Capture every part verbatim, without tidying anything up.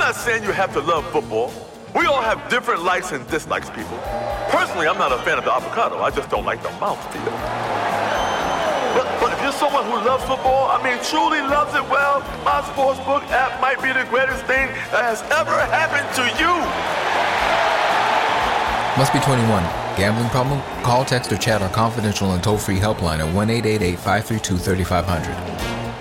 not saying you have to love football. We all have different likes and dislikes, people. Personally, I'm not a fan of the avocado. I just don't like the mouthfeel. But, but if you're someone who loves football, I mean, truly loves it well, my sportsbook app might be the greatest thing that has ever happened to you. Must be twenty-one. Gambling problem? Call, text, or chat our confidential and toll-free helpline at one eight eight eight, five three two, three five zero zero.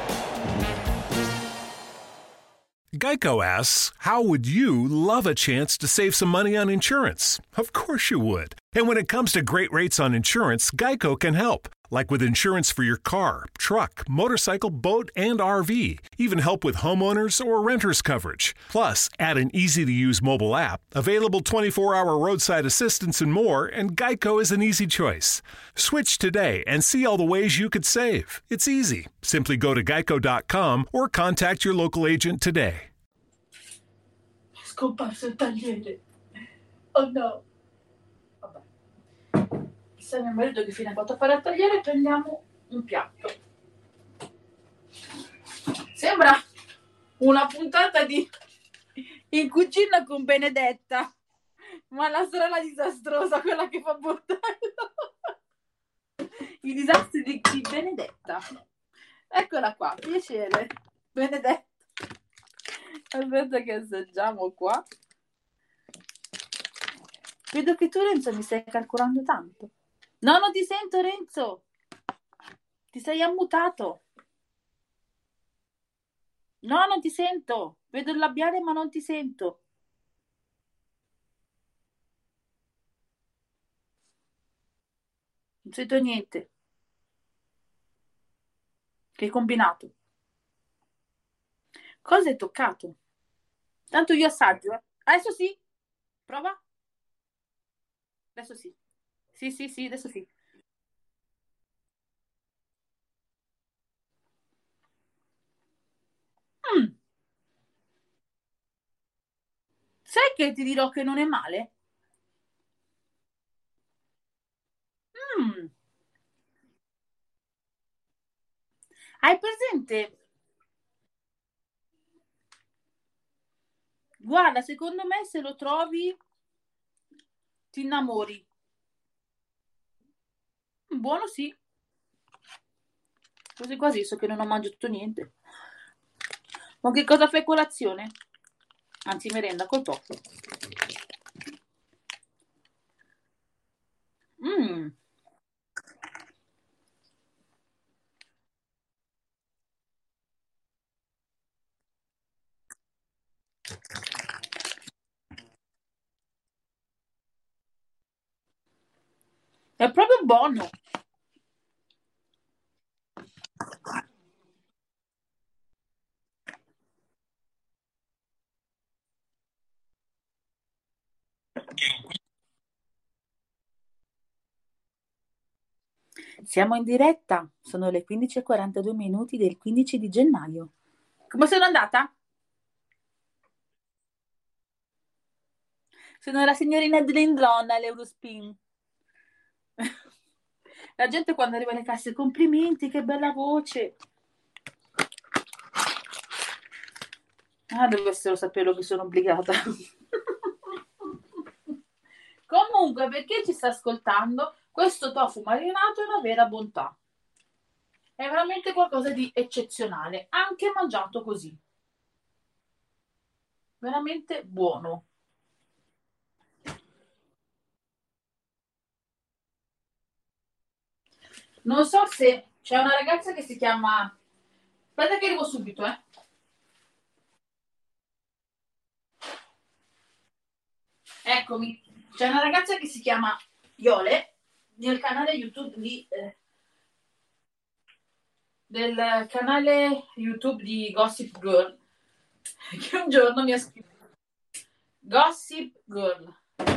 Geico asks, how would you love a chance to save some money on insurance? Of course you would. And when it comes to great rates on insurance, Geico can help. Like with insurance for your car, truck, motorcycle, boat, and R V. Even help with homeowners or renters coverage. Plus, add an easy-to-use mobile app, available twenty-four hour roadside assistance and more, and Geico is an easy choice. Switch today and see all the ways you could save. It's easy. Simply go to geico dot com or contact your local agent today. Scomparso il tagliere. Oh no. Vabbè. Chissà mio marito che fine ha fatto a fare al tagliere, prendiamo un piatto. Sembra una puntata di In cucina con Benedetta, ma la sorella disastrosa, quella che fa bordello. I disastri di, di Benedetta. Eccola qua, piacere. Benedetta. Aspetta che assaggiamo qua. Vedo che tu, Renzo, mi stai calcolando tanto. No, non ti sento, Renzo. Ti sei ammutato. No, non ti sento. Vedo il labiale, ma non ti sento. Non sento niente. Che hai combinato? Cosa hai toccato? Tanto io assaggio, eh. Adesso sì. Prova. Adesso sì. Sì, sì, sì, adesso sì. Mm. Sai che ti dirò che non è male? Mm. Hai presente? Guarda, secondo me se lo trovi ti innamori. Buono, sì. Così quasi so che non ho mangiato niente. Ma che cosa fai colazione? Anzi, merenda col tofu. Mm. È proprio buono. Siamo in diretta, sono le quindici e quarantadue minuti del quindici di gennaio. Come sono andata? Sono la signorina Dlindlon all'Eurospin. La gente quando arriva alle casse, complimenti, che bella voce. Ah, dovessero saperlo che sono obbligata. Comunque, per chi ci sta ascoltando, questo tofu marinato è una vera bontà. È veramente qualcosa di eccezionale, anche mangiato così. Veramente buono. Non so se c'è una ragazza che si chiama... Aspetta che arrivo subito, eh. Eccomi. C'è una ragazza che si chiama Iole nel canale YouTube di... Eh, del canale YouTube di Gossip Girl, che un giorno mi ha scritto Gossip Girl.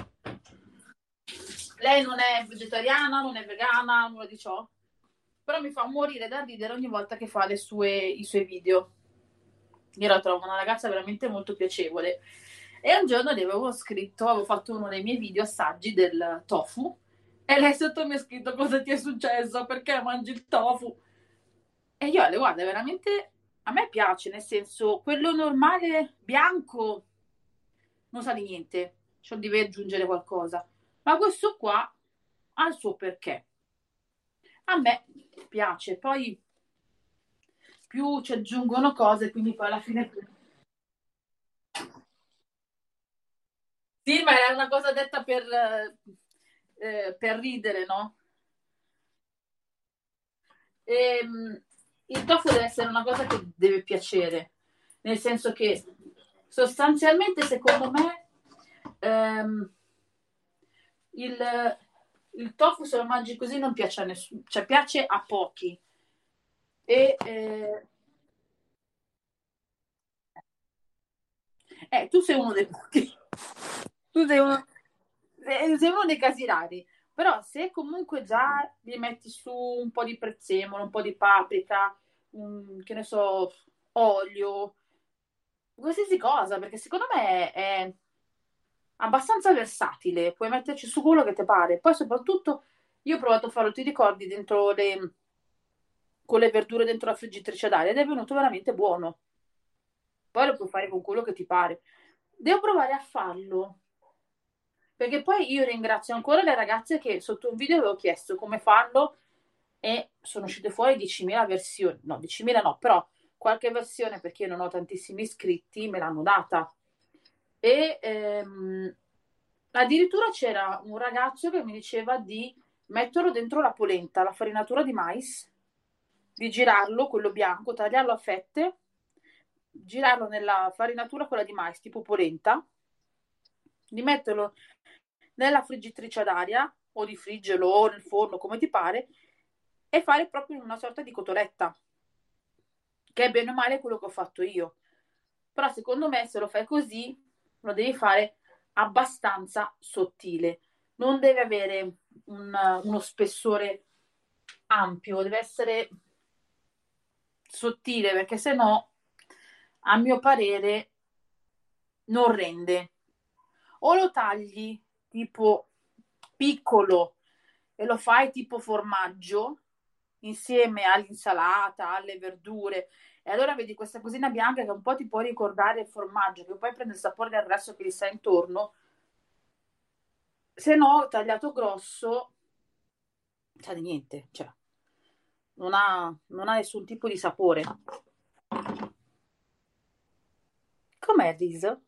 Lei non è vegetariana, non è vegana, nulla di ciò, però mi fa morire da ridere ogni volta che fa le sue, i suoi video. Io la trovo una ragazza veramente molto piacevole. E un giorno le avevo scritto, avevo fatto uno dei miei video assaggi del tofu e lei sotto mi ha scritto: cosa ti è successo, perché mangi il tofu? E io le guarda, veramente a me piace, nel senso, quello normale bianco non sa di niente, cioè deve aggiungere qualcosa. Ma questo qua ha il suo perché. A me piace, poi più ci aggiungono cose, quindi poi alla fine... Sì, ma è una cosa detta per, eh, per ridere, no? Ehm, il tofu deve essere una cosa che deve piacere, nel senso che sostanzialmente, secondo me, ehm, il, il tofu se lo mangi così non piace a nessuno, cioè piace a pochi. E eh, eh, tu sei uno dei pochi, tu sei uno, sei sei uno dei casi rari. Però se comunque già gli metti su un po' di prezzemolo, un po' di paprika, un- che ne so, olio, qualsiasi cosa, perché secondo me è abbastanza versatile, puoi metterci su quello che ti pare. Poi soprattutto io ho provato a farlo, ti ricordi, dentro le, con le verdure dentro la friggitrice ad aria ed è venuto veramente buono. Poi lo puoi fare con quello che ti pare. Devo provare a farlo, perché poi io ringrazio ancora le ragazze che sotto un video avevo chiesto come farlo e sono uscite fuori diecimila versioni, no, diecimila no, però qualche versione perché io non ho tantissimi iscritti me l'hanno data. E ehm, addirittura c'era un ragazzo che mi diceva di metterlo dentro la polenta, la farinatura di mais, di girarlo, quello bianco, tagliarlo a fette, girarlo nella farinatura quella di mais, tipo polenta, di metterlo nella friggitrice ad aria o di friggerlo o nel forno, come ti pare, e fare proprio una sorta di cotoletta, che è bene o male quello che ho fatto io. Però secondo me se lo fai così lo devi fare abbastanza sottile, non deve avere un, uno spessore ampio, deve essere sottile perché se no, a mio parere, non rende. O lo tagli tipo piccolo e lo fai tipo formaggio insieme all'insalata, alle verdure. E allora vedi questa cosina bianca che un po' ti può ricordare il formaggio, che poi prende il sapore del resto che gli sta intorno. Se no, tagliato grosso, sa di niente, cioè, non ha, non ha nessun tipo di sapore. Com'è il riso?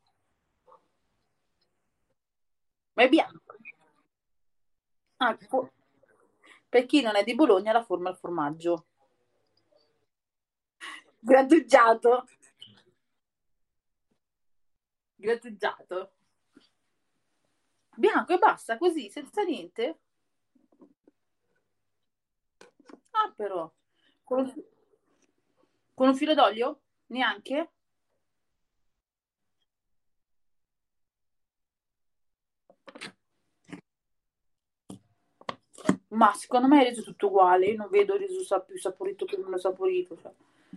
Ma è bianco. Ah, po- per chi non è di Bologna, la forma è il formaggio. Grattugiato. Grattugiato. Bianco e basta, così, senza niente. Ah, però. Con un, con un filo d'olio? Neanche? Ma secondo me è reso tutto uguale. Io non vedo il riso sa- più saporito che meno saporito. Cioè.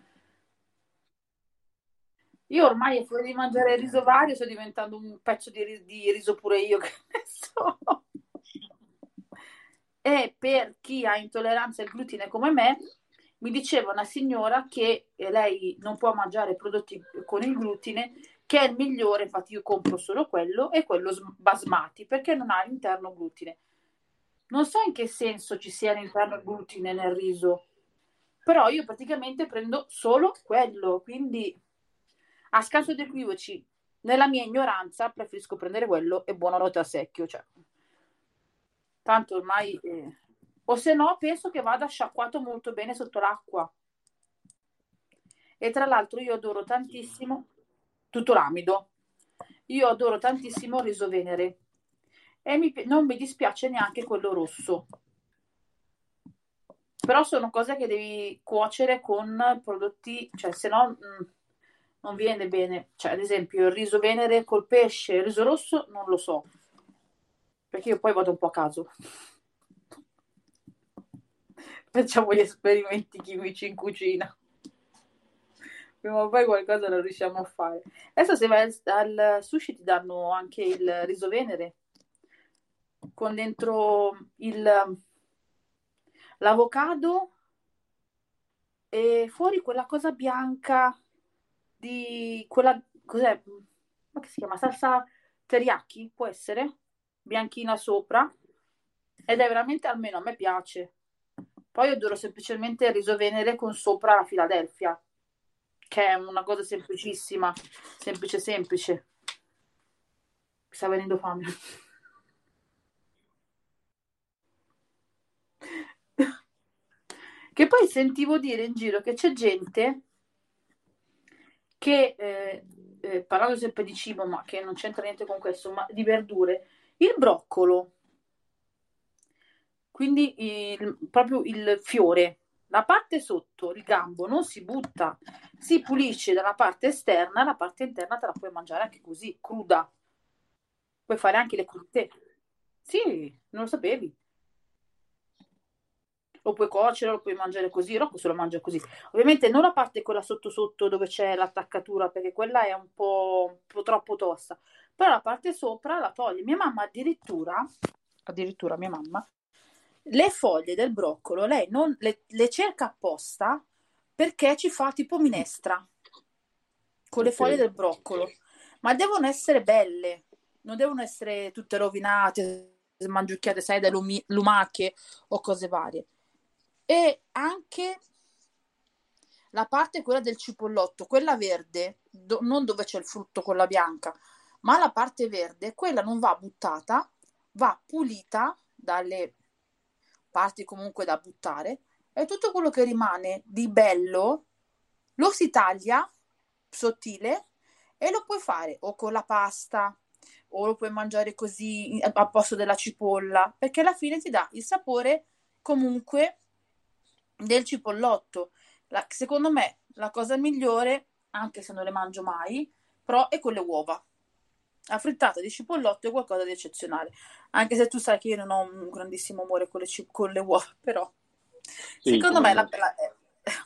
Io ormai, fuori di mangiare il riso vario, sto diventando un pezzo di, ri- di riso pure io. Che ne so. E per chi ha intolleranza al glutine come me, mi diceva una signora che eh, lei non può mangiare prodotti con il glutine, che è il migliore, infatti io compro solo quello, e quello basmati, perché non ha all'interno glutine. Non so in che senso ci sia all'interno glutine nel riso, però io praticamente prendo solo quello, quindi a scanso di equivoci, nella mia ignoranza preferisco prendere quello e buonanotte a secchio, cioè. Tanto ormai... eh, o se no, penso che vada sciacquato molto bene sotto l'acqua. E tra l'altro io adoro tantissimo tutto l'amido. Io adoro tantissimo il riso venere e mi pi- non mi dispiace neanche quello rosso. Però sono cose che devi cuocere con prodotti, cioè se no mh, non viene bene. Cioè, ad esempio, il riso venere col pesce, il riso rosso non lo so, perché io poi vado un po' a caso. Facciamo gli esperimenti chimici in cucina. Prima o poi qualcosa lo riusciamo a fare. Adesso se vai al, al sushi ti danno anche il riso venere con dentro il, l'avocado e fuori quella cosa bianca di quella cos'è? Ma che si chiama? Salsa teriyaki, può essere? Bianchina sopra. Ed è veramente, almeno a me piace. Poi adoro semplicemente il riso venere con sopra la Philadelphia, che è una cosa semplicissima, semplice semplice. Mi sta venendo fame. Che poi sentivo dire in giro che c'è gente che, eh, eh, parlando sempre di cibo, ma che non c'entra niente con questo, ma di verdure, il broccolo, quindi il, proprio il fiore, la parte sotto, il gambo, non si butta, si pulisce dalla parte esterna, la parte interna te la puoi mangiare anche così, cruda. Puoi fare anche le crudité. Sì, non lo sapevi. Lo puoi cuocere, lo puoi mangiare così, Rocco se lo mangia così. Ovviamente non la parte quella sotto sotto dove c'è l'attaccatura, perché quella è un po', un po' troppo tosta. Però la parte sopra la toglie. Mia mamma addirittura, addirittura mia mamma, le foglie del broccolo, lei non le, le cerca apposta perché ci fa tipo minestra con le Ok. foglie del broccolo. Ma devono essere belle, non devono essere tutte rovinate, mangiucchiate, sai, da lumi- lumache o cose varie. E anche la parte quella del cipollotto, quella verde, do- non dove c'è il frutto, quella bianca, ma la parte verde, quella non va buttata, va pulita dalle parti comunque da buttare e tutto quello che rimane di bello lo si taglia sottile e lo puoi fare o con la pasta o lo puoi mangiare così a posto della cipolla, perché alla fine ti dà il sapore comunque del cipollotto. La- secondo me la cosa migliore, anche se non le mangio mai, però è con le uova. La frittata di cipollotto è qualcosa di eccezionale, anche se tu sai che io non ho un grandissimo amore con le, ci- con le uova, però Sì, secondo come me la, me. la- eh,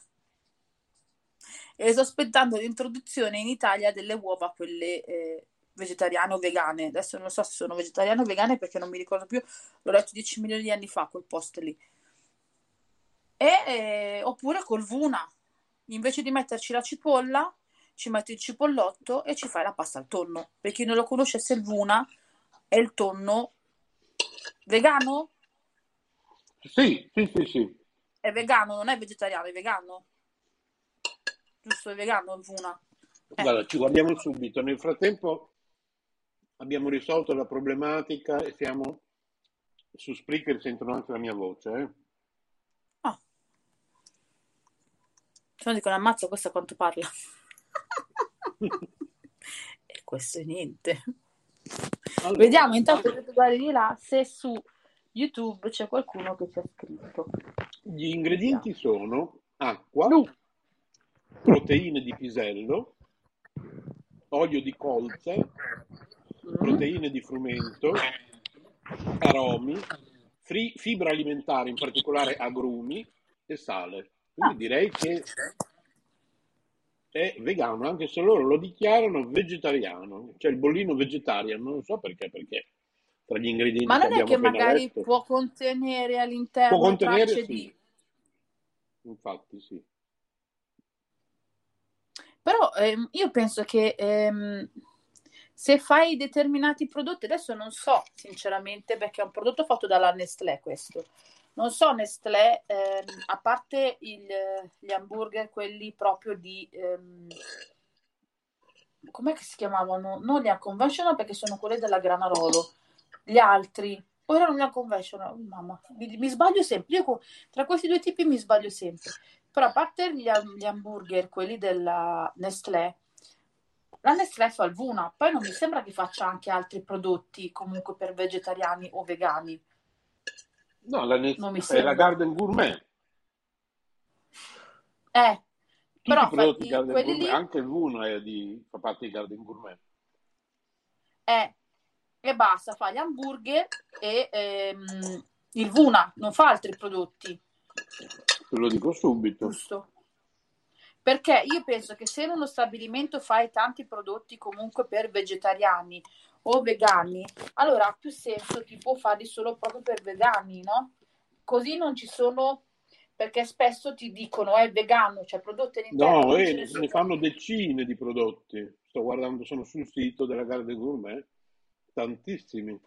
e sto aspettando l'introduzione in Italia delle uova, quelle eh, vegetariane o vegane. Adesso non so se sono vegetariane o vegane perché non mi ricordo più, l'ho letto dieci milioni di anni fa quel post lì. E, eh, oppure col vuna, invece di metterci la cipolla, ci metti il cipollotto e ci fai la pasta al tonno. Per chi non lo conoscesse, il vuna è il tonno vegano? Sì, sì, sì, sì. È vegano, non è vegetariano, è vegano. Giusto, è vegano il vuna. Eh. Guarda, ci guardiamo subito. Nel frattempo abbiamo risolto la problematica e siamo su Spreaker, sentono anche la mia voce. Eh? Ah, se no dicono ammazza questa quanto parla. E questo è niente. Allora, Vediamo intanto che tu guardi di là se su YouTube c'è qualcuno che ci ha scritto. gli ingredienti Vediamo. sono acqua, Nu. proteine di pisello, olio di colza, Mm. proteine di frumento, aromi, fri- fibra alimentare, in particolare agrumi e sale. Quindi Ah, direi che è vegano, anche se loro lo dichiarano vegetariano. C'è il bollino vegetarian, non so perché, perché tra gli ingredienti ma che non è abbiamo che appena magari letto può contenere può all'interno contenere, tracce sì, di... infatti sì. Però ehm, io penso che ehm, se fai determinati prodotti, adesso non so sinceramente perché è un prodotto fatto dalla Nestlé questo. Non so Nestlé, ehm, a parte il- gli hamburger, quelli proprio di... ehm, com'è che si chiamavano? Non gli unconventional perché sono quelli della Granarolo. Gli altri, o erano gli unconventional? Oh, mamma, mi, mi sbaglio sempre. Io co- tra questi due tipi mi sbaglio sempre. Però a parte gli, gli hamburger, quelli della Nestlé, la Nestlé fa il Vuna, poi non mi sembra che faccia anche altri prodotti comunque per vegetariani o vegani. No, la Nes- Non mi è la sembra. Garden Gourmet. Eh, Tutti i però fa- prodotti i- Garden quelli Gourmet, lì anche il Vuno è di, fa parte di Garden Gourmet. è e basta, fa gli hamburger e ehm, il Vuna, non fa altri prodotti, Te lo dico subito. giusto? Perché io penso che se in uno stabilimento fai tanti prodotti comunque per vegetariani o vegani, allora ha più senso tipo farli solo proprio per vegani, no? Così non ci sono, perché spesso ti dicono è vegano, cioè prodotti all'interno, No, non eh, ce ne ne ne sono. fanno decine di prodotti. Sto guardando, sono sul sito della Garden Gourmet. tantissimi.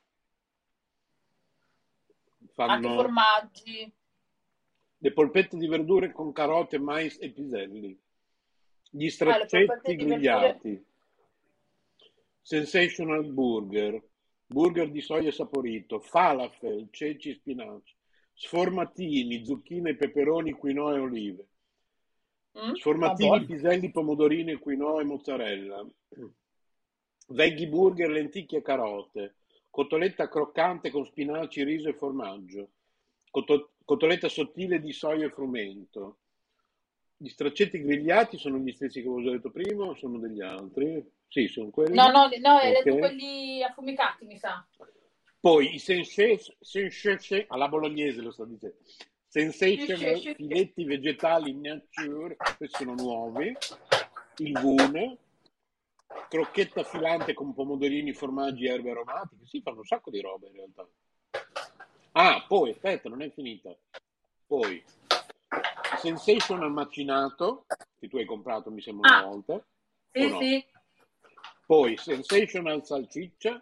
Fanno anche formaggi. Le polpette di verdure con carote, mais e piselli. Gli straccetti ah, grigliati. Verdure... Sensational burger. Burger di soia saporito. Falafel, ceci e spinaci. Sformatini, zucchine, peperoni, quinoa e olive. Mm, Sformatini, piselli, pomodorini, quinoa e mozzarella. Veggie burger, lenticchie e carote. Cotoletta croccante con spinaci, riso e formaggio. Coto- cotoletta sottile di soia e frumento. Gli straccetti grigliati sono gli stessi che avevo già detto prima o sono degli altri? Sì, sono quelli. No, no, no, hai okay. detto quelli affumicati, mi sa. Poi i sensation, sensation alla bolognese lo sto dicendo. Sensational filetti vegetali nature, questi sono nuovi. Il gune. Crocchetta filante con pomodorini, formaggi e erbe aromatiche. Sì, fanno un sacco di roba in realtà. Ah, poi, aspetta, non è finita. Poi, Sensational macinato, che tu hai comprato mi sembra una ah, volta. Sì, no? sì. Poi, Sensational salsiccia.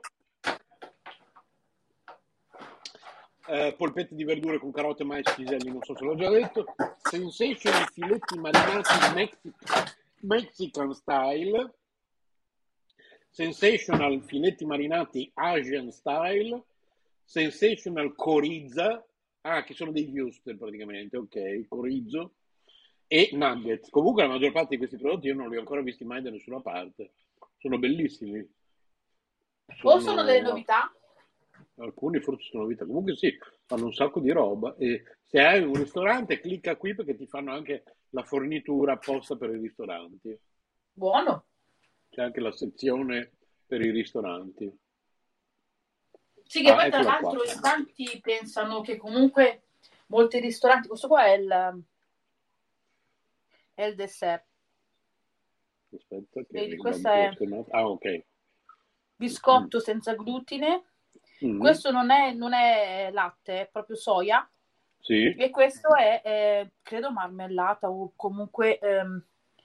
Eh, polpette di verdure con carote, mais, piselli, non so se l'ho già detto. Sensational filetti marinati Mexican, Mexican style. Sensational filetti marinati Asian style. Sensational corizza, ah, che sono dei wuster praticamente, ok, corizzo, e nuggets. Comunque la maggior parte di questi prodotti io non li ho ancora visti mai da nessuna parte. Sono bellissimi. Sono... O sono delle novità? Alcuni forse sono novità. Comunque sì, fanno un sacco di roba. E se hai un ristorante, clicca qui perché ti fanno anche la fornitura apposta per i ristoranti. Buono. C'è anche la sezione per i ristoranti. Sì, che ah, poi tra l'altro qua. In tanti pensano che comunque molti ristoranti, questo qua è il, è il dessert. Aspetta, che vedi, questa è ah, ok. Biscotto mm. senza glutine. Mm. Questo non è, non è latte, è proprio soia. Sì. E questo è, è credo marmellata o comunque ehm,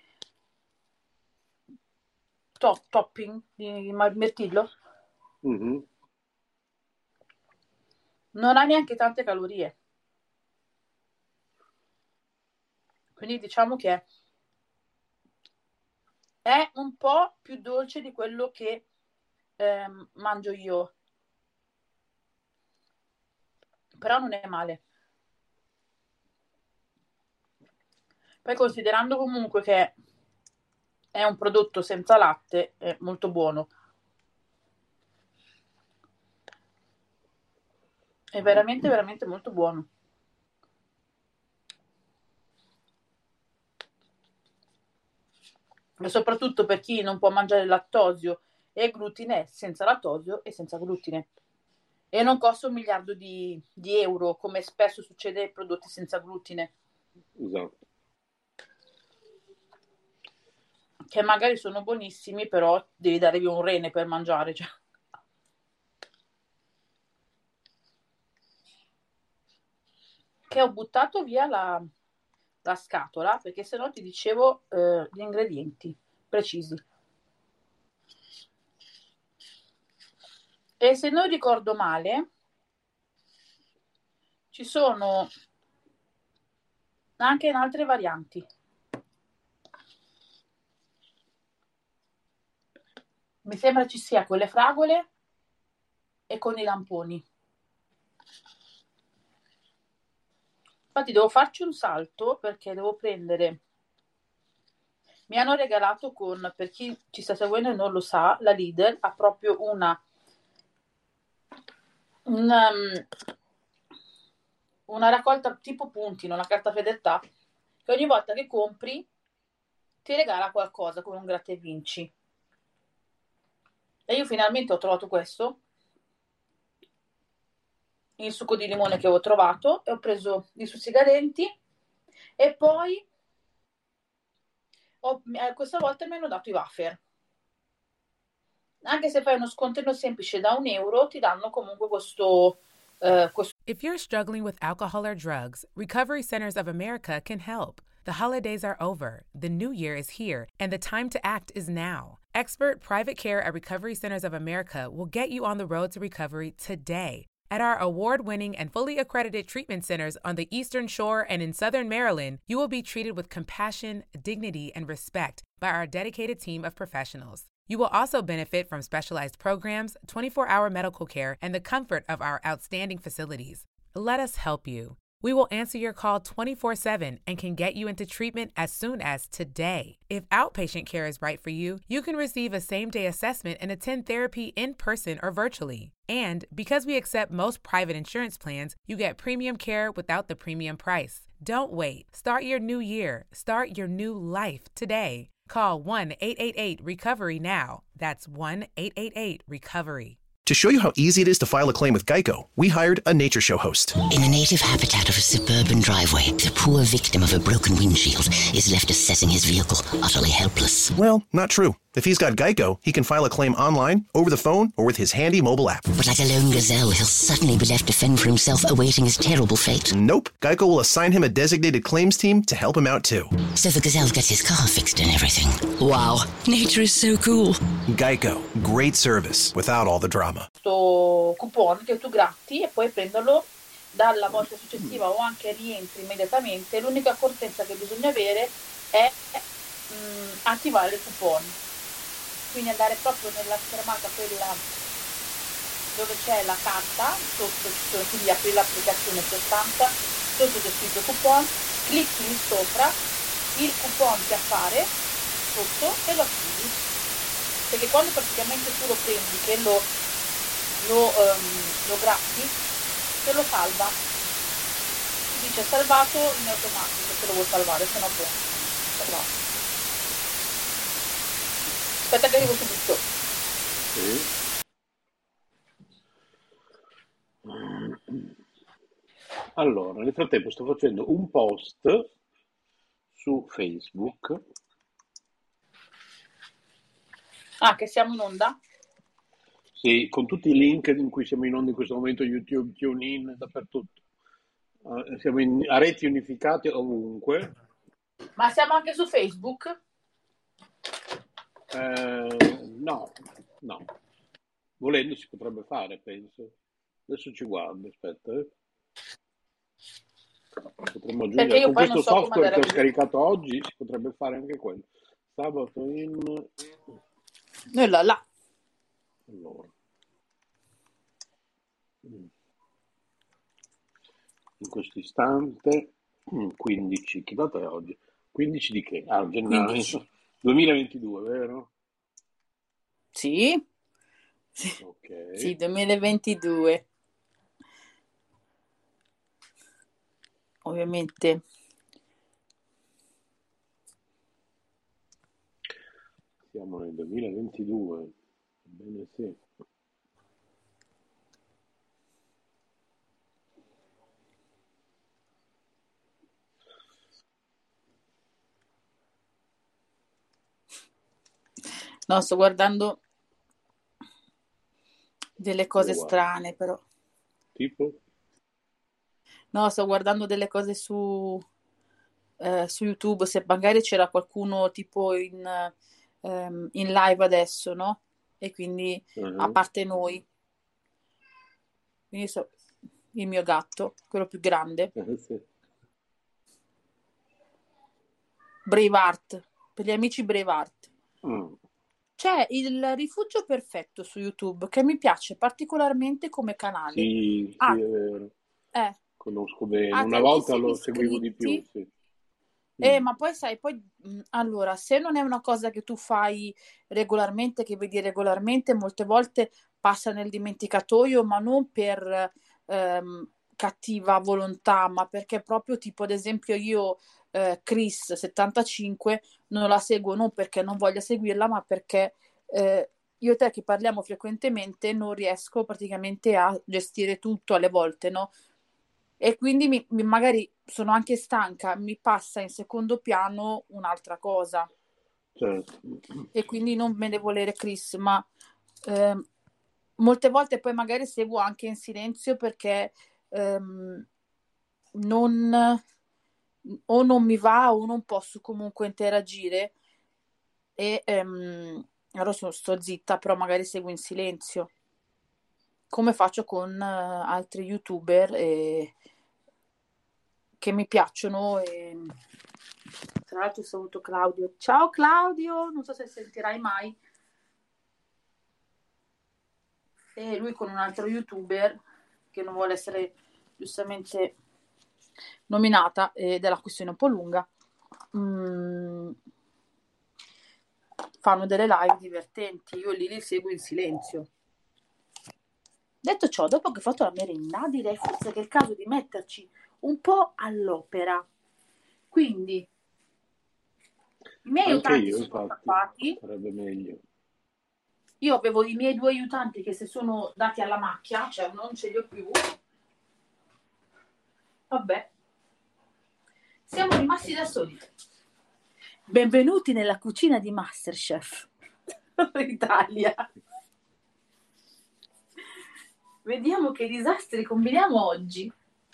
top, topping di mirtillo. Mm-hmm. Non ha neanche tante calorie. Quindi diciamo che è un po' più dolce di quello che ehm, mangio io. Però non è male. Poi considerando comunque che è un prodotto senza latte, è molto buono. È veramente, veramente molto buono. E soprattutto per chi non può mangiare lattosio e glutine, senza lattosio e senza glutine. E non costa un miliardo di, di euro, come spesso succede ai prodotti senza glutine. Esatto. Che magari sono buonissimi, però devi dare via un rene per mangiare. Cioè. Che ho buttato via la, la scatola, perché sennò ti dicevo eh, gli ingredienti precisi. E se non ricordo male, ci sono anche in altre varianti. Mi sembra ci sia con le fragole e con i lamponi. Infatti devo farci un salto perché devo prendere... Mi hanno regalato con, per chi ci sta seguendo e non lo sa, la Lidl ha proprio una... una, una raccolta tipo puntino, una carta fedeltà, che ogni volta che compri ti regala qualcosa come un gratta e vinci. E io finalmente ho trovato questo, il succo di limone che ho trovato, e ho preso i stuzzicadenti e poi ho, questa volta mi hanno dato i wafer. Anche se fai uno scontrino semplice da un euro, ti danno comunque questo, uh, questo. If you're struggling with alcohol or drugs, Recovery Centers of America can help. The holidays are over, the new year is here, and the time to act is now. Expert private care at Recovery Centers of America will get you on the road to recovery today. At our award-winning and fully accredited treatment centers on the Eastern Shore and in Southern Maryland, you will be treated with compassion, dignity, and respect by our dedicated team of professionals. You will also benefit from specialized programs, twenty-four hour medical care, and the comfort of our outstanding facilities. Let us help you. We will answer your call twenty-four seven and can get you into treatment as soon as today. If outpatient care is right for you, you can receive a same-day assessment and attend therapy in person or virtually. And because we accept most private insurance plans, you get premium care without the premium price. Don't wait. Start your new year. Start your new life today. Call one eight eight eight recovery now. That's one eight eight eight recovery. To show you how easy it is to file a claim with Geico, we hired a nature show host. In the native habitat of a suburban driveway, the poor victim of a broken windshield is left assessing his vehicle, utterly helpless. Well, not true. If he's got Geico, he can file a claim online, over the phone, or with his handy mobile app. But like a lone gazelle, he'll suddenly be left to fend for himself, awaiting his terrible fate. Nope. Geico will assign him a designated claims team to help him out, too. So the gazelle gets his car fixed and everything. Wow, nature is so cool. Geico. Great service without all the drama. Questo coupon che tu gratti e puoi prenderlo dalla volta successiva o anche rientri immediatamente. L'unica accortezza che bisogna avere è mh, attivare il coupon. Quindi andare proprio nella schermata quella dove c'è la carta, sotto, quindi apri l'applicazione sostanza, sotto c'è scritto coupon, clicchi lì sopra, il coupon ti appare sotto e lo attivi. Perché quando praticamente tu lo prendi, che lo, lo, um, lo gratti, te lo salva. Ti dice salvato in automatico se lo vuoi salvare, se no può salvato. Aspetta che arrivo subito. Sì. Allora, nel frattempo sto facendo un post su Facebook. Ah, che siamo in onda? Sì, con tutti i link in cui siamo in onda in questo momento, YouTube, TuneIn, dappertutto. Uh, siamo in, a reti unificate ovunque. Ma siamo anche su Facebook? Eh, no, no. Volendo si potrebbe fare, penso. Adesso ci guardo, aspetta. Eh. Potremmo aggiungere con questo software che ho scaricato oggi, si potrebbe fare anche quello. Sabato in... E là, là. Allora. In questo istante quindici, che data è oggi? quindici di che? Ah, gennaio quindici. duemilaventidue, vero? Sì. Sì. Okay. Sì, duemilaventidue. Ovviamente. Siamo nel duemilaventidue. Bene, sì. No, sto guardando delle cose strane, però. Tipo? No, sto guardando delle cose su, eh, su YouTube, se magari c'era qualcuno tipo in, um, in live adesso, no? E quindi, uh-huh. a parte noi. Quindi so, il mio gatto, quello più grande. Uh-huh, sì. Braveheart, per gli amici Braveheart. Mm. C'è il Rifugio Perfetto su YouTube che mi piace particolarmente come canale. Sì, ah, sì, è vero. Eh, Conosco bene. Una volta lo seguivo di più, sì. Eh, mm. Ma poi sai, poi mh, allora, se non è una cosa che tu fai regolarmente, che vedi regolarmente, molte volte passa nel dimenticatoio, ma non per ehm, cattiva volontà, ma perché proprio tipo, ad esempio, io eh, Chris settantacinque non la seguo non perché non voglia seguirla, ma perché eh, io e te che parliamo frequentemente non riesco praticamente a gestire tutto alle volte, no? E quindi mi, mi, magari sono anche stanca, mi passa in secondo piano un'altra cosa. Certo. E quindi non me ne volere Chris, ma eh, molte volte poi magari seguo anche in silenzio perché ehm, non o non mi va o non posso comunque interagire e, ehm, allora sto, sto zitta, però magari seguo in silenzio, come faccio con uh, altri youtuber e... che mi piacciono. E... tra l'altro saluto Claudio. Ciao Claudio, non so se sentirai mai. E lui con un altro youtuber che non vuole essere giustamente nominata, ed è la questione un po' lunga, mm, fanno delle live divertenti, io lì li seguo in silenzio. Detto ciò, dopo che ho fatto la merenda, direi forse che è il caso di metterci un po' all'opera. Quindi i miei Anche aiutanti io, sono infatti, scappati. sarebbe meglio. Io avevo i miei due aiutanti che si sono dati alla macchia, cioè non ce li ho più. Vabbè, siamo rimasti da soli. Benvenuti nella cucina di Masterchef Italia. Vediamo che disastri combiniamo oggi.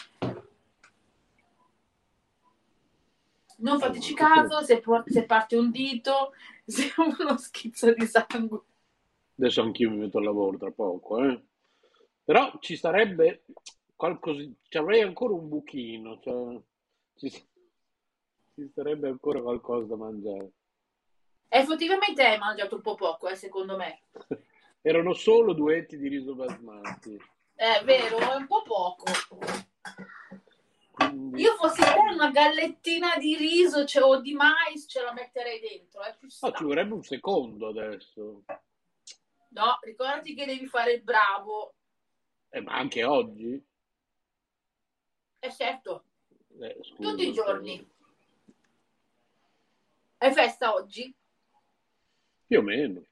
Non fateci caso se, se parte un dito, se è uno schizzo di sangue. Adesso anch'io mi metto al lavoro tra poco, eh. Però ci sarebbe qualcosa, ci avrei ancora un buchino, cioè, ci, ci sarebbe ancora qualcosa da mangiare. Effettivamente hai mangiato un po' poco, eh, secondo me. Erano solo due etti di riso basmati. È vero, è un po' poco. Quindi... Io fossi te una gallettina di riso, cioè, o di mais, ce la metterei dentro. È più no, ci vorrebbe un secondo adesso. No, ricordati che devi fare il bravo. Eh, ma anche oggi? Eh certo, Eh, scusa, tutti i giorni. È festa oggi? Più o meno.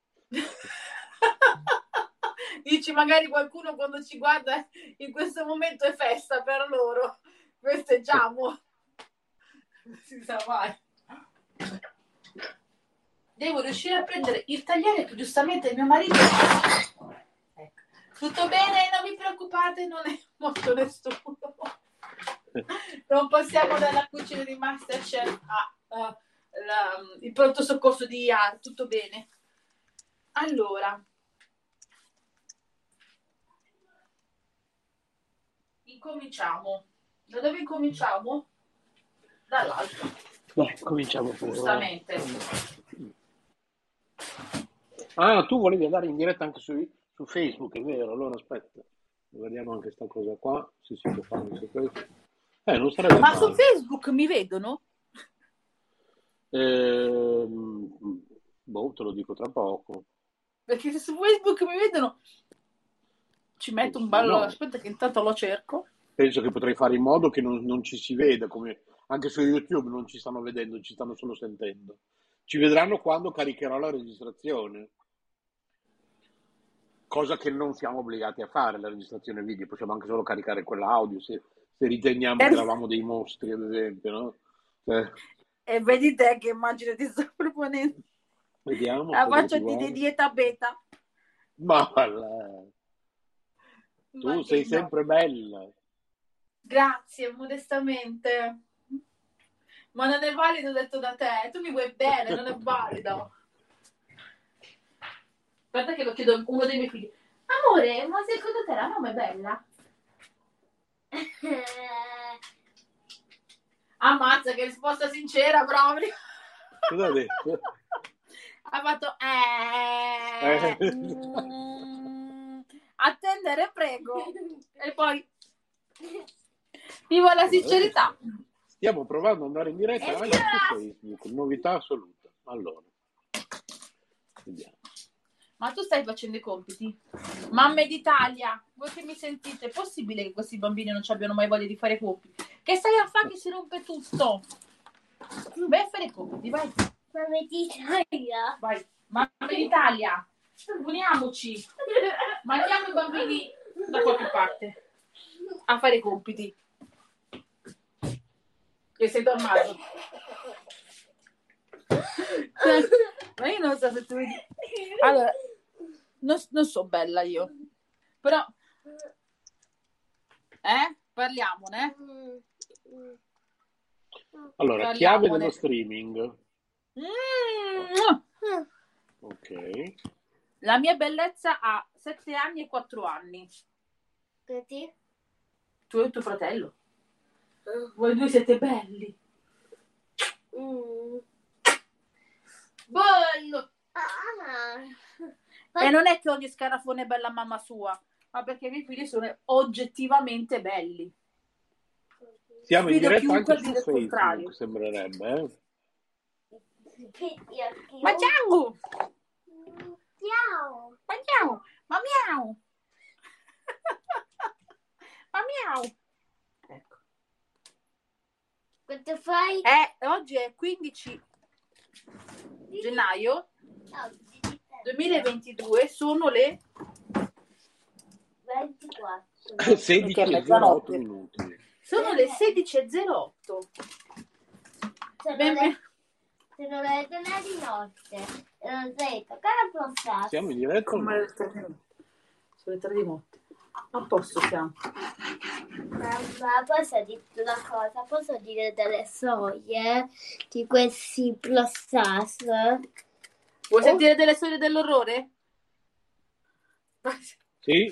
Dici magari qualcuno quando ci guarda in questo momento è festa per loro. Festeggiamo. Non si sa mai. Devo riuscire a prendere il tagliere che giustamente mio marito... Ecco. Tutto bene, non vi preoccupate, non è morto nessuno. Non passiamo dalla cucina di Masterchef a uh, la, il pronto soccorso di I A R, tutto bene. Allora, incominciamo. Da dove incominciamo? Dall'alto. Beh, cominciamo pure. Giustamente. Ah, tu volevi andare in diretta anche su, su Facebook, è vero? Allora aspetta, vediamo anche questa cosa qua, se si può fare anche questo. Eh, non sarebbe Ma male. su Facebook mi vedono? Eh, boh, te lo dico tra poco. Perché se su Facebook mi vedono ci metto un ballo. No. Aspetta che intanto lo cerco. Penso che potrei fare in modo che non, non ci si veda, come anche su YouTube non ci stanno vedendo, ci stanno solo sentendo. Ci vedranno quando caricherò la registrazione. Cosa che non siamo obbligati a fare, la registrazione video, possiamo anche solo caricare quella audio, se, se riteniamo che eravamo dei mostri, ad esempio, no? Eh. E vedi te che immagino ti sto proponendo. Vediamo. La faccia di, di dieta beta. Ma là. Tu Ma sei no. sempre bella. Grazie, modestamente. Ma non è valido detto da te. Tu mi vuoi bene, non è valido. Aspetta che lo chiedo a uno dei miei figli. Amore, ma secondo te la mamma è bella? Ammazza, che risposta sincera proprio. Cosa ha detto? Ha fatto eh, Eh. mm, attendere prego. E poi viva la sincerità. Stiamo provando ad andare in diretta E anche allora... su Facebook, novità assoluta. Allora, vediamo. Ma tu stai facendo i compiti? Mamme d'Italia, voi che mi sentite, è possibile che questi bambini non ci abbiano mai voglia di fare i compiti? Che stai a fare che si rompe tutto? Vai a fare i compiti, vai. Mamme d'Italia. Vai. Mamme d'Italia, uniamoci. Mandiamo i bambini da qualche parte a fare i compiti. E sei tornato. Ma io non so se tu vedi. Allora, non, non so bella io, però eh? Parliamone. Allora, Parliamone. chiave dello streaming. Mm. Ok. La mia bellezza ha sette anni e quattro anni. Così? Tu e tuo fratello. Uh. Voi due siete belli. Mm. Bello! Ah. E non è che ogni scarafone è bella mamma sua, ma perché i miei figli sono oggettivamente belli. Siamo in diretta anche su dire il contrario. Facebook, sembrerebbe, eh? Ma ciao! Ciao! Ma ciao! Ma miau! Ma miau! Ecco. Quanto fai? Eh, oggi è quindici gennaio duemilaventidue, sono le ventiquattro. sedici e zero otto minuti. Sono le sedici e zero otto. Sono le, sono le tre di notte. E non sei toccare la Siamo in diretta? Come le tre di notte. Sono le tre di notte. A posto siamo. Mamma, posso dire una cosa? Posso dire delle storie di questi plus? Vuoi oh. sentire delle storie dell'orrore? Sì.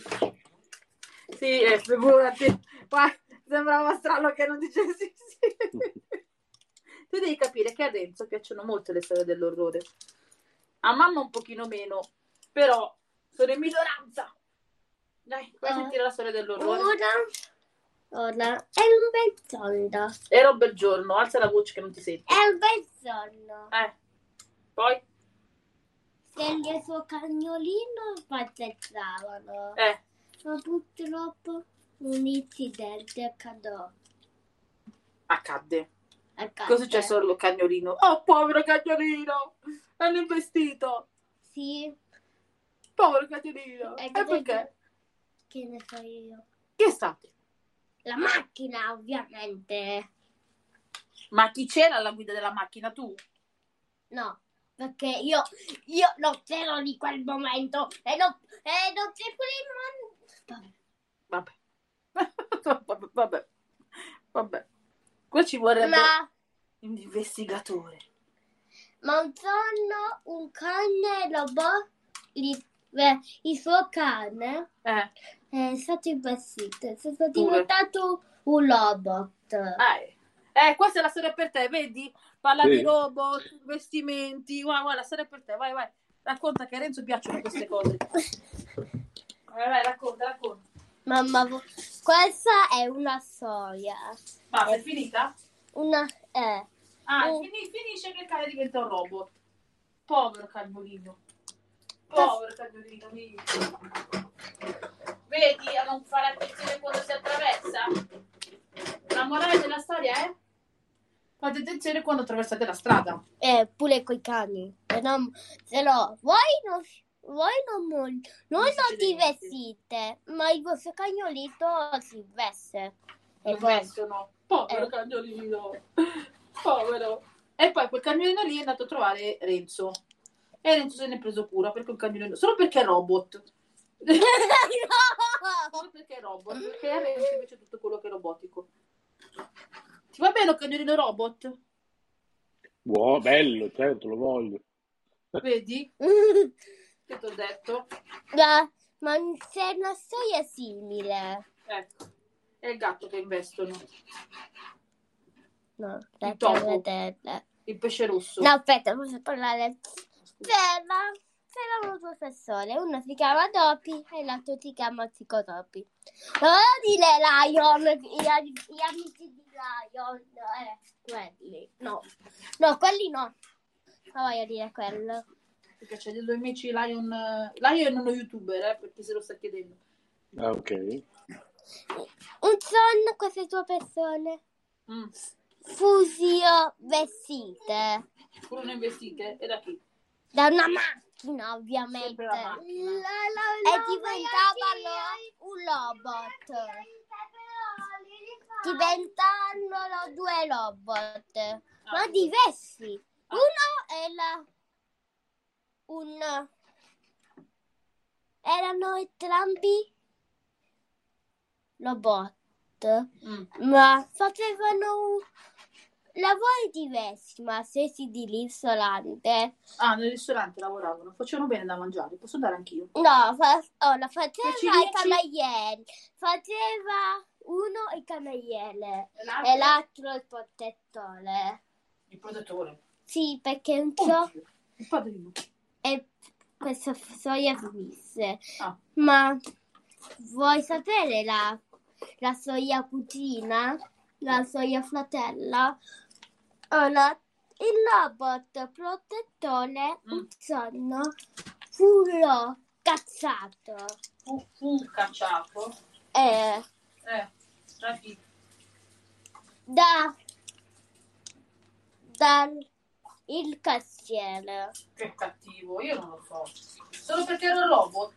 Sì, eh, figurati. Sembrava strano che non dicessi sì. Tu devi capire che a Renzo piacciono molto le storie dell'orrore. A mamma un pochino meno, però sono in minoranza. Dai, fai uh, sentire la storia dell'orrore. Ora, ora, è un bel giorno. Era un bel giorno, alza la voce che non ti senti. È un bel giorno. Eh, poi? Se il suo cagnolino passeggiavano. Eh. Ma purtroppo un incidente accadò. Accadde. Accadde. Cosa è successo al cagnolino? Oh, povero cagnolino! L'hanno investito. Sì. Povero cagnolino. E, e perché? Che ne so io. Chi è stato? La macchina, ovviamente. Ma chi c'era alla guida della macchina? Tu? No, perché io, io non c'ero di quel momento e non, e non c'è prima. Vabbè. Vabbè. Vabbè. Vabbè. Qua ci vorrebbe Ma... un investigatore. Ma un giorno un cane robot, il, beh, il suo cane eh. è stato investito, è stato diventato un robot. Eh. eh, questa è la storia per te, vedi? Parla sì. di robot, investimenti, guarda, guarda, la storia per te, vai, vai. Racconta che a Renzo piacciono queste cose. Vai, vai, racconta, racconta. Mamma, questa è una storia. Ma è finita? Una, eh. Ah, un... fin- finisce che il cane diventa un robot. Povero cagnolino. Povero cagnolino, vedi? Vedi a non fare attenzione quando si attraversa? La morale della storia è? Fate attenzione quando attraversate la strada. Eh, pure coi cani. Se no, se no voi non... Voi non, non, non, non ti vestite, ma il vostro cagnolito si veste. E vestono. Povero eh. cagnolino. Povero. E poi quel cagnolino lì è andato a trovare Renzo. E Renzo se ne è preso cura perché un cagnolino. Solo perché è robot. No! Solo perché è robot. Perché a Renzo invece è tutto quello che è robotico. Ti va bene un cagnolino robot? Wow, bello, certo, lo voglio. Vedi? Che ti ho detto? Ma, ma c'è una storia simile. Ecco, è il gatto che investono. No, il topo, il pesce rosso. No, aspetta, posso parlare. C'era, c'era un professore, uno si chiama Topi e l'altro si chiama Psicotopi. Non voglio dire Lion, gli, gli amici di Lion, eh, quelli, no. No, quelli no. Non voglio dire quello. Perché c'è dei due amici Lion. Lion è uno youtuber, eh, per chi se lo sta chiedendo. Ah, ok. Un giorno queste due persone mm. fusio vestite. Furono investite? E da chi? Da una macchina, ovviamente. La macchina. La, la, la, e diventavano un robot. Diventavano due robot, ah, ma sì. diversi. Ah. Uno è la... un erano entrambi robot, mm. ma facevano lavori diversi, ma stessi di ristorante. Ah, nel ristorante lavoravano, facevano bene da mangiare, posso andare anch'io? No, fa, oh, la faceva Cucinici? i camerieri, faceva uno il cameriere E l'altro? e l'altro il protettore. Il protettore? Sì, perché un Oh, po' il padrino. e questa storia finisse. Ah. Ma vuoi sapere la, la storia cucina? La storia fratella? Allora, il robot protettore Mm. un giorno fu cacciato. Fu, fu cacciato? Eh, Eh, da chi? da dal il cassiere. Che cattivo, io non lo so. Solo perché era un robot?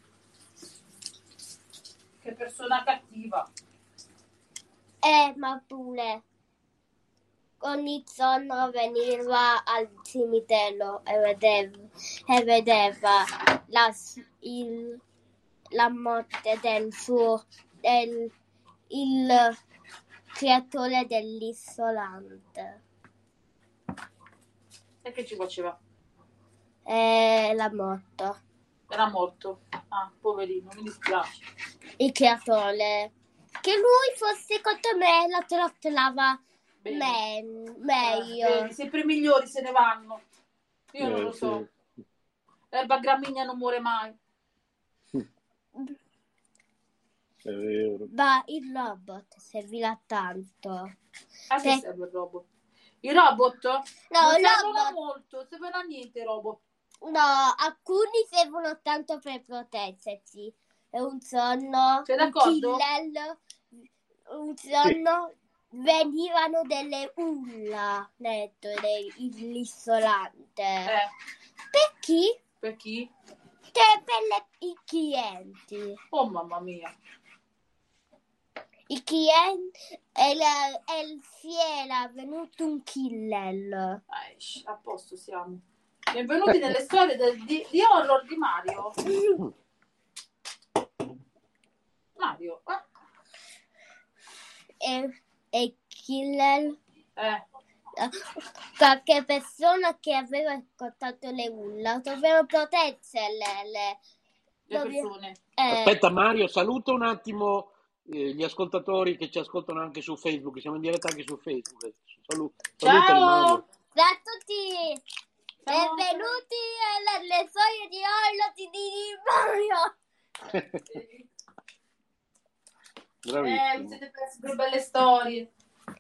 Che persona cattiva. Eh, ma pure ogni giorno veniva al cimitero e vedeva, e vedeva la, il, la morte del suo del il creatore dell'issolante. E che ci faceva? E l'ha morto. Era morto. Ah, poverino, mi dispiace. Il creatore. Che lui fosse secondo me la trattava Bene. me- meglio. Eh, vedi, sempre i migliori se ne vanno. Io non Eh, lo so. sì. L'erba gramigna non muore mai. È vero. Ma il robot servirà tanto. A che Sì. serve il robot? I robot? No, non il servono robot- molto, servono a niente i robot. No, alcuni servono tanto per proteggersi. E un giorno Sei un d'accordo? killer, un giorno venivano delle ulla dentro dell'isolante. Eh, Per chi? per chi? Che per le- i clienti. Oh mamma mia. I clienti e, la, e si era venuto un killer. Eh, shh, a posto siamo. Benvenuti nelle storie del- di, di horror di Mario. Mario, eh? E, e killer Eh, qualche persona che aveva incontrato le ulla dovevano proteggerle le, le dove- persone. eh, Aspetta Mario, saluta un attimo eh, gli ascoltatori che ci ascoltano anche su Facebook, siamo in diretta anche su Facebook. Salu- salutali, Ciao! Mario. ciao a tutti, Ciao. benvenuti alle storie di horror di Mario. Eh, Bravissimo. vi siete persi due belle storie.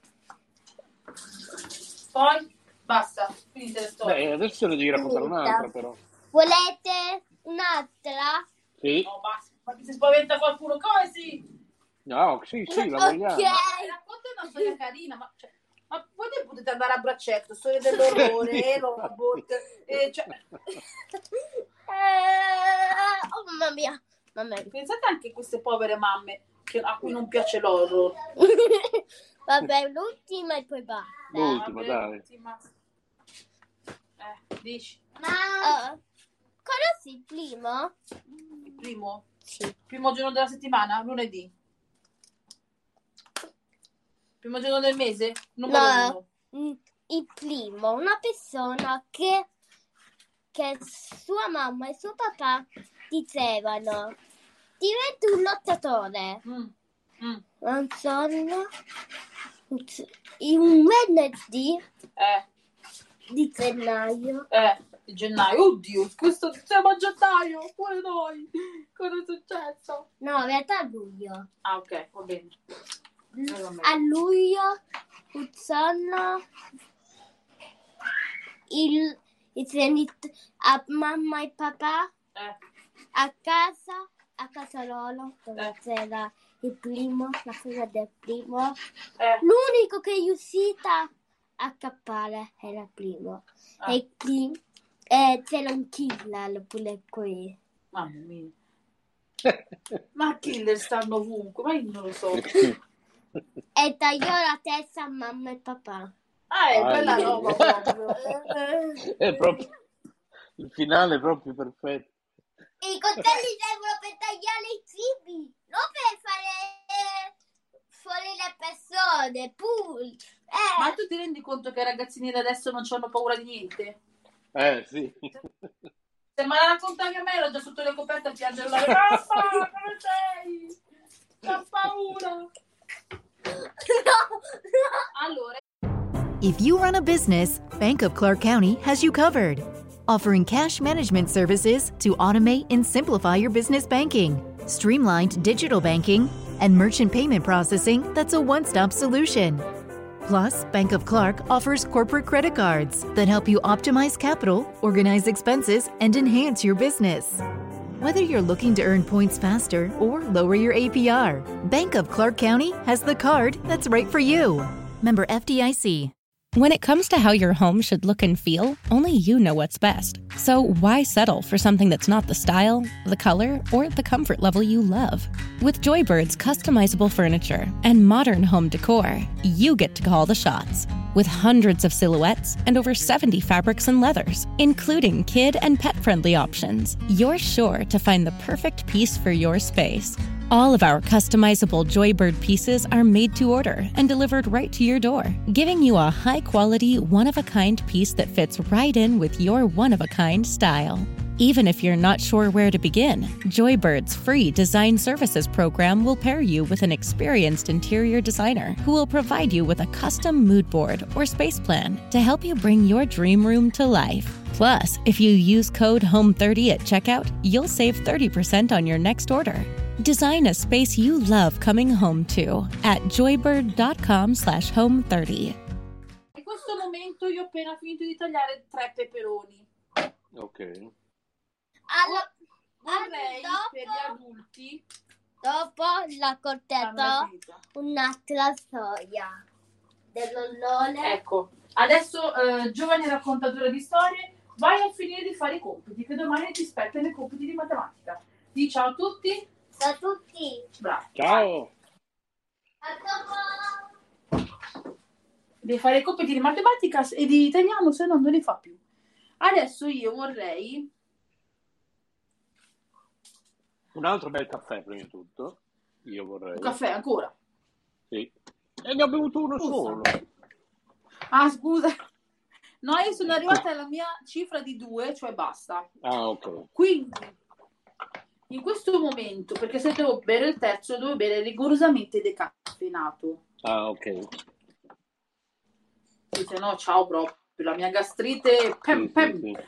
Poi, basta, finite le storie. Beh, adesso ne devi raccontare un'altra però. Volete un'altra? Sì? No, basta, ma ti si spaventa qualcuno? Come sì? No, sì, sì, la vogliamo. Ok. Racconta una storia carina, ma, cioè, ma voi potete andare a braccetto, storie dell'orrore, robot, eh, cioè, Eh, oh mamma mia, mamma mia. pensate anche a queste povere mamme che- a cui non piace l'horror. Vabbè, l'ultima e poi basta. L'ultima, Vabbè, dai. l'ultima. Eh, dici, Ma conosci il primo? il primo? Sì. Primo giorno della settimana? Lunedì. Primo giorno del mese? Numero No, uno. mm, il primo, una persona che, che sua mamma e suo papà dicevano diventi un lottatore. Mm, mm. Un giorno, in un venerdì Eh, di gennaio, eh, di gennaio. Oddio, questo siamo a gennaio, pure noi. Cosa è successo? no, in realtà a luglio. Ah, ok, va bene. Eh, va bene. A luglio un giorno il, il genit- a mamma e papà Eh, a casa, a casa loro, dove Eh. c'era il primo, la figlia del primo. eh, L'unico che è riuscita a cappare era il primo. Ah. E il prim- e c'era un killer pure qui. mamma mia. Ma killer stanno ovunque, ma io non lo so. E tagliò la testa a mamma e papà. Ah, è bella Ai, roba ai. proprio. È proprio il finale è proprio perfetto. I coltelli servono per tagliare i cibi, non per fare eh, fuori le persone. Pur. Ma tu ti rendi conto che i ragazzini di adesso non hanno paura di niente? Eh, sì. Se me la raccontavi a me, ero già sotto le coperte a piangere. Papà, come sei? Ho paura. No, no. Allora. If you run a business, Bank of Clark County has you covered. Offering cash management services to automate and simplify your business banking, streamlined digital banking, and merchant payment processing that's a one-stop solution. Plus, Bank of Clark offers corporate credit cards that help you optimize capital, organize expenses, and enhance your business. Whether you're looking to earn points faster or lower your A P R, Bank of Clark County has the card that's right for you. Member F D I C. When it comes to how your home should look and feel, only you know what's best. So why settle for something that's not the style, the color, or the comfort level you love? With Joybird's customizable furniture and modern home decor, you get to call the shots. With hundreds of silhouettes and over seventy fabrics and leathers, including kid and pet-friendly options, you're sure to find the perfect piece for your space. All of our customizable Joybird pieces are made to order and delivered right to your door, giving you a high-quality, one-of-a-kind piece that fits right in with your one-of-a-kind style. Even if you're not sure where to begin, Joybird's free design services program will pair you with an experienced interior designer who will provide you with a custom mood board or space plan to help you bring your dream room to life. Plus, if you use code home thirty at checkout, you'll save thirty percent on your next order. Design a space you love coming home to at joybird.com slash home 30. In questo momento io ho appena finito di tagliare tre peperoni. Ok. Allora, vorrei dopo, per gli adulti dopo la cortetta un'altra storia dell'ollone. Ecco, adesso eh, giovane raccontatore di storie, vai a finire di fare i compiti che domani ti spettano i compiti di matematica. Di ciao a tutti. Ciao a tutti. Bravo. Ciao. A dopo. Devi fare i compiti di matematica e di italiano, se no non li fa più. Adesso io vorrei un altro bel caffè prima di tutto. Io vorrei. Un caffè ancora? Sì. E ne ho bevuto uno Scusa. solo. Ah, scusa. No, io sono arrivata alla mia cifra di due, cioè basta. Ah, ok. Quindi, in questo momento, perché se devo bere il terzo, devo bere rigorosamente decaffeinato. Ah, ok. Sì, se no, ciao proprio. La mia gastrite... Pem, Sì, pem. sì, sì.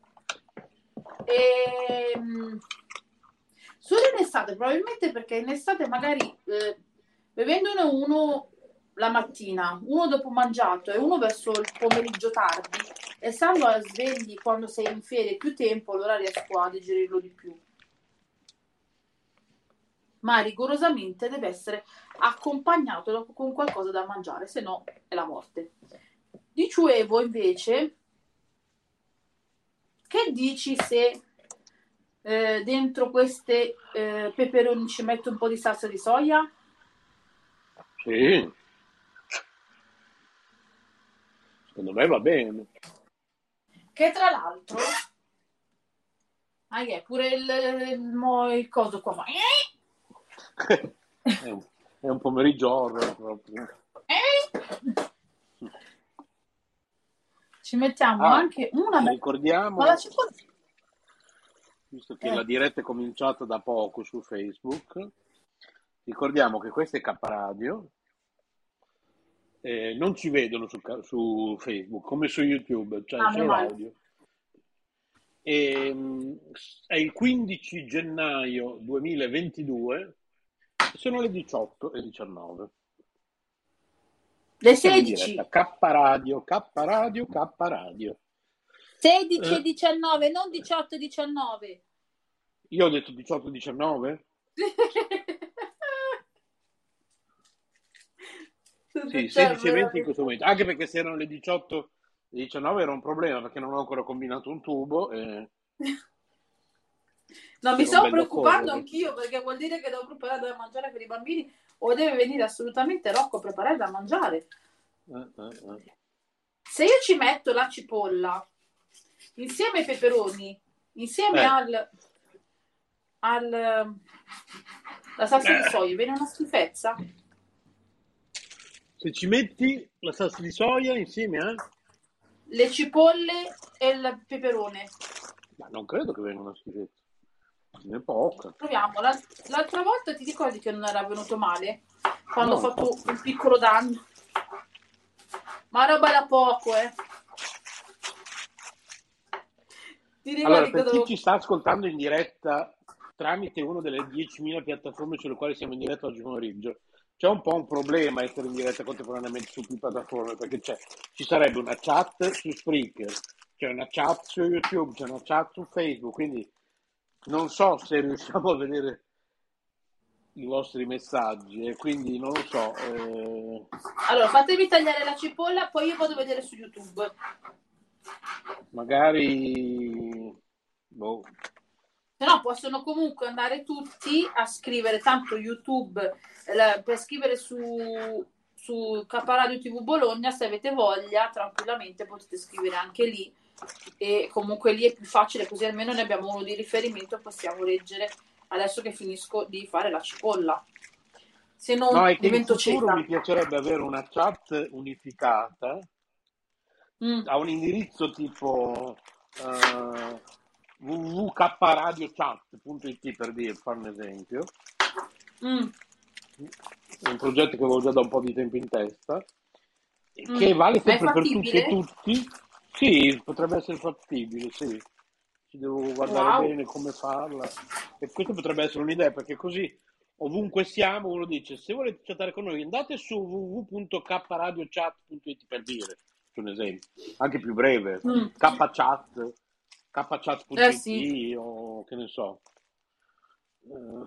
E... Solo in estate, probabilmente perché in estate magari eh, bevendone uno la mattina, uno dopo mangiato e uno verso il pomeriggio tardi, e stando a svegli quando sei in ferie più tempo, allora riesco a digerirlo di più. Ma rigorosamente deve essere accompagnato con qualcosa da mangiare, se no è la morte. Dicevo invece, che dici se eh, dentro queste eh, peperoni ci metto un po' di salsa di soia? Sì. Secondo me va bene. Che tra l'altro, ah, è pure il, il, il coso qua fa. È un, è un pomeriggio horror proprio. Ci mettiamo Ah, anche una be- ricordiamo, ma la cipolla- visto che Eh. la diretta è cominciata da poco su Facebook, ricordiamo che questo è K Radio, eh, non ci vedono su, ca- su Facebook come su YouTube, cioè Ah, meno solo male. l'audio. E, mh, è il quindici gennaio duemilaventidue, sono le diciotto e diciannove. le Siamo in sedici, diretta, K Radio, K Radio, K Radio. sedici e Eh. diciannove, non diciotto e diciannove. Io ho detto diciotto diciannove? Sì, sedici e venti in questo momento, anche perché se erano le diciotto e diciannove era un problema, perché non ho ancora combinato un tubo. E... No, mi Era un stavo bel da preoccupando correre. anch'io, perché vuol dire che devo preparare da mangiare per i bambini, o deve venire assolutamente Rocco a preparare da mangiare. Eh, eh, eh. Se io ci metto la cipolla insieme ai peperoni, insieme Eh. al al la salsa di Eh. soia, viene una schifezza. Se ci metti la salsa di soia insieme a... le cipolle e il peperone. Ma non credo che venga una schifezza. Ne è poca. Proviamo. L'altra volta ti ricordi che non era venuto male? Quando No. ho fatto un piccolo danno. Ma roba da poco, eh. Ti ricordi Allora, che per chi dovevo... ci sta ascoltando in diretta tramite una delle diecimila piattaforme sulle quali siamo in diretta oggi pomeriggio, c'è un po' un problema essere in diretta contemporaneamente su più piattaforme, perché c'è, ci sarebbe una chat su Spreaker, c'è una chat su YouTube, c'è una chat su Facebook, quindi non so se riusciamo a vedere i vostri messaggi e quindi non lo so. Eh... Allora, fatemi tagliare la cipolla, poi io vado a vedere su YouTube. Magari... Boh. Se no, possono comunque andare tutti a scrivere, tanto YouTube, eh, per scrivere su, su K Radio T V Bologna, se avete voglia, tranquillamente potete scrivere anche lì. E comunque lì è più facile, così almeno ne abbiamo uno di riferimento e possiamo leggere adesso che finisco di fare la cipolla. Se non No, è che in divento futuro cieca. mi piacerebbe avere una chat unificata Mm. a un indirizzo tipo uh, w w w punto k radio chat punto i t, per dire, fare un esempio. Mm. È un progetto che avevo già da un po' di tempo in testa, Mm. che vale Ma è sempre per tutti e fattibile? tutti. Sì, potrebbe essere fattibile, sì. Ci devo guardare Wow. bene come farla. E questa potrebbe essere un'idea, perché così ovunque siamo uno dice: se volete chattare con noi andate su w w w punto k radio chat punto i t, per dire, un esempio, anche più breve, Mm. kchat, kchat punto i t Eh sì. o che ne so. Uh,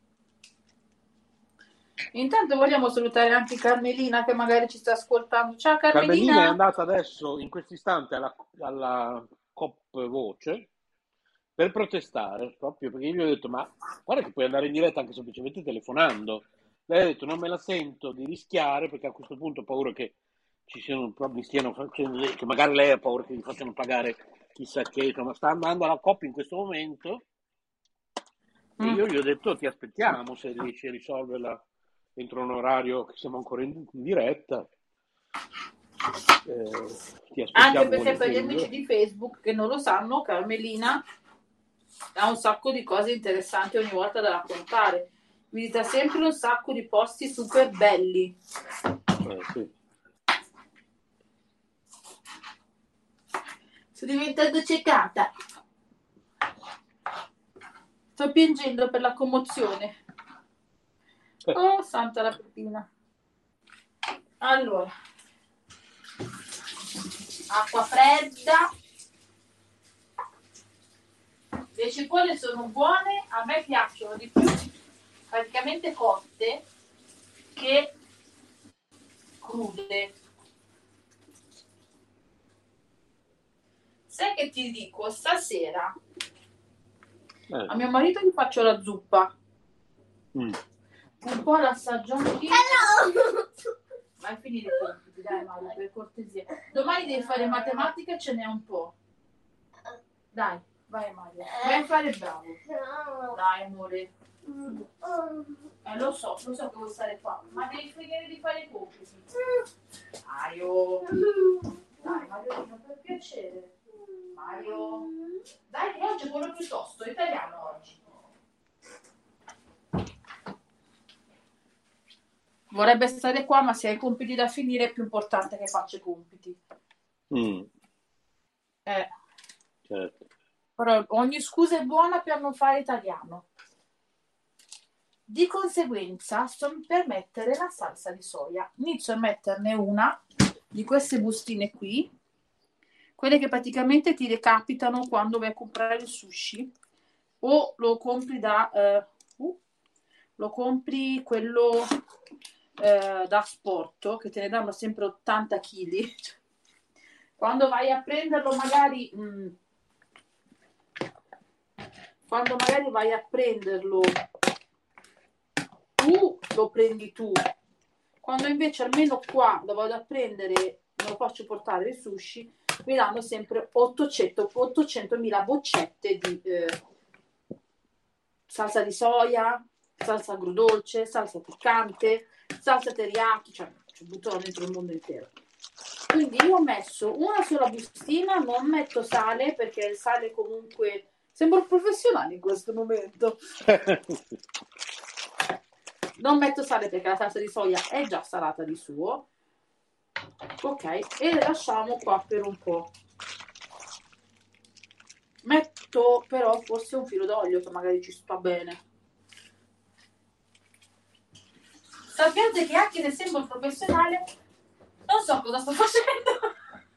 Intanto vogliamo salutare anche Carmelina che magari ci sta ascoltando. Ciao Carmelina è Carmelina! andata adesso in questo istante alla, alla Cop Voce per protestare, proprio perché io gli ho detto: ma guarda che puoi andare in diretta anche semplicemente telefonando. Lei ha detto: non me la sento di rischiare, perché a questo punto ho paura che ci siano, mi stiano facendo, che magari lei ha paura che gli facciano pagare chissà che, ma sta andando alla Cop in questo momento e io gli ho detto: ti aspettiamo, se riesci a risolverla entro un orario che siamo ancora in, in diretta. Eh, ti aspettiamo. Anche perché per gli volentieri. amici di Facebook che non lo sanno, Carmelina ha un sacco di cose interessanti ogni volta da raccontare. Visita sempre un sacco di posti super belli. Eh, sì. Sto diventando ciecata. Sto piangendo per la commozione. Oh, santa la pepina. Allora, acqua fredda. Le cipolle sono buone, a me piacciono di più praticamente cotte che crude. Sai che ti dico, stasera Eh. a mio marito gli faccio la zuppa. Mm. Un po' l'assaggio anch'io. Vai a finire i compiti, dai Mario, per cortesia. Domani devi fare matematica e ce n'è un po'. Dai, vai Mario. Vai a fare bravo. Dai amore. Eh, lo so, lo so che vuoi stare qua, ma devi finire di fare i compiti. Mario. Dai Mario, per piacere. Mario. Dai, che oggi è quello piuttosto, italiano oggi. Vorrebbe stare qua, ma se hai compiti da finire è più importante che faccia i compiti. Mm. Eh. Certo. Però ogni scusa è buona per non fare italiano. Di conseguenza sto per mettere la salsa di soia. Inizio a metterne una di queste bustine qui, quelle che praticamente ti recapitano quando vai a comprare il sushi, o lo compri da eh, uh, lo compri quello eh, da asporto, che te ne danno sempre ottanta chili. Quando vai a prenderlo magari mh, quando magari vai a prenderlo tu lo prendi tu, quando invece almeno qua lo vado a prendere, me lo faccio portare il sushi, mi danno sempre ottocento ottocentomila boccette di eh, salsa di soia, salsa agrodolce, salsa piccante, salsa teriyaki, cioè ci buttano dentro il mondo intero. Quindi io ho messo una sola bustina, non metto sale perché il sale comunque sembro professionale in questo momento. Non metto sale perché la salsa di soia è già salata di suo. Ok, e le lasciamo qua per un po'. Metto però forse un filo d'olio che magari ci sta bene. Sappiate che anche se sembro professionale non so cosa sto facendo.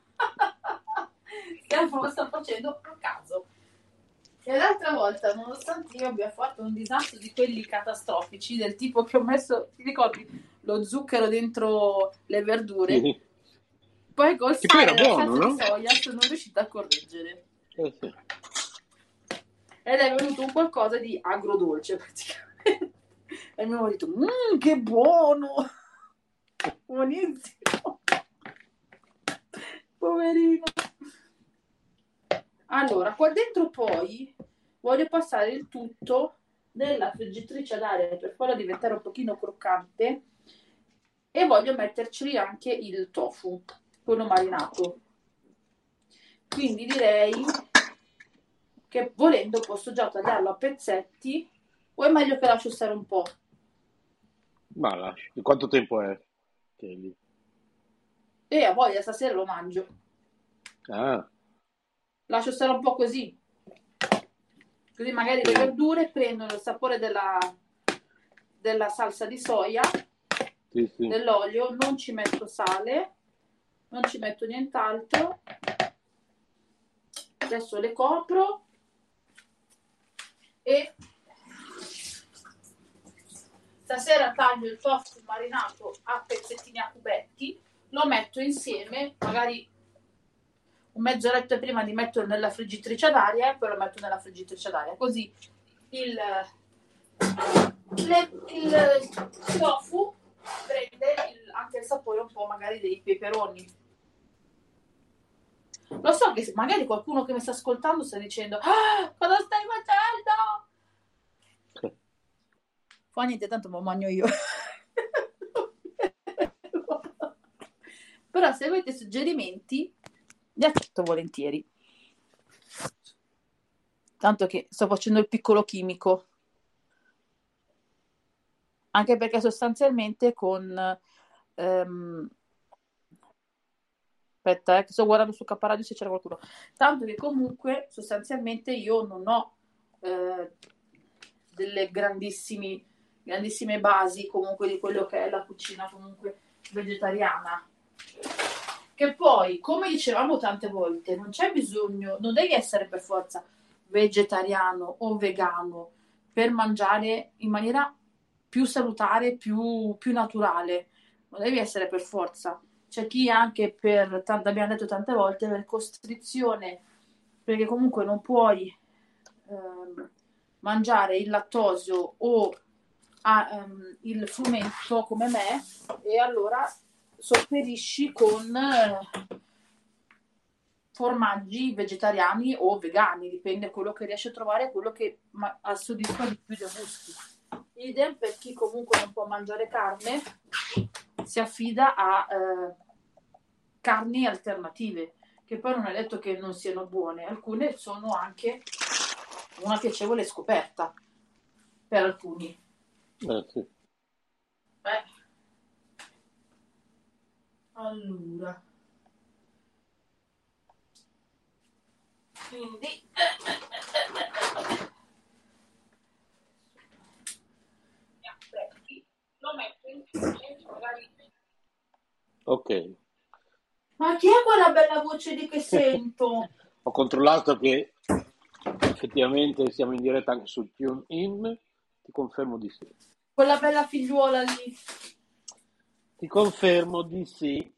Che sto facendo a caso. E l'altra volta, nonostante io abbia fatto un disastro di quelli catastrofici, del tipo che ho messo, ti ricordi, lo zucchero dentro le verdure, sì. Poi col che sale e la buono, salsa no? di soia sono riuscita a correggere. Eh, sì. Ed è venuto un qualcosa di agrodolce praticamente. E il mio marito, mmm, che buono! Buonissimo! Poverino! Allora, qua dentro poi voglio passare il tutto nella friggitrice ad aria per farlo diventare un pochino croccante e voglio metterci anche il tofu, quello marinato. Quindi direi che volendo posso già tagliarlo a pezzetti o è meglio che lascio stare un po'? Ma lascio. Di quanto tempo è? Kelly? E a voglia, stasera lo mangio. Ah. Lascio stare un po' così. Così magari le verdure prendono il sapore della, della salsa di soia, sì, sì. dell'olio, non ci metto sale, non ci metto nient'altro. Adesso le copro e stasera taglio il tofu marinato a pezzettini a cubetti, lo metto insieme, magari un mezz'oretta prima di metterlo nella friggitrice ad aria e poi lo metto nella friggitrice ad aria, così il, le, il tofu prende il, anche il sapore un po' magari dei peperoni. Lo so che magari qualcuno che mi sta ascoltando sta dicendo ah, cosa stai facendo? Fa niente, tanto me lo mangio io. Però se avete suggerimenti li accetto volentieri. Tanto che sto facendo il piccolo chimico. Anche perché sostanzialmente con ehm, aspetta, eh, che sto guardando su K Radio se c'era qualcuno. Tanto che comunque sostanzialmente io non ho eh, delle grandissimi, grandissime basi comunque di quello che è la cucina comunque vegetariana. Che poi, come dicevamo tante volte, non c'è bisogno, non devi essere per forza vegetariano o vegano per mangiare in maniera più salutare, più, più naturale. Non devi essere per forza. C'è chi anche per, tanto abbiamo detto tante volte, per costrizione, perché comunque non puoi ehm, mangiare il lattosio o ah, ehm, il frumento come me, e allora sopperisci con eh, formaggi vegetariani o vegani, dipende da quello che riesci a trovare, quello che ma- soddisfa di più i tuoi gusti. Idem per chi comunque non può mangiare carne, si affida a eh, carni alternative, che poi non è detto che non siano buone, alcune sono anche una piacevole scoperta per alcuni. Eh, sì. Eh. Allora, quindi lo metto in magari. Ok. Ma chi è quella bella voce di che sento? Ho controllato che effettivamente siamo in diretta anche su TuneIn, ti confermo di sì. Quella bella figliuola lì. Ti confermo di sì.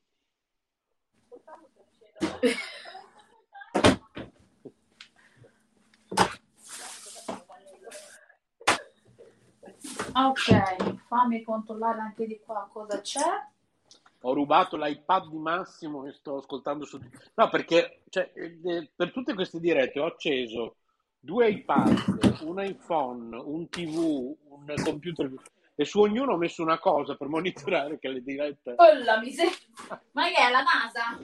Ok, fammi controllare anche di qua cosa c'è. Ho rubato l'iPad di Massimo e sto ascoltando su... No, perché cioè, eh, per tutte queste dirette ho acceso due iPad, un iPhone, un tivù, un computer e su ognuno ho messo una cosa per monitorare che le dirette... Oh la miseria! Ma che è la NASA?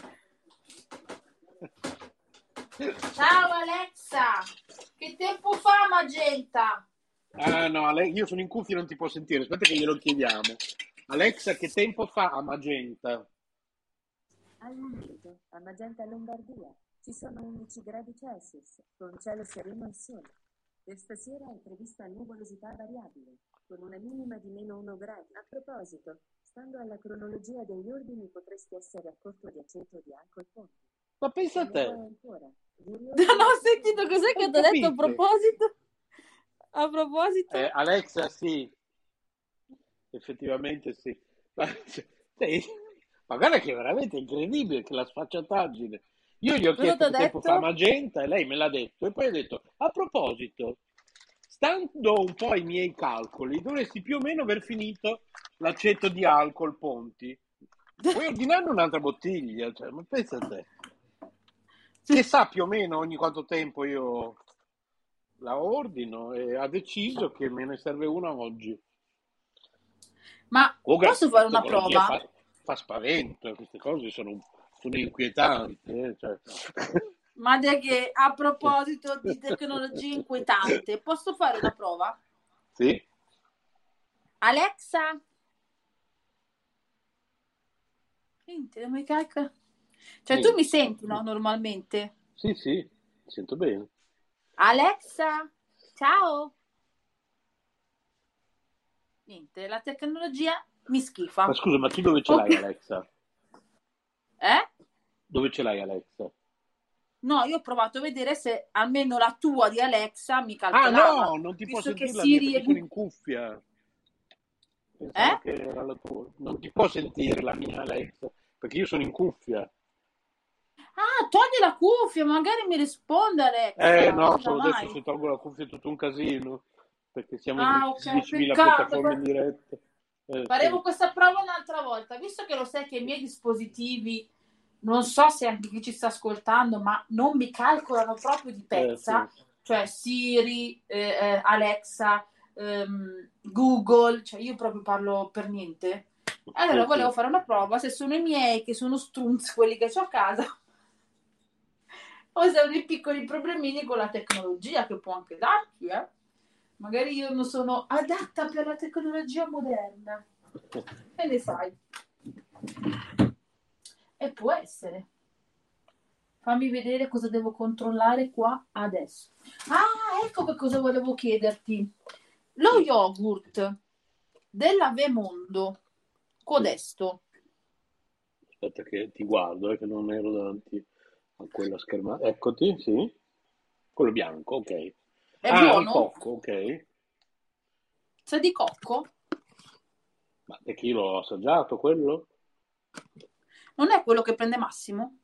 Ciao Alexa! Che tempo fa Magenta? Ah no, Ale- io sono in cuffia e non ti può sentire, aspetta che glielo chiediamo. Alexa, che tempo fa a Magenta? Al momento, a Magenta Lombardia, ci sono undici gradi Celsius, con cielo sereno e sole. Per stasera è prevista nuvolosità variabile, con una minima di meno uno grado. A proposito, stando alla cronologia degli ordini, potresti essere a corto di aceto di alcol ponti. Ma pensa a te. Ancora, Non ho sentito cos'è che ti ho detto a proposito. A proposito. Eh, Alexa, sì. Effettivamente sì. Ma, sì. Ma guarda che è veramente incredibile che la sfacciataggine. Io gli ho Cosa chiesto t'ho che tempo detto? fa Magenta e lei me l'ha detto. E poi ho detto, a proposito, stando un po' ai miei calcoli, dovresti più o meno aver finito l'aceto di alcol Ponti. Puoi ordinare un'altra bottiglia. Cioè, ma pensa a te. Che sa più o meno ogni quanto tempo io la ordino e ha deciso che me ne serve una oggi. Ma Comunque, posso fare una la tecnologia prova? Fa, fa spavento, queste cose sono, sono inquietanti. Eh, cioè. Ma de che a proposito di tecnologia inquietante, posso fare una prova? Sì. Alexa? Niente, non mi cacca. Cioè, tu mi senti, no? Normalmente. Sì, sì, mi sento bene. Alexa? Ciao? Niente, la tecnologia mi schifa. Ma scusa, ma tu dove ce l'hai Ok. Alexa? Eh? Dove ce l'hai Alexa? No, io ho provato a vedere se almeno la tua di Alexa mi Ah calcolava. no, non ti può Visto che sentire la mia Siri perché è... sono in cuffia. Pensavo Eh? che era la tua. Non ti può sentire la mia Alexa perché io sono in cuffia. Ah, togli la cuffia, magari mi risponde Alexa. Eh no, Non solo da adesso mai. se tolgo la cuffia è tutto un casino perché siamo Ah, in ok, diecimila peccato. piattaforme in diretta. Eh, Faremo sì. questa prova un'altra volta, visto che lo sai che i miei dispositivi, non so se anche chi ci sta ascoltando, ma non mi calcolano proprio di pezza, Eh, sì. cioè Siri, eh, eh, Alexa, ehm, Google, cioè io proprio parlo per niente. Allora Sì, volevo sì. fare una prova se sono i miei che sono strunz, quelli che ho a casa, o se ho dei piccoli problemini con la tecnologia che può anche darci, eh. Magari io non sono adatta per la tecnologia moderna. Che ne sai? E può essere. Fammi vedere cosa devo controllare qua adesso. Ah, ecco che cosa volevo chiederti. Lo yogurt della Vemondo codesto. Aspetta che ti guardo, eh, che non ero davanti a quella schermata. Eccoti, sì. Quello bianco, ok. È ah, buono? il cocco, ok. Sa di cocco? Ma perché io l'ho assaggiato, quello? Non è quello che prende Massimo?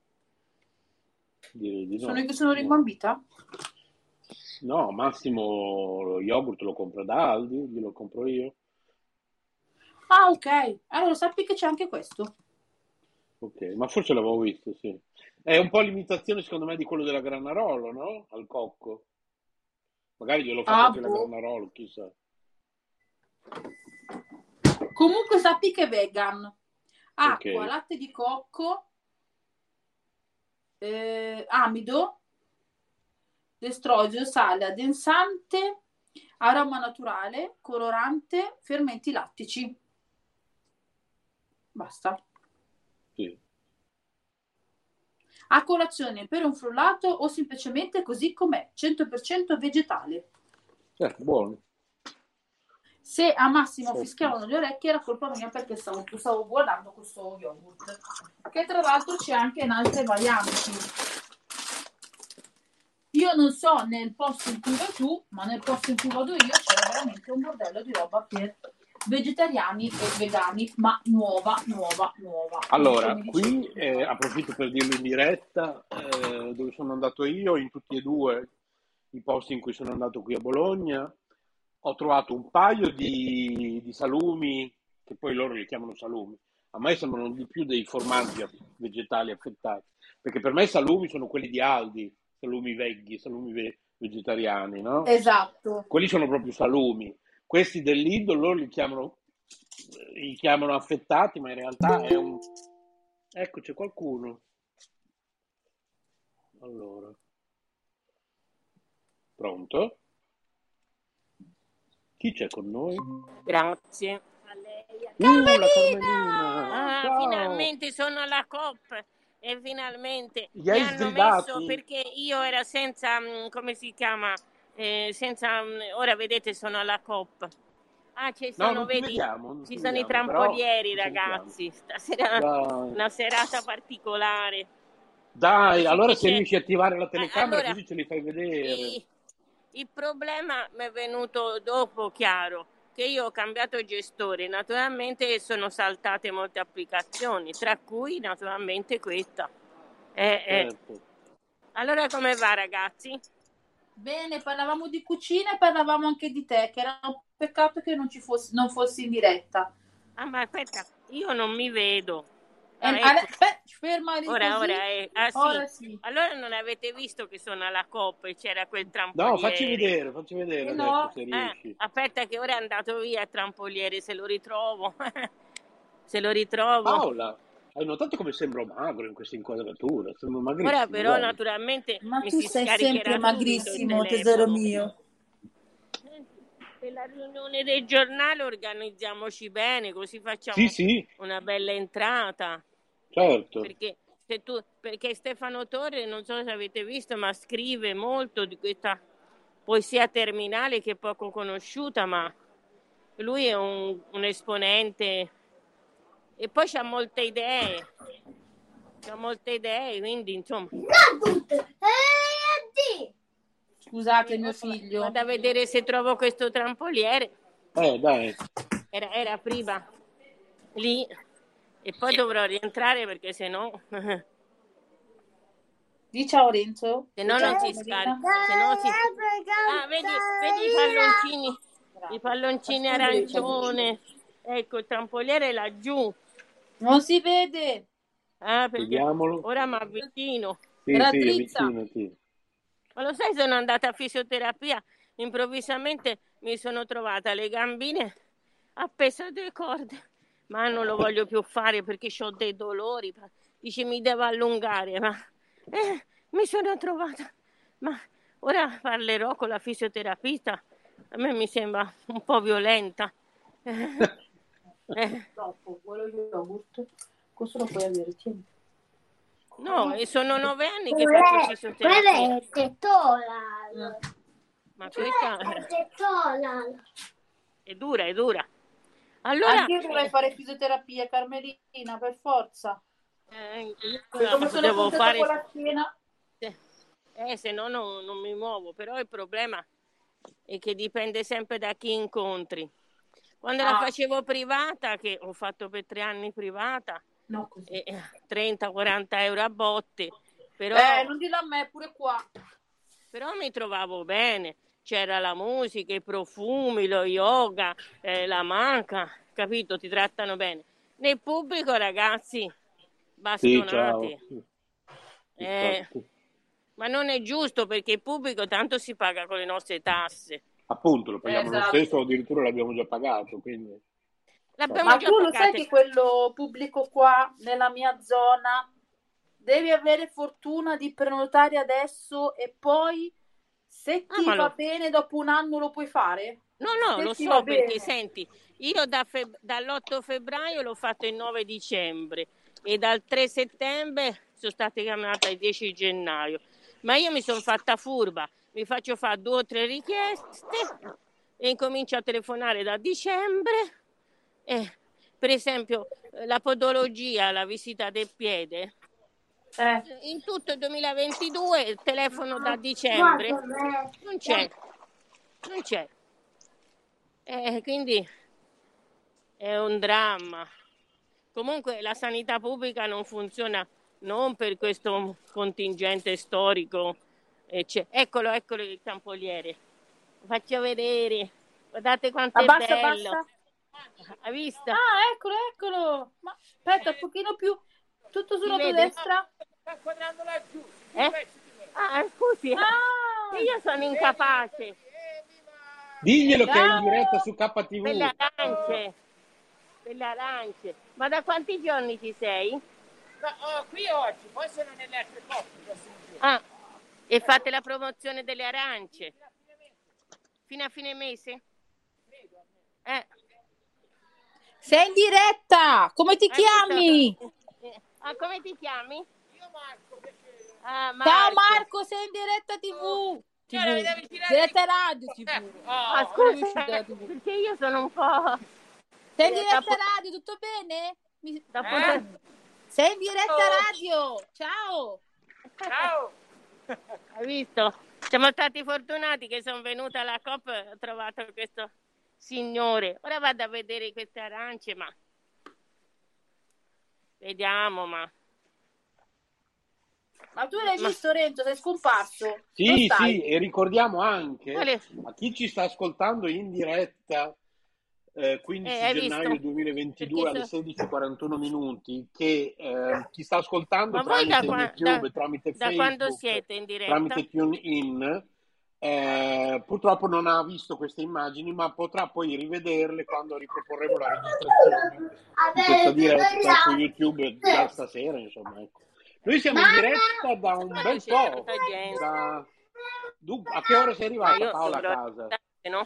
Direi di no. Sono io che sono No. rimbambita? No, Massimo lo yogurt lo compra da Aldi, glielo compro io. Ah, ok. Allora sappi che c'è anche questo. Ok, ma forse l'avevo visto, sì. È un po' l'imitazione, secondo me, di quello della Granarolo, no? Al cocco. Magari glielo fa Ah, proprio la boh. Granarolo, chissà. Comunque sappi che è vegan. Acqua, Ok. latte di cocco, eh, amido, destrosio, sale, addensante, aroma naturale, colorante, fermenti lattici. Basta. Sì. A colazione per un frullato o semplicemente così com'è, cento per cento vegetale. Eh, buono. Se a Massimo Sì. fischiavano le orecchie era colpa mia perché stavo, stavo guardando questo yogurt, che tra l'altro c'è anche in altre varianti. Io non so nel posto in cui vai tu, ma nel posto in cui vado io c'è veramente un bordello di roba per vegetariani e vegani, ma nuova, nuova, nuova. Allora, Come qui dicevo. eh, approfitto per dirlo in diretta, eh, dove sono andato io, in tutti e due i posti in cui sono andato qui a Bologna, ho trovato un paio di, di salumi, che poi loro li chiamano salumi, a me sembrano di più dei formaggi vegetali affettati, perché per me i salumi sono quelli di Aldi, salumi veggi, salumi ve- vegetariani, no? Esatto. Quelli sono proprio salumi. questi dell'Ido loro li chiamano, li chiamano affettati, ma in realtà è un... Ecco, c'è qualcuno. Allora. Pronto? Chi c'è con noi? Grazie. Uh, la Carmelina! Ah, Ciao! finalmente sono alla COP e finalmente Gli mi hai hanno sgridati? messo perché io ero senza, mm, come si chiama, eh, senza, mm, ora vedete sono alla COP. Ah, ci No, sono, non ti vedi, vediamo, non ci ti sono i vediamo, però trampolieri, ti sentiamo. ragazzi. Stasera Dai. una serata particolare. Dai, Dice allora che se c'è... riesci a attivare la Ah, telecamera allora, così ce li fai vedere. i- il problema mi è venuto dopo, chiaro, che io ho cambiato gestore, naturalmente sono saltate molte applicazioni, tra cui naturalmente questa. Eh, eh. Certo. Allora come va, ragazzi? Bene, parlavamo di cucina e parlavamo anche di te, che era un peccato che non ci fossi, non fossi in diretta. Ah, ma aspetta, io non mi vedo. Eh, Ah, ale- ecco. beh, ferma lì Ora, così. ora, eh. Ah, sì. Ora sì. Allora non avete visto che sono alla Coppa e c'era quel No, trampoliere? facci vedere, facci vedere Eh adesso no. se Eh, riesci. aspetta che ora è andato via il trampoliere, se lo ritrovo. Se lo ritrovo. Paola, hai notato come sembro magro in questa inquadratura? Sembro magrissimo, Ora però guarda. naturalmente Ma mi tu si sei scaricherà sempre subito il magrissimo, telefono. tesoro mio. Per la riunione del giornale organizziamoci bene, così facciamo Sì, sì, una bella entrata. certo. Perché, se tu, perché Stefano Torre, non so se avete visto, ma scrive molto di questa poesia terminale che è poco conosciuta, ma lui è un, un esponente e poi c'ha molte idee, c'ha molte idee, quindi insomma. Scusate mio figlio. Vado a vedere se trovo questo trampoliere. Eh, dai. Era, era prima lì e poi dovrò rientrare perché se no Di ciao Renzo. se no non si scarica, se no si... Ah, vedi, vedi i palloncini, i palloncini arancione. Ecco, il trampoliere è laggiù. Non si vede. Ah, perché Vediamolo. ora mi avvicino. Sì, Era sì, drizza. avvicinati. Ma lo sai, sono andata a fisioterapia, improvvisamente mi sono trovata le gambine appese a due corde, ma non lo voglio più fare perché ho dei dolori. Dice mi devo allungare, ma eh, mi sono trovata. Ma ora parlerò con la fisioterapista, a me mi sembra un po' violenta. Eh, eh. Troppo, vuoi lo yogurt? Questo lo puoi avere, tieni. No, e sono nove anni che faccio fisioterapia. è tetola. Ma questa È tetola. è dura, è dura. Allora, Anche io dovrei fare fisioterapia, Carmelina, per forza. eh, io Come sono devo contenta fare... con la cena. Eh, se no non, non mi muovo, però il problema è che dipende sempre da chi incontri. Quando Ah. la facevo privata, che ho fatto per tre anni privata, No, così. eh, trenta quaranta euro a botte, però, Eh, non dillo a me, pure qua. però mi trovavo bene. C'era la musica, i profumi, lo yoga, eh, la manca, capito? Ti trattano bene. Nel pubblico, ragazzi, Sì, ciao. bastonate. Eh, Infatti. ma non è giusto perché il pubblico tanto si paga con le nostre tasse. Appunto, lo paghiamo lo Esatto. stesso, addirittura l'abbiamo già pagato, quindi... L'abbiamo Ma già tu lo sai pagate. che quello pubblico qua, nella mia zona, devi avere fortuna di prenotare adesso e poi, se Ah, ti ma va lo- bene, dopo un anno lo puoi fare? No, no, Se lo ti so va perché, bene. senti, io da feb- dall'otto febbraio l'ho fatto il nove dicembre e dal tre settembre sono stata chiamata il dieci gennaio. Ma io mi sono fatta furba, mi faccio fare due o tre richieste e incomincio a telefonare da dicembre. Eh, per esempio, eh, la podologia, la visita del piede, Eh. in tutto il duemilaventidue il telefono da dicembre non c'è, non c'è. Eh, quindi è un dramma. Comunque la sanità pubblica non funziona non per questo contingente storico. eh, c'è- Eccolo, eccolo il trampoliere. Faccio vedere. Guardate quanto è Abbassa, bello. abbassa. Hai visto? Ah, eccolo, eccolo. Ma aspetta, un pochino più. Tutto sulla tua vede? destra. Eh? Ah, scusi. Ah. Io sono incapace. Diglielo Ciao. che è in diretta su K T V. Belle arance. Belle arance. Ma da quanti giorni ci sei? No, oh, qui oggi, poi sono nelle altre coppe. Ah, e fate la promozione delle arance? Fino a fine mese? Eh. Sei in diretta! Come ti Hai chiami? visto? Ah, come ti chiami? Io Marco, perché... Ah, Marco. Ciao Marco, sei in diretta tivù! Io la vedevo tivù. girare- Diretta radio tivù. Oh, Ah, Come è scusa, uscita la tivù? perché io sono un po'... Sei in Eh, diretta dopo- radio, tutto bene? Mi- dopo- Eh? Sei in diretta Oh. radio! Ciao! Ciao! Hai visto? Siamo stati fortunati che sono venuta alla Coop e ho trovato questo signore. Ora vado a vedere queste arance, ma... Vediamo, ma... Ma tu l'hai Ma- visto Renzo? Sei scomparso? Dove Sì, stai? sì, e ricordiamo anche Quale- a chi ci sta ascoltando in diretta eh, quindici Eh, hai gennaio visto? duemilaventidue Perché alle so- sedici e quarantuno minuti che eh, chi sta ascoltando Ma voi da, tramite qua- YouTube, da- tramite da quando Facebook, siete in diretta? tramite TuneIn, eh, purtroppo non ha visto queste immagini, ma potrà poi rivederle quando riproporremo la registrazione di questa diretta su YouTube da stasera, insomma, ecco. Noi siamo in diretta da un bel C'è po'. tanta gente. Da... Du- A che ora sei Ma arrivata, io Paola, a dovrò casa? andare, no?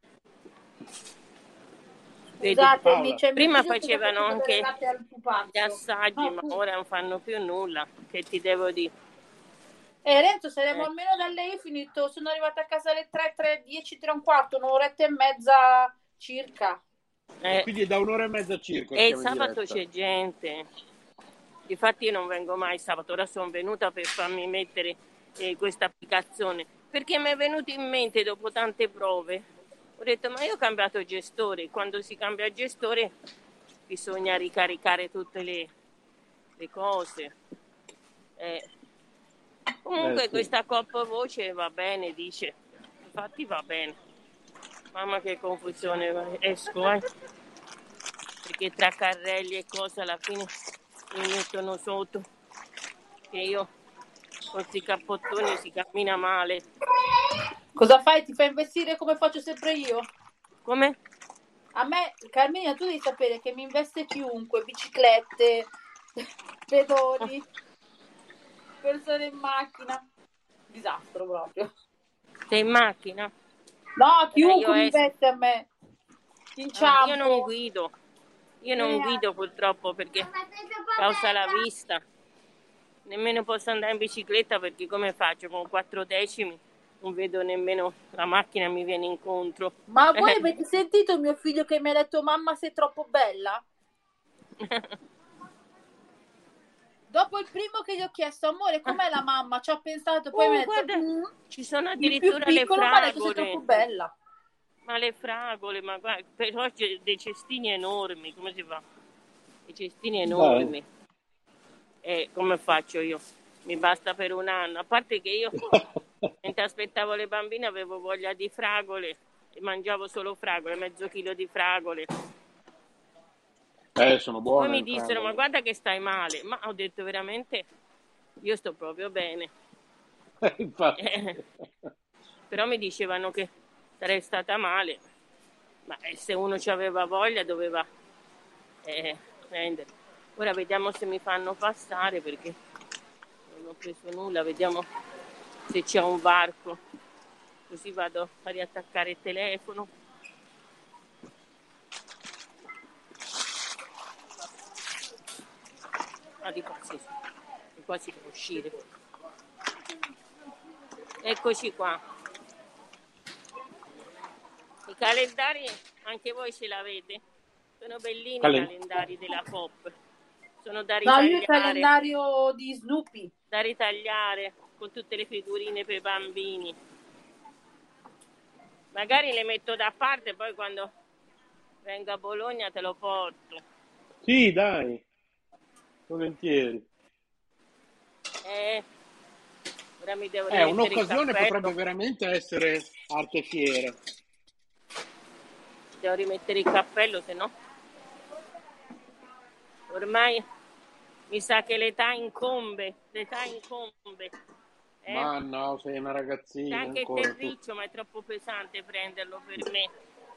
Vedi, Scusatemi, c'è prima mio figlio che facevano fa anche vedere latte al pupazzo. gli assaggi, No, ma tu- ora non fanno più nulla. Che ti devo dire? Eh, Renzo, saremo Eh. almeno da lei finito. Sono arrivata a casa alle tre, tre, dieci, tre e un quarto, un'oretta e mezza circa. Eh, Quindi è da un'ora e mezza circa. e il siamo in sabato diretta. c'è gente. Difatti io non vengo mai sabato. Ora sono venuta per farmi mettere eh, questa applicazione. Perché mi è venuto in mente dopo tante prove. Ho detto, ma io ho cambiato gestore. Quando si cambia gestore bisogna ricaricare tutte le, le cose. Eh, comunque Eh, sì. questa Coop Voce va bene, dice. Infatti va bene. Mamma che confusione, vai. Esco, vai. Perché tra carrelli e cose alla fine mi mettono sotto. Che io con questi cappottoni si cammina male. Cosa fai? Ti fai investire come faccio sempre io? Come? A me, Carmina, tu devi sapere che mi investe chiunque, biciclette, pedoni, persone in macchina. Disastro proprio. Sei in macchina? No, Eh, chiunque io mi esco. investe a me. Ah, Inciampo. io non guido. Io non Eh. guido purtroppo perché causa la vista. Nemmeno posso andare in bicicletta perché come faccio? Con quattro decimi non vedo nemmeno la macchina mi viene incontro. Ma voi avete sentito mio figlio che mi ha detto mamma sei troppo bella? Dopo il primo che gli ho chiesto amore com'è la mamma? Ci ho pensato, poi Oh, mi ha detto guarda, "Mm". ci sono Il più addirittura le piccolo mi ha detto sei fragole. troppo bella. Ma le fragole, ma guarda, però c'è dei cestini enormi, come si fa? Dei cestini enormi. E come faccio io? Mi basta per un anno. A parte che io, mentre aspettavo le bambine, avevo voglia di fragole e mangiavo solo fragole, mezzo chilo di fragole. Eh, sono buone. Poi mi le dissero, fragole. ma guarda che stai male. Ma ho detto veramente, io sto proprio bene. Infatti. Eh, però mi dicevano che sarei stata male. Ma eh, se uno ci aveva voglia doveva eh, prendere. Ora vediamo se mi fanno passare perché non ho preso nulla. Vediamo se c'è un varco. Così vado a riattaccare il telefono. Ah, di qua sì, sì. Di qua si può uscire. Eccoci qua. I calendari, anche voi ce l'avete? Sono bellini Calen- i calendari della Coop. Sono da No, io il ritagliare, calendario di Snoopy. da ritagliare con tutte le figurine per i bambini. Magari le metto da parte, poi quando vengo a Bologna te lo porto. Sì, dai. Volentieri. Eh, ora mi devo Eh, rimettere il un'occasione cappello. potrebbe veramente essere arte fiera. Devo rimettere il cappello, se no ormai mi sa che l'età incombe, l'età incombe. Eh? Ma no, sei una C'è ragazzina anche il ancora tu. terriccio, ma è troppo pesante prenderlo per me.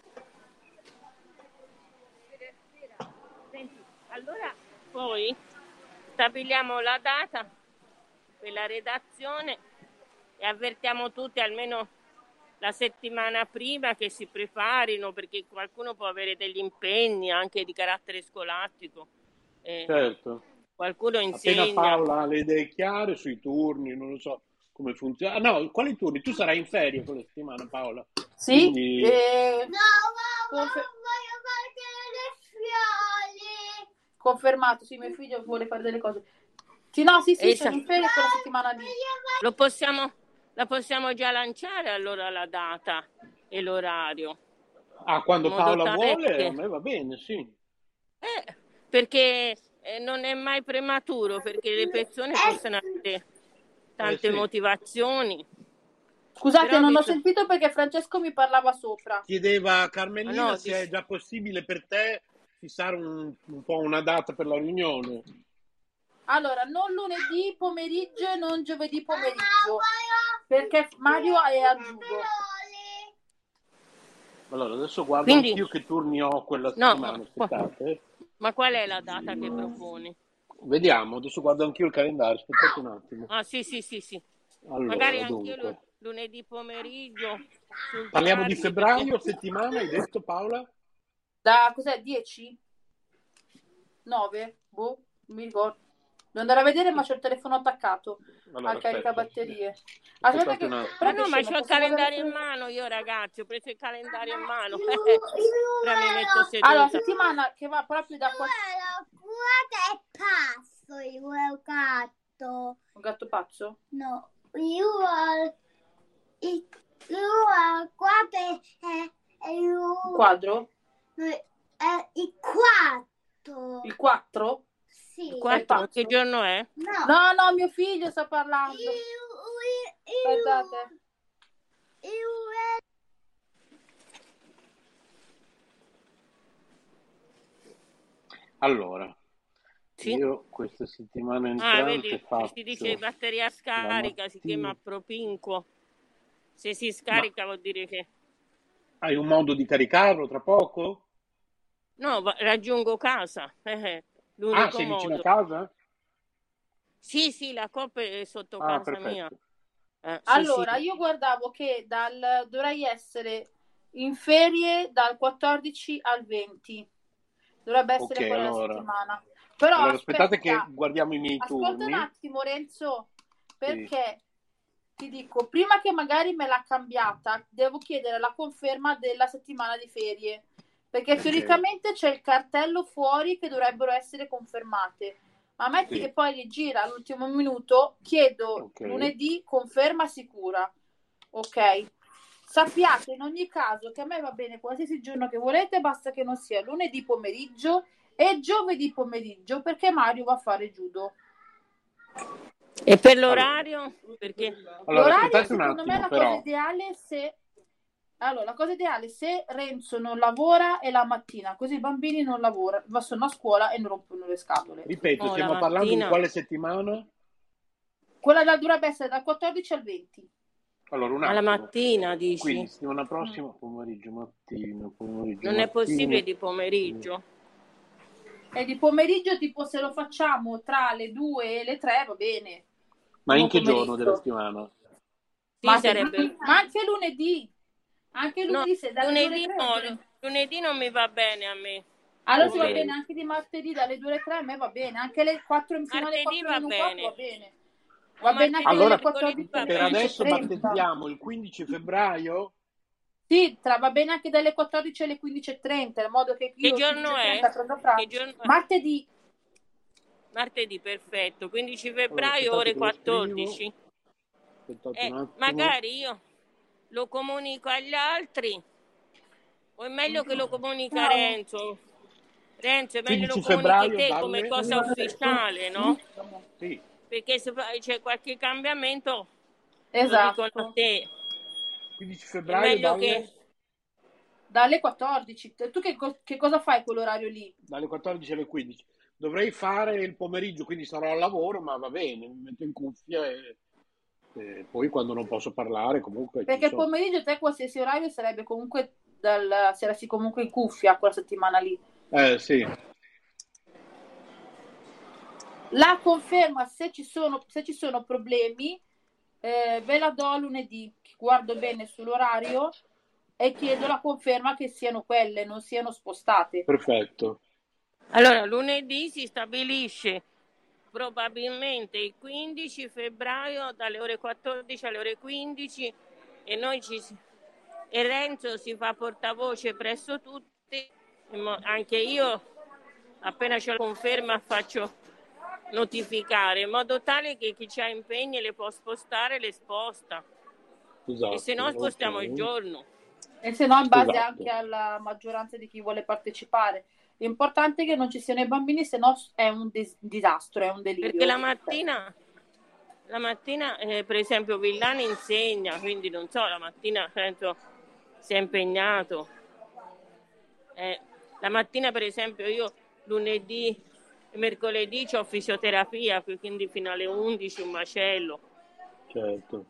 Senti, allora poi stabiliamo la data per la redazione e avvertiamo tutti almeno la settimana prima che si preparino, perché qualcuno può avere degli impegni anche di carattere scolastico. Eh, Certo. Qualcuno Appena insegna. Paola ha le idee chiare sui turni, non lo so come funziona. Ah, no, quali turni? Tu sarai in ferie quella settimana, Paola. Sì, Quindi... eh, No, mamma, confer- voglio fare le fiole. confermato, sì, mio figlio vuole fare delle cose. Sì, no, sì, sì, Esatto. sono in ferie quella settimana lì. Lo possiamo, la possiamo già lanciare allora la data e l'orario. Ah, quando in modo Paola tale vuole, che- a me va bene, sì. Eh, perché eh, non è mai prematuro, perché le persone possono avere tante Eh, sì. motivazioni. Scusate, Però non ho visto- sentito perché Francesco mi parlava sopra. Chiedeva a Carmelina No, se dic- è già possibile per te fissare un, un po' una data per la riunione. Allora, non lunedì pomeriggio e non giovedì pomeriggio, perché Mario è a judo. Allora, adesso guardo Quindi- anch'io che turni ho quella No, settimana, ma- aspettate. Ma qual è la data che proponi? Vediamo, adesso guardo anch'io il calendario, aspettate un attimo. Ah, sì, sì, sì, sì. Allora, Magari anch'io dunque. lu- lunedì pomeriggio. sul Parliamo di tardi, febbraio, perché- settimana, hai detto Paola? Da cos'è? dieci? nove? Boh, non mi ricordo. Devo andare a vedere, ma c'ho il telefono attaccato Allora, al caricabatterie. Aspetta Aspettate che... un attimo. però Ma no, che ma scemo, c'ho il possiamo calendario in vedere- mano io, ragazzi. Ho preso il calendario in mano. Ora mi metto seduta. Allora, settimana che va proprio da qua... Guarda, è pazzo il gatto. Un gatto pazzo? No, io ho il io guarda è, è io, Un quadro? è il quattro. Il quattro? Sì. Il quattro, pazzo? che giorno è? No. No, no, mio figlio sta parlando. Io, io, Aspettate. io, Allora, Sì. io questa settimana Ah, entrante vedi, faccio... si dice batteria scarica, si mattina. chiama propinquo. Se si scarica vuol dire che... Hai un modo di caricarlo tra poco? No, va- raggiungo casa. Eh, l'unico Ah, sei vicino modo. a casa? Sì, sì, la coppa è sotto Ah, casa perfetto. mia. Eh, sì, Allora, sì. io guardavo che dal dovrei essere in ferie dal quattordici al venti. Dovrebbe essere Ok, quella allora. settimana. Però Allora, aspettate aspetta, che guardiamo i miei ascolta turni. un attimo, Renzo, perché ti dico, prima che magari me l'ha cambiata, devo chiedere la conferma della settimana di ferie. Perché Ok. teoricamente c'è il cartello fuori che dovrebbero essere confermate. Ma metti Sì. che poi li gira all'ultimo minuto, chiedo Ok. lunedì conferma sicura. Ok? Sappiate in ogni caso che a me va bene qualsiasi giorno che volete, basta che non sia lunedì pomeriggio e giovedì pomeriggio, perché Mario va a fare judo. E per l'orario? Perché... Allora, L'orario aspettate un secondo me attimo, la però. cosa ideale se allora la cosa ideale se Renzo non lavora è la mattina, così i bambini non lavorano, ma sono a scuola e non rompono le scatole. Ripeto, No, stiamo la parlando di mattina. quale settimana? Quella da, dovrebbe essere dal quattordici al venti. Allora, un Alla attimo. mattina, dici? Quindi, settimana prossima, pomeriggio, mattina, pomeriggio, Non è mattina. possibile di pomeriggio? E di pomeriggio, tipo, se lo facciamo tra le due e le tre, va bene. Ma in Non che giorno pomeriggio. della settimana? Sì, Ma, anche, sarebbe... ma anche lunedì. Anche No, lunedì, se dalle due alle lunedì tre. no, va bene. lu- lunedì non mi va bene a me. Allora Ok. se va bene anche di martedì dalle due alle tre, a me va bene. Anche le quattro fino alle Martedì quattro va meno un quarto bene. va bene. Va Ma bene anche martedì Allora, dalle quattordici va alle per bene. adesso quindici e trenta. battezziamo il quindici febbraio? Sì, tra, va bene anche dalle quattordici alle quindici e trenta, in modo che Che io giorno è? quindici e trenta prendo pranzo. Che giorno è? Martedì. Martedì, perfetto. quindici Allora, febbraio, aspettate ore che lo scrivo. quattordici. Aspettate Eh, un attimo. magari io lo comunico agli altri, o è meglio che lo comunica Renzo? Renzo, è meglio lo quindici comunichi febbraio te come dalle... cosa ufficiale, no? Sì. Perché se fa- c'è qualche cambiamento, lo Esatto. dicono a te. quindici È febbraio meglio dalle... che... Dalle quattordici. Tu che, co- che cosa fai quell'orario lì? dalle quattordici alle quindici. Dovrei fare il pomeriggio, quindi sarò al lavoro, ma va bene, mi metto in cuffia e... E poi quando non posso parlare comunque... Perché il pomeriggio te qualsiasi orario sarebbe comunque, dal, saresti comunque in cuffia quella settimana lì. Eh sì. La conferma, se ci sono, se ci sono problemi, eh, ve la do lunedì, guardo bene sull'orario e chiedo la conferma che siano quelle, non siano spostate. Perfetto. Allora, lunedì si stabilisce probabilmente il quindici febbraio dalle ore quattordici alle ore quindici e noi ci e Renzo si fa portavoce presso tutti, anche io appena c'è la conferma faccio notificare in modo tale che chi ha impegni le può spostare, le sposta. Esatto, e se no spostiamo okay. il giorno. E se no in base Esatto. anche alla maggioranza di chi vuole partecipare. L'importante è che non ci siano i bambini, se no è un dis- disastro, è un delirio. Perché la mattina, la mattina eh, per esempio Villani insegna, quindi non so, la mattina penso si è impegnato. Eh, la mattina per esempio io lunedì e mercoledì c'ho fisioterapia, quindi fino alle undici un macello. Certo.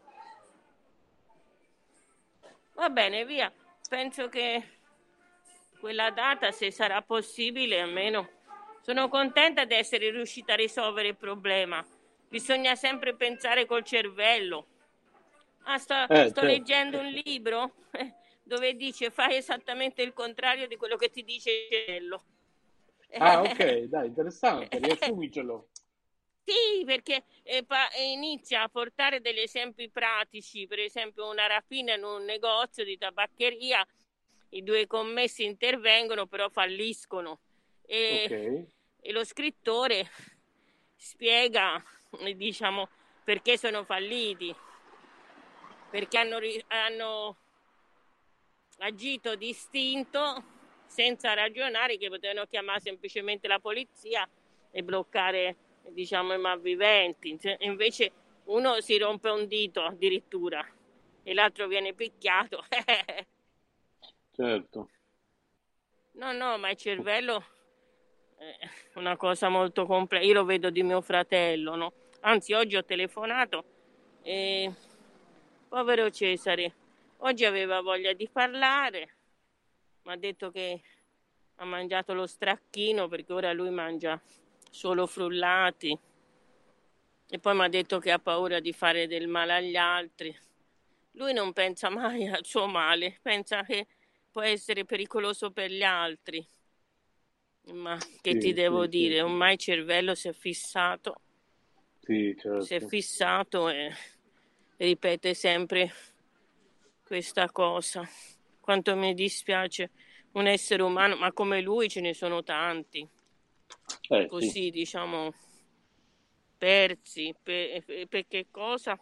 Va bene, via. Penso che quella data, se sarà possibile, almeno sono contenta di essere riuscita a risolvere il problema. Bisogna sempre pensare col cervello. Ah, sto, Eh, sto certo. leggendo un libro dove dice fai esattamente il contrario di quello che ti dice il cervello. Ah, ok, dai, interessante, riassumicelo. Sì, perché eh, pa- inizia a portare degli esempi pratici, per esempio una rapina in un negozio di tabaccheria, i due commessi intervengono però falliscono e, Ok. e lo scrittore spiega, eh, diciamo, perché sono falliti, perché hanno, ri- hanno agito distinto senza ragionare, che potevano chiamare semplicemente la polizia e bloccare, diciamo, i malviventi. Invece uno si rompe un dito addirittura e l'altro viene picchiato. Certo. No, no, ma il cervello è una cosa molto complessa. Io lo vedo di mio fratello, no? Anzi, oggi ho telefonato e povero Cesare, oggi aveva voglia di parlare, mi ha detto che ha mangiato lo stracchino perché ora lui mangia solo frullati e poi mi ha detto che ha paura di fare del male agli altri. Lui non pensa mai al suo male, pensa che può essere pericoloso per gli altri. Ma che Sì, ti devo sì, dire, sì. ormai il cervello si è fissato, Sì, certo. si è fissato e ripete sempre questa cosa. Quanto mi dispiace un essere umano, ma come lui ce ne sono tanti, Eh, così sì. diciamo persi, per, per che cosa?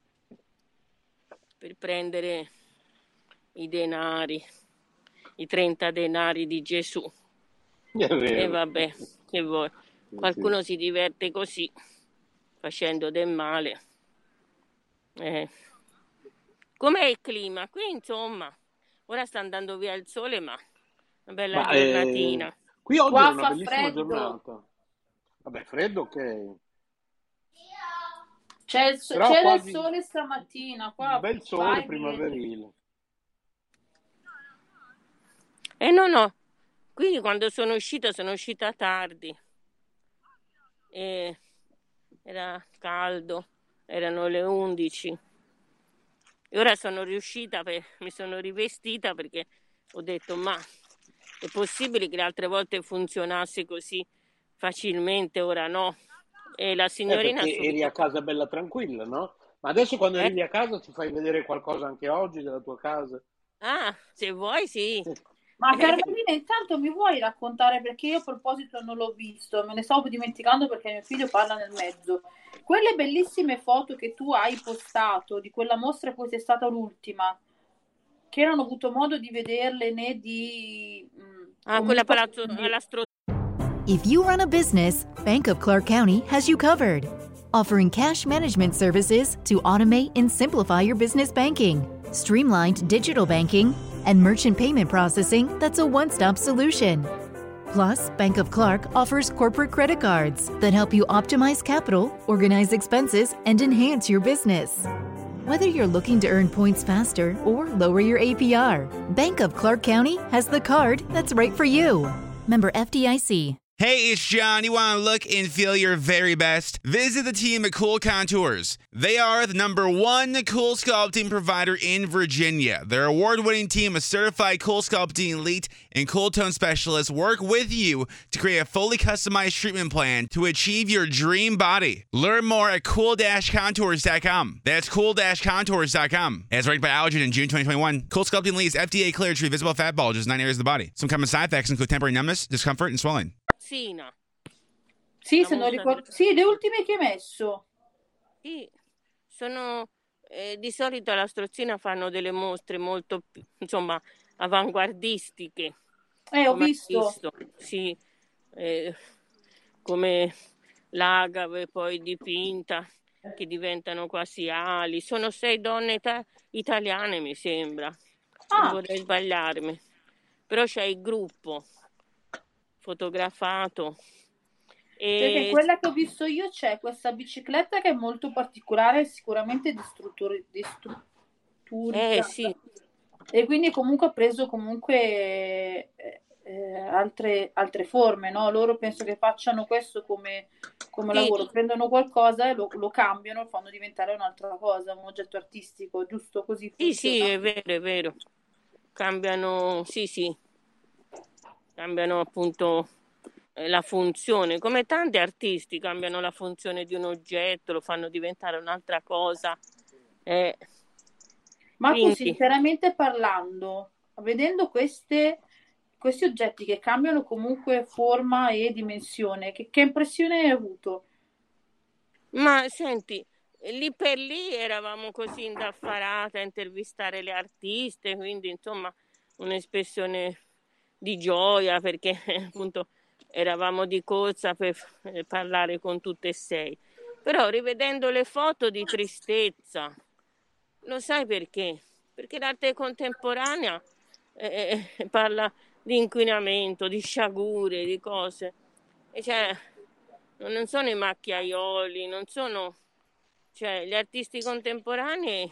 Per prendere i denari, i trenta denari di Gesù. È vero. E vabbè, che vuoi? Qualcuno si diverte così, facendo del male. Eh. Com'è il clima? Qui insomma, ora sta andando via il sole, ma una bella Ma, giornatina. eh, qui oggi Qua è una fa bellissima freddo. giornata. Vabbè, freddo ok. C'è il, so- Però c'era quasi il sole stamattina, qua un bel vai sole e vieni. primaverile. Eh no, no, qui quando sono uscita, sono uscita tardi. E era caldo, erano le undici. E ora sono riuscita, per, mi sono rivestita perché ho detto, ma è possibile che le altre volte funzionasse così facilmente, ora no. E la Eh, signorina perché eri subito... a casa bella tranquilla, no? Ma adesso quando Eh? arrivi a casa ci fai vedere qualcosa anche oggi della tua casa? Ah, se vuoi sì. Ma Carmelina, intanto mi vuoi raccontare, perché io a proposito non l'ho visto, me ne stavo dimenticando perché mio figlio parla nel mezzo. Quelle bellissime foto che tu hai postato di quella mostra poi sei stata l'ultima, che non ho avuto modo di vederle né di... mm, Ah, quella a Palazzo alla Stro... If you run a business, Bank of Clark County has you covered. Offering cash management services to automate and simplify your business banking, streamlined digital banking, and merchant payment processing that's a one-stop solution. Plus, Bank of Clark offers corporate credit cards that help you optimize capital, organize expenses, and enhance your business. Whether you're looking to earn points faster or lower your A P R, Bank of Clark County has the card that's right for you. Member F D I C. Hey, it's John. You want to look and feel your very best? Visit the team at Cool Contours. They are the number one cool sculpting provider in Virginia. Their award-winning team of certified cool sculpting elite and cool tone specialists work with you to create a fully customized treatment plan to achieve your dream body. Learn more at cool dash contours dot com. That's cool dash contours dot com. As ranked by Allergen in June twenty twenty-one, Cool Sculpting Elite is F D A cleared to treat visible fat bulges in nine areas of the body. Some common side effects include temporary numbness, discomfort, and swelling. Sina. Sì, se non ricordo. Sì, le ultime che hai messo. Sì, sono eh, di solito alla Strozzina fanno delle mostre molto, insomma, avanguardistiche. Eh, ho visto. visto. Sì, eh, come l'agave poi dipinta, che diventano quasi ali. Sono sei donne ita- italiane, mi sembra. Ah. Non vorrei sbagliarmi. Però c'è il gruppo fotografato. E... Perché quella che ho visto io c'è questa bicicletta che è molto particolare, sicuramente distruttori, distrutturizzata. Eh sì. E quindi comunque ha preso comunque eh, eh, altre, altre forme, no? Loro penso che facciano questo come, come Sì. lavoro, prendono qualcosa e lo, lo cambiano, lo fanno diventare un'altra cosa, un oggetto artistico, giusto così Sì, sì, funziona? è vero, è vero. Cambiano, sì, sì. Cambiano appunto eh, la funzione, come tanti artisti cambiano la funzione di un oggetto, lo fanno diventare un'altra cosa. Eh, Ma tu, quindi, sinceramente parlando, vedendo queste, questi oggetti che cambiano comunque forma e dimensione, che, che impressione hai avuto? ma senti, lì per lì eravamo così indaffarate a intervistare le artiste, quindi insomma un'espressione di gioia perché appunto eravamo di corsa per eh, parlare con tutte e sei. Però rivedendo le foto di tristezza, lo sai perché? Perché l'arte contemporanea eh, eh, parla di inquinamento, di sciagure, di cose. E cioè, non sono i macchiaioli, non sono... Cioè, gli artisti contemporanei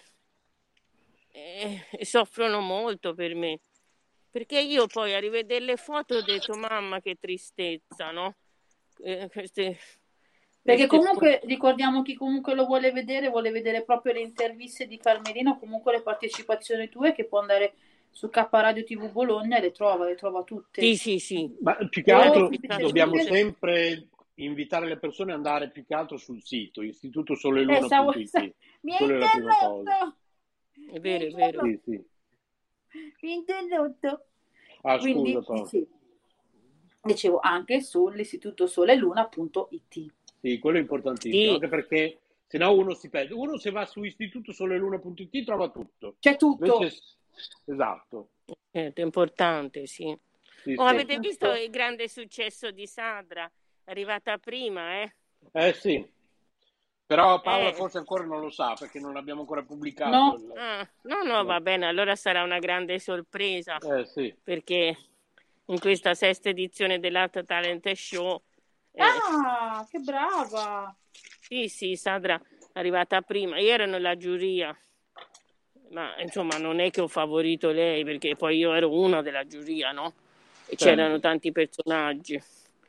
eh, soffrono molto per me. Perché io poi a rivedere le foto ho detto, mamma che tristezza, no? Eh, queste, Perché queste... comunque ricordiamo chi comunque lo vuole vedere, vuole vedere proprio le interviste di Carmelina, comunque le partecipazioni tue, che può andare su K Radio T V Bologna e le trova, le trova tutte. Sì, sì, sì. Ma più che altro Oh, dobbiamo sì. sempre invitare le persone ad andare più che altro sul sito istituto sole Eh, luna stavo- punto it. Mi hai Quella è la prima cosa. interrotto! È vero, è vero. Sì, sì. Mi hai interrotto! Ah, Quindi, scusa, Paolo. dicevo, dicevo anche sull'istituto sole luna punto it. Sì, quello è importantissimo, Sì. anche perché se no uno si perde. Uno se va su istituto sole luna punto it trova tutto. C'è tutto. Invece, esatto. È importante, sì. Sì, Oh, sì. avete visto il grande successo di Sadra? Arrivata prima, eh? Eh sì. Però Paola Eh. forse ancora non lo sa perché non l'abbiamo ancora pubblicato. No. il- Ah, no, no, va bene, allora sarà una grande sorpresa, Eh sì. perché in questa sesta edizione dell'Art Talent Show, eh, Ah, che brava! sì, sì, Sadra è arrivata prima. Io ero nella giuria, ma insomma non è che ho favorito lei, perché poi io ero una della giuria, no? E Certo. c'erano tanti personaggi.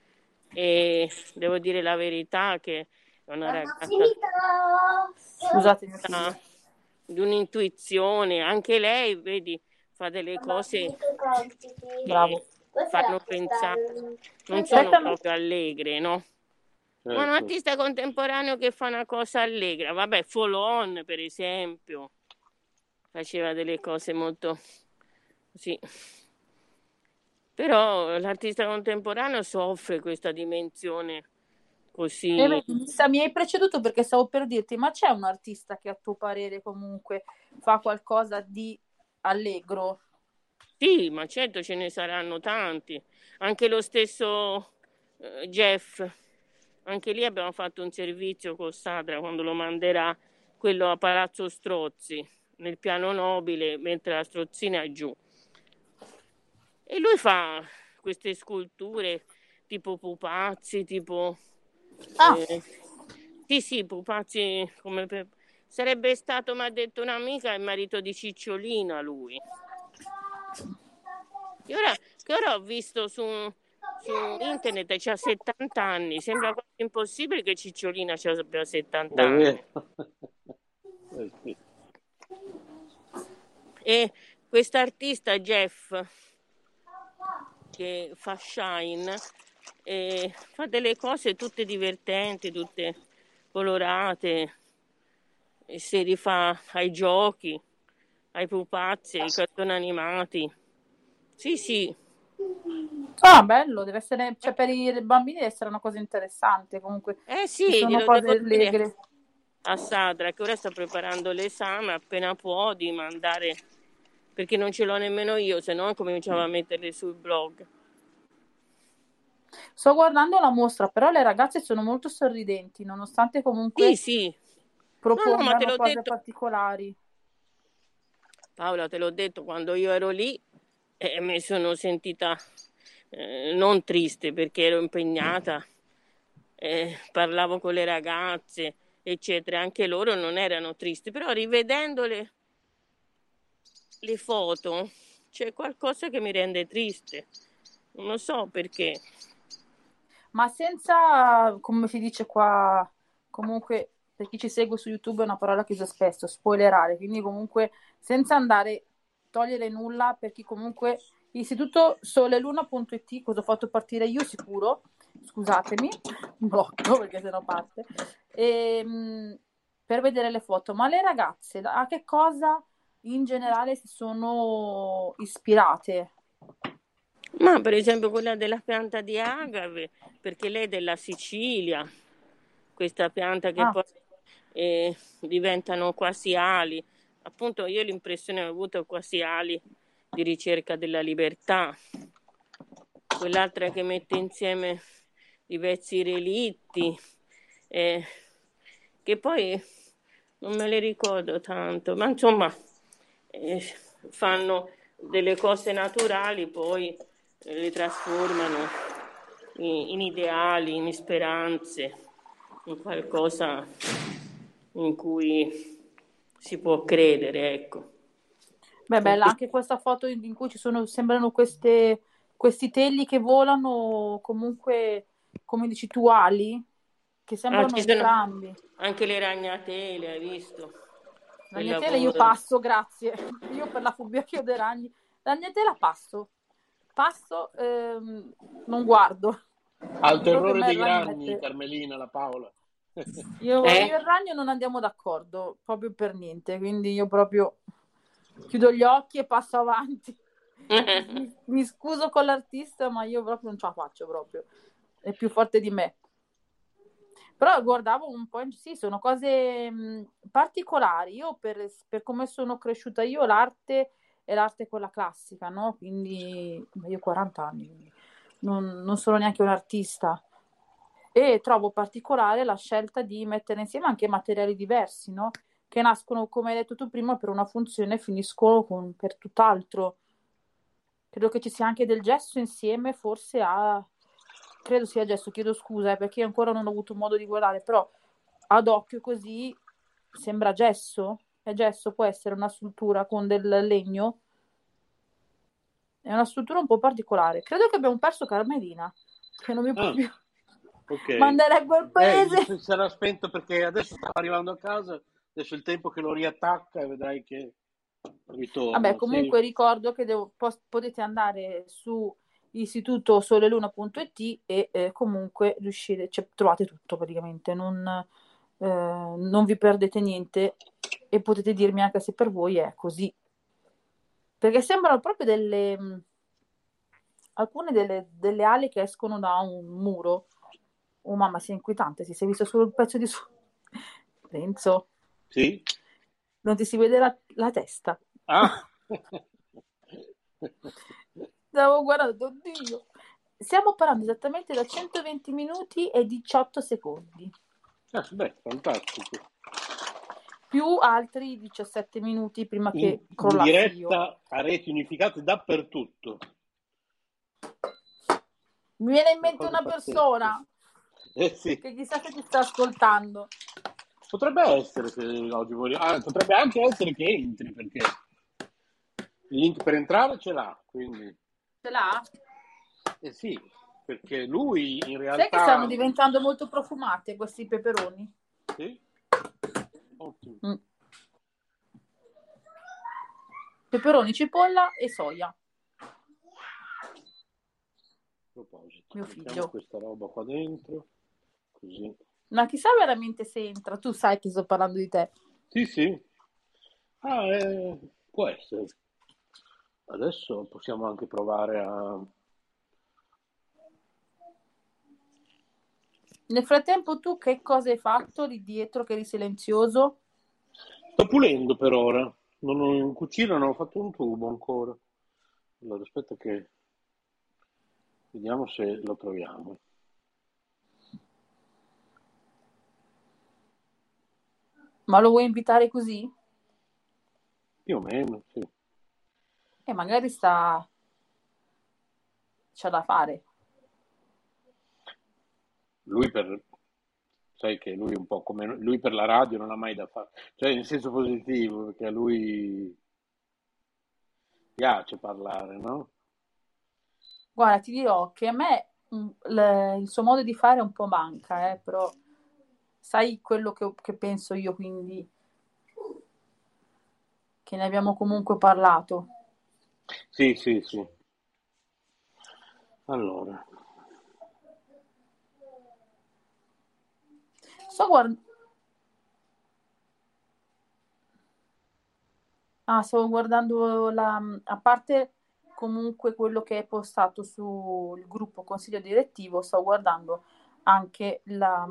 E devo dire la verità che è una ragazza Scusate, mio figlio. ah, di un'intuizione, anche lei, vedi, fa delle cose Bravo. che fanno pensare, non sono Aspetta. proprio allegre, no? Ma un Certo. artista contemporaneo che fa una cosa allegra, vabbè, Folon per esempio, faceva delle cose molto sì. Però l'artista contemporaneo soffre questa dimensione così. E vedi, mi sa- mi hai preceduto perché stavo per dirti, ma c'è un artista che a tuo parere comunque fa qualcosa di allegro? Sì, ma certo ce ne saranno tanti. Anche lo stesso eh, Jeff, anche lì abbiamo fatto un servizio con Sadra quando lo manderà quello a Palazzo Strozzi, nel piano nobile, mentre la Strozzina è giù. E lui fa queste sculture tipo pupazzi, tipo... Ah. eh, sì, sì, pupazzi come per Sarebbe stato, mi ha detto un'amica, il marito di Cicciolina lui. Che ora, che ora ho visto su, su internet, c'ha settanta anni, sembra quasi impossibile che Cicciolina abbia settanta anni. Eh sì. E quest'artista Jeff, che fa Shine, e fa delle cose tutte divertenti, tutte colorate, e si rifà ai giochi, ai pupazzi, ai cartoni animati. Sì, sì. Ah, bello, deve essere, cioè per i bambini deve essere una cosa interessante comunque. Eh Ci sì, sono glielo cose devo dire allegre. a Sadra, che ora sta preparando l'esame, appena può di mandare, perché non ce l'ho nemmeno io, se no cominciavo a metterle sul blog. Sto guardando la mostra, però le ragazze sono molto sorridenti, nonostante comunque Sì, sì. propongano No, no, ma te l'ho cose detto. particolari. Paola, te l'ho detto, quando io ero lì eh, mi sono sentita eh, non triste perché ero impegnata, eh, parlavo con le ragazze, eccetera. Anche loro non erano tristi, però rivedendo le, le foto c'è qualcosa che mi rende triste. Non lo so perché. Ma senza, come si dice qua, comunque per chi ci segue su YouTube è una parola che uso spesso, spoilerare, quindi comunque senza andare, togliere nulla, per chi comunque, istituto soleluna punto it, cosa ho fatto partire io sicuro, scusatemi, blocco perché sennò parte, e, per vedere le foto, ma le ragazze a che cosa in generale si sono ispirate? Ma per esempio quella della pianta di agave, perché lei è della Sicilia, questa pianta che Ah. poi eh, diventano quasi ali. Appunto io l'impressione ho avuto quasi ali di ricerca della libertà. Quell'altra che mette insieme diversi relitti, eh, che poi non me le ricordo tanto, ma insomma eh, fanno delle cose naturali, poi eh, le trasformano in, in ideali, in speranze, in qualcosa in cui si può credere, ecco. Beh, bella anche questa foto in in cui ci sono, sembrano queste, questi teli che volano, comunque, come dici tu, ali, che Ah, sembrano ci sono entrambi. anche le ragnatele, hai visto? Quel Ragnatela io lavoro. passo, grazie. Io per la fobia che ho dei ragni. Ragnatela passo. Passo, ehm, non guardo. Ha il Proprio terrore me dei il ragni, ragnete. Carmelina, la Paola. Io, Eh? io e il ragno non andiamo d'accordo, proprio per niente, quindi io proprio chiudo gli occhi e passo avanti. Mi, mi scuso con l'artista, ma io proprio non ce la faccio proprio. È più forte di me. Però guardavo un po', sì, sono cose mh, particolari. Io per, per come sono cresciuta io, l'arte è l'arte quella classica, no? Quindi beh, io ho quaranta anni, quindi non, non sono neanche un artista. E trovo particolare la scelta di mettere insieme anche materiali diversi, no? Che nascono, come hai detto tu prima, per una funzione e finiscono con, per tutt'altro. Credo che ci sia anche del gesso insieme, forse a... Credo sia gesso, chiedo scusa, eh, perché ancora non ho avuto modo di guardare, però ad occhio così sembra gesso. È gesso, può essere una struttura con del legno. È una struttura un po' particolare. Credo che abbiamo perso Carmelina, che non mi può Ah, più... ok. Mandare a quel Eh, paese. si sarà spento perché adesso sta arrivando a casa, adesso è il tempo che lo riattacca e vedrai che ritorna. Vabbè, comunque sì. ricordo che devo, pos- potete andare su istituto soleluna punto it e eh, comunque riuscire, cioè, trovate tutto praticamente, non, eh, non vi perdete niente e potete dirmi anche se per voi è così. Perché sembrano proprio delle mh, alcune delle, delle ali che escono da un muro. Oh mamma, sia inquietante, si sei visto solo il pezzo di su. Penso. Sì? Non ti si vede la, la testa. Ah. Stavo guardando, oddio. Stiamo parlando esattamente da centoventi minuti e diciotto secondi. Ah, beh, fantastico. Più altri diciassette minuti prima In, che in crollassi diretta io. a reti unificate dappertutto. Mi viene in mente Una cosa una pazzesca. persona Eh sì. che chissà se ti sta ascoltando. Potrebbe essere che oggi voglio... ah, potrebbe anche essere che entri, perché il link per entrare ce l'ha, quindi... Ce l'ha? Eh sì, perché lui in realtà... Sai che stanno diventando molto profumate questi peperoni? Sì? Ottimo. Mm. Peperoni, cipolla e soia. A proposito, mio mettiamo figlio. questa roba qua dentro, così. Ma chissà veramente se entra. Tu sai che sto parlando di te. Sì, sì. Ah, eh, può essere. Adesso possiamo anche provare a... Nel frattempo tu che cosa hai fatto lì dietro che eri silenzioso? Sto pulendo per ora. Non ho, in cucina non ho fatto un tubo ancora. Allora, aspetta che... Vediamo se lo troviamo. Ma lo vuoi invitare così? Più o meno, sì. E magari sta... c'ha da fare. Lui per... Sai che lui è un po' come... Lui per la radio non ha mai da fare. Cioè, in senso positivo, perché a lui piace parlare, no? Guarda, ti dirò che a me mm, le- il suo modo di fare un po' manca, eh, però sai quello che, che penso io, quindi che ne abbiamo comunque parlato. Sì, sì, sì. Allora, Sto guardando... Ah, stavo guardando la... a parte comunque quello che è postato sul gruppo consiglio direttivo, sto guardando anche la,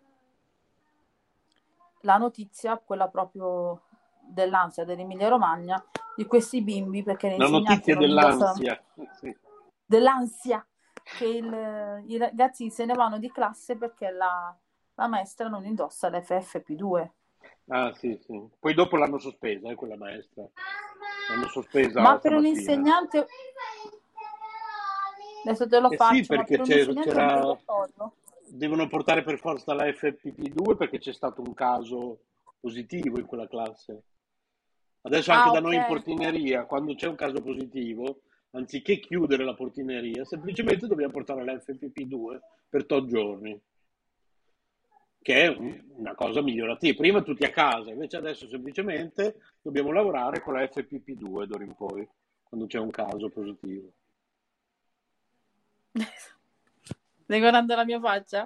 la notizia, quella proprio dell'ansia dell'Emilia Romagna, di questi bimbi, perché le la insegnanti notizia non indossano... dell'ansia. Sì. dell'ansia, che il- i ragazzi se ne vanno di classe perché la, la maestra non indossa l'F F P due. Ah, sì, sì. Poi dopo l'hanno sospesa, eh, quella maestra. L'hanno sospesa Ma per un stamattina. insegnante, adesso te lo Eh sì, faccio, ma perché per un c'era, insegnante è c'era- obbligatorio. devono portare per forza la F P P due perché c'è stato un caso positivo in quella classe. Adesso anche Ah, da noi in ok. portineria, quando c'è un caso positivo, anziché chiudere la portineria, semplicemente dobbiamo portare la F P P due per tot giorni, che è un- una cosa migliorativa. Prima tutti a casa, invece adesso semplicemente dobbiamo lavorare con la F P P due d'ora in poi, quando c'è un caso positivo. Stai guardando la mia faccia?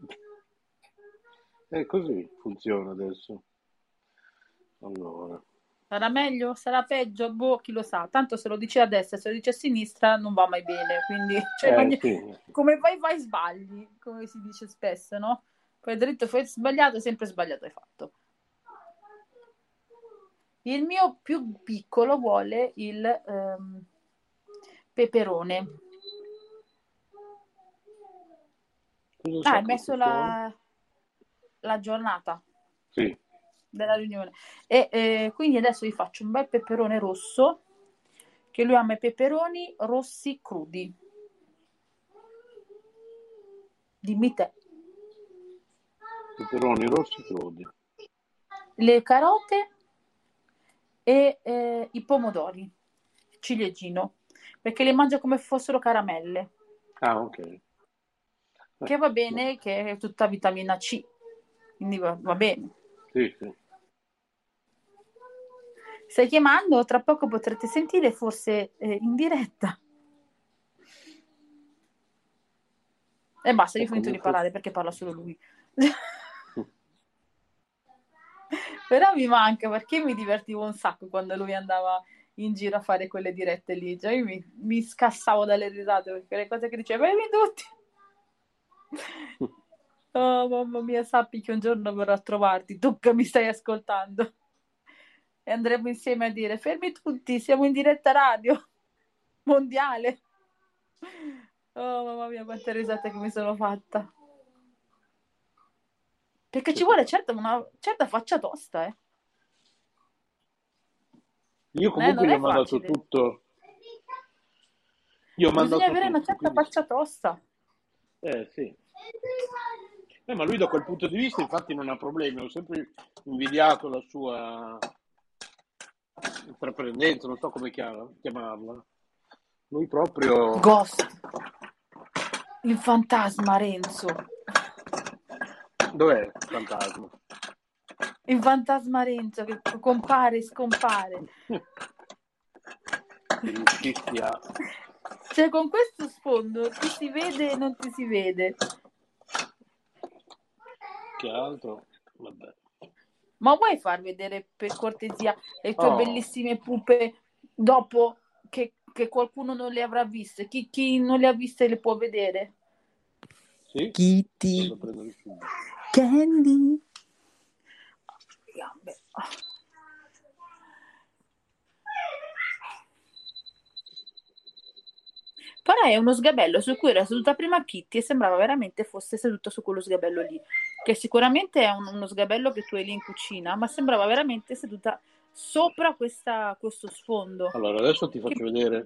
E così funziona adesso. Allora, Sarà meglio? Sarà peggio? Boh, chi lo sa. Tanto se lo dici a destra, se lo dici a sinistra non va mai bene. Quindi, cioè, eh ogni- sì, come vai, vai, sbagli, come si dice spesso, no? Fai dritto, fai sbagliato, sempre sbagliato hai fatto. Il mio più piccolo vuole il ehm, peperone. cosa Ah, c'è hai messo questo suono? la, la giornata Sì, della riunione. E eh, quindi adesso vi faccio un bel peperone rosso, che lui ama i peperoni rossi crudi. Dimmi te. peperoni rossi crudi. Le carote e eh, i pomodori, ciliegino, perché le mangia come fossero caramelle, Ah, ok. Eh, che va bene, che è tutta vitamina C, quindi va, va bene. sì, sì. Stai chiamando? Tra poco potrete sentire, forse eh, in diretta. E basta, io ho E finito di comunque, parlare perché parla solo lui. Però mi manca perché mi divertivo un sacco quando lui andava in giro a fare quelle dirette lì. Cioè, io mi, mi scassavo dalle risate perché le cose che diceva, bevi tutti. Oh, mamma mia, sappi che un giorno verrò a trovarti, tu che mi stai ascoltando. E andremo insieme a dire, fermi tutti, siamo in diretta radio mondiale. Oh, mamma mia, quante risate che mi sono fatta. Perché ci vuole certa, una certa faccia tosta, eh. io Eh, comunque non gli ho è mandato facile. tutto. Io ho Bisogna mandato avere una tutto. certa Quindi, faccia tosta. eh sì. Eh, ma lui da quel punto di vista infatti non ha problemi, ho sempre invidiato la sua intraprendenza, non so come chiamarla. Lui proprio... Ghost. Il fantasma, Renzo. Dov'è il fantasma? Il fantasma Renzo che compare e scompare. Cioè, con questo sfondo ti si vede e non ti si vede. Che altro? Vabbè. Ma vuoi far vedere per cortesia le tue Oh. bellissime pupe dopo che, che qualcuno non le avrà viste? Chi, chi non le ha viste le può vedere? Sì? Kitty. Candy. Gambe. Però è uno sgabello su cui era seduta prima Kitty e sembrava veramente fosse seduta su quello sgabello lì, che sicuramente è un- uno sgabello che tu hai lì in cucina, ma sembrava veramente seduta sopra questa, questo sfondo. Allora, adesso ti faccio vedere.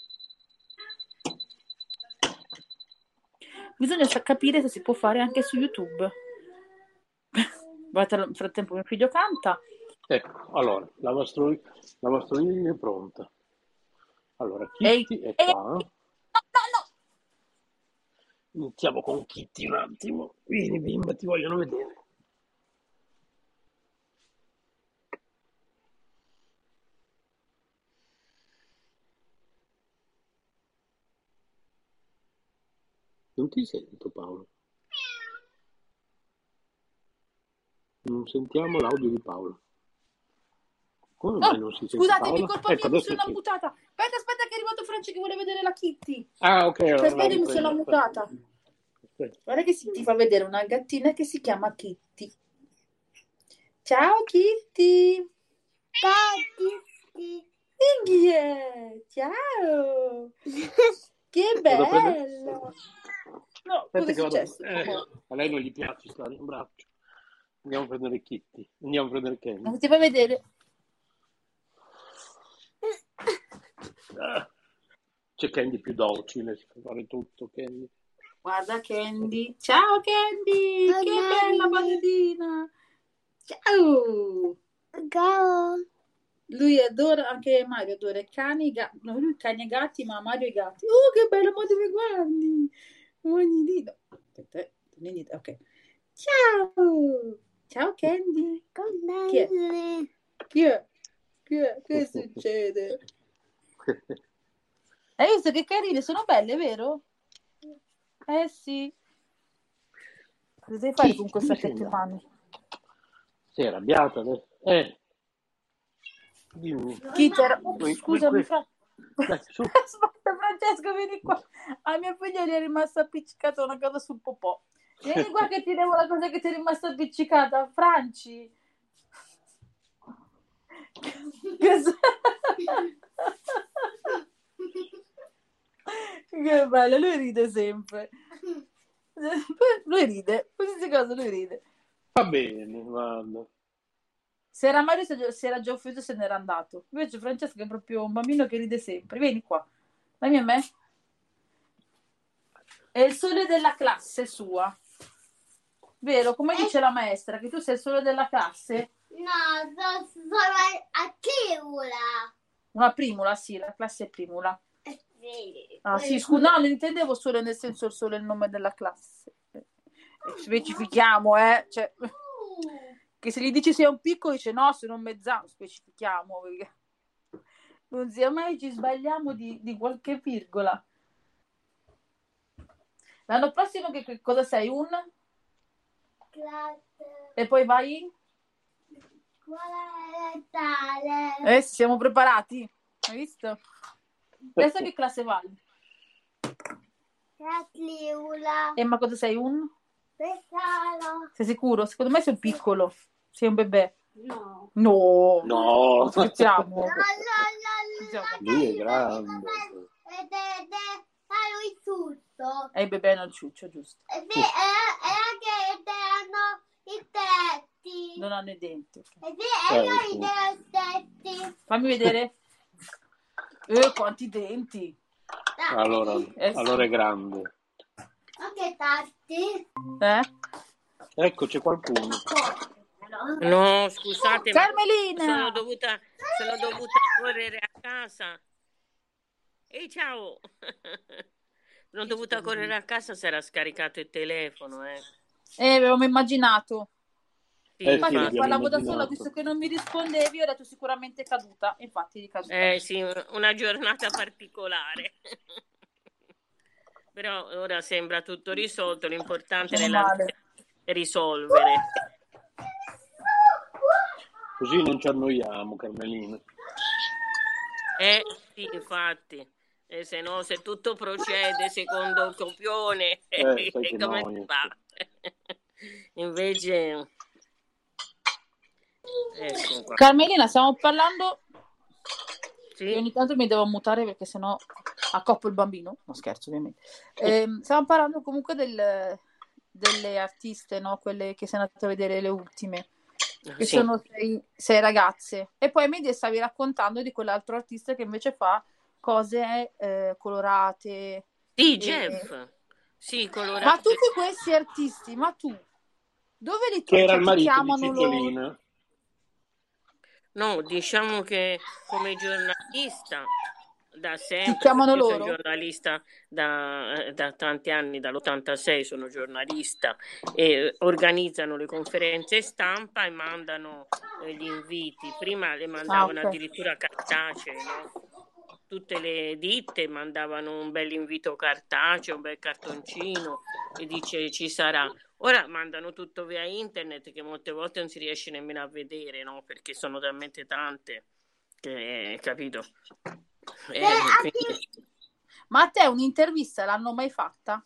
Bisogna sa- capire se si può fare anche su YouTube. Guarda, nel frattempo mio figlio canta. Ecco, allora, la vastroia, la vastroia è pronta. Allora, Ehi, Kitty è ehi, qua. no, no, Iniziamo con Kitty un attimo. Vieni, bimba, ti vogliono vedere. Non ti sento, Paolo. Non sentiamo l'audio di Paolo. Come mai Oh, non si sente scusatemi, Paolo? colpa Ecco, mia, mi adesso sono sì. mutata. Aspetta, aspetta, che è arrivato Franci che vuole vedere la Kitty. Ah, ok, allora Aspetta, la mi sono riprendo. mutata. Aspetta. Guarda che si, ti fa vedere una gattina che si chiama Kitty. Ciao Kitty. Ciao, Kitty. Inghie. Ciao. Che Vado a prendere- bello. No, Aspetta cosa è che vado- successo? eh, a lei non gli piace stare in braccio. Andiamo a prendere Kitty. Andiamo a prendere Kenny. Non ti fa vedere? Ah, c'è Candy più docile, si può fare tutto, Candy. Guarda Candy. Ciao Candy. Ciao, Che Candy. bella ballerina. Ciao. Ciao. Lui adora, anche Mario adora i cani, i gatti. No, lui cani e gatti, ma Mario i gatti. Oh, che bello, ma dove guardi? Ogni dito. Aspetta, eh, ogni dito, ok. Ciao. Ciao Candy. Chi è? Chi è? Chi è? Che succede? Hai visto che carine? Sono belle, vero? Eh sì. Cosa devi fare Chi? con questa Dove sei sette mani? Sei arrabbiata adesso? Eh. Dimmi. Chi c'era? Oh, Qui- scusami, qui- Fra... Dai, su. Aspetta, Francesco, vieni qua. A mia figlia gli è rimasta appiccicata una cosa sul popò. Vieni qua che ti devo la cosa che ti è rimasta appiccicata. Franci. Cos'è? Che bello, lui ride sempre. Lui ride, qualsiasi cosa lui ride. Va bene, guarda. Se era Mario si si era già offeso se n'era andato. Invece Francesco è proprio un bambino che ride sempre. Vieni qua, dammi a me. È il sole della classe sua. Vero? Come dice la maestra, che tu sei il sole della classe? No, so- sono a, a Chiula. Una primula, sì, la classe è primula. Eh, sì. Ah sì, scusa, no, non intendevo solo nel senso il sole è il nome della classe. Eh, Specifichiamo, eh. Cioè, che se gli dici sei un piccolo, dice no, sono un mezzano, specifichiamo, perché non sia mai ci sbagliamo di, di qualche virgola. L'anno prossimo che, che cosa sei? Un? Classe. E poi vai in? Scuola elementare. Eh, siamo preparati, hai visto? Adesso che classe vai? A Chiula. E ma cosa sei? Un? Pesaro. Sei sicuro? Secondo me sei un piccolo, sei un bebè. No. No, No. scherziamo. No, no, no, Scherziamo. Lui è grande. Ed è lui tutto. E il bebè non ciuccio, giusto? E e- e anche ed hanno i tetti. Non hanno i denti. ok. E sì, e Eh, io i tetti. Fammi vedere. Eh, quanti denti. Allora, Eh, sì. allora è grande. Anche tatti. Eh? Ecco, c'è qualcuno. No, scusate, Carmelina! sono dovuta, sono dovuta correre a casa. Ehi, ciao! Sono dovuta correre a casa, si era scaricato il telefono, eh. Eh, avevamo immaginato. Sì, Eh sì, Infatti, l'abbiamo parlavo da sola, immaginato. visto che non mi rispondevi, ho detto sicuramente caduta. Infatti, di caduta. Eh sì, una giornata particolare. Però ora sembra tutto risolto, l'importante Meno nella male. vita è risolvere. Così non ci annoiamo, Carmelina. Eh sì, infatti, e se no, se tutto procede secondo il copione, Eh, sai che come noia. si fa? Invece, ecco qua. Carmelina, stiamo parlando. Sì. Io ogni tanto mi devo mutare perché sennò accoppo il bambino. No, scherzo, ovviamente. Ehm, stiamo parlando comunque del, delle artiste, no? Quelle che sei andate a vedere le ultime. Che Sì. sono sei, sei ragazze. E poi mi stavi raccontando di quell'altro artista che invece fa cose eh, colorate. Sì, e- Jeff. Sì, Ma colorato. tutti questi artisti, ma tu dove li Che trovi? era Cioè, il ti marito di chiamano loro? Cicciolina. No, diciamo che come giornalista da Ti sempre, chiamano perché io sono loro? giornalista da, da tanti anni, dall'ottantasei sono giornalista, e organizzano le conferenze stampa e mandano eh, gli inviti. Prima le Ah, mandavano ok. addirittura cartacee, no? Tutte le ditte mandavano un bel invito cartaceo, un bel cartoncino e dice ci sarà. Ora mandano tutto via internet che molte volte non si riesce nemmeno a vedere, no? Perché sono talmente tante che, capito? Eh, quindi- Ma a te un'intervista l'hanno mai fatta?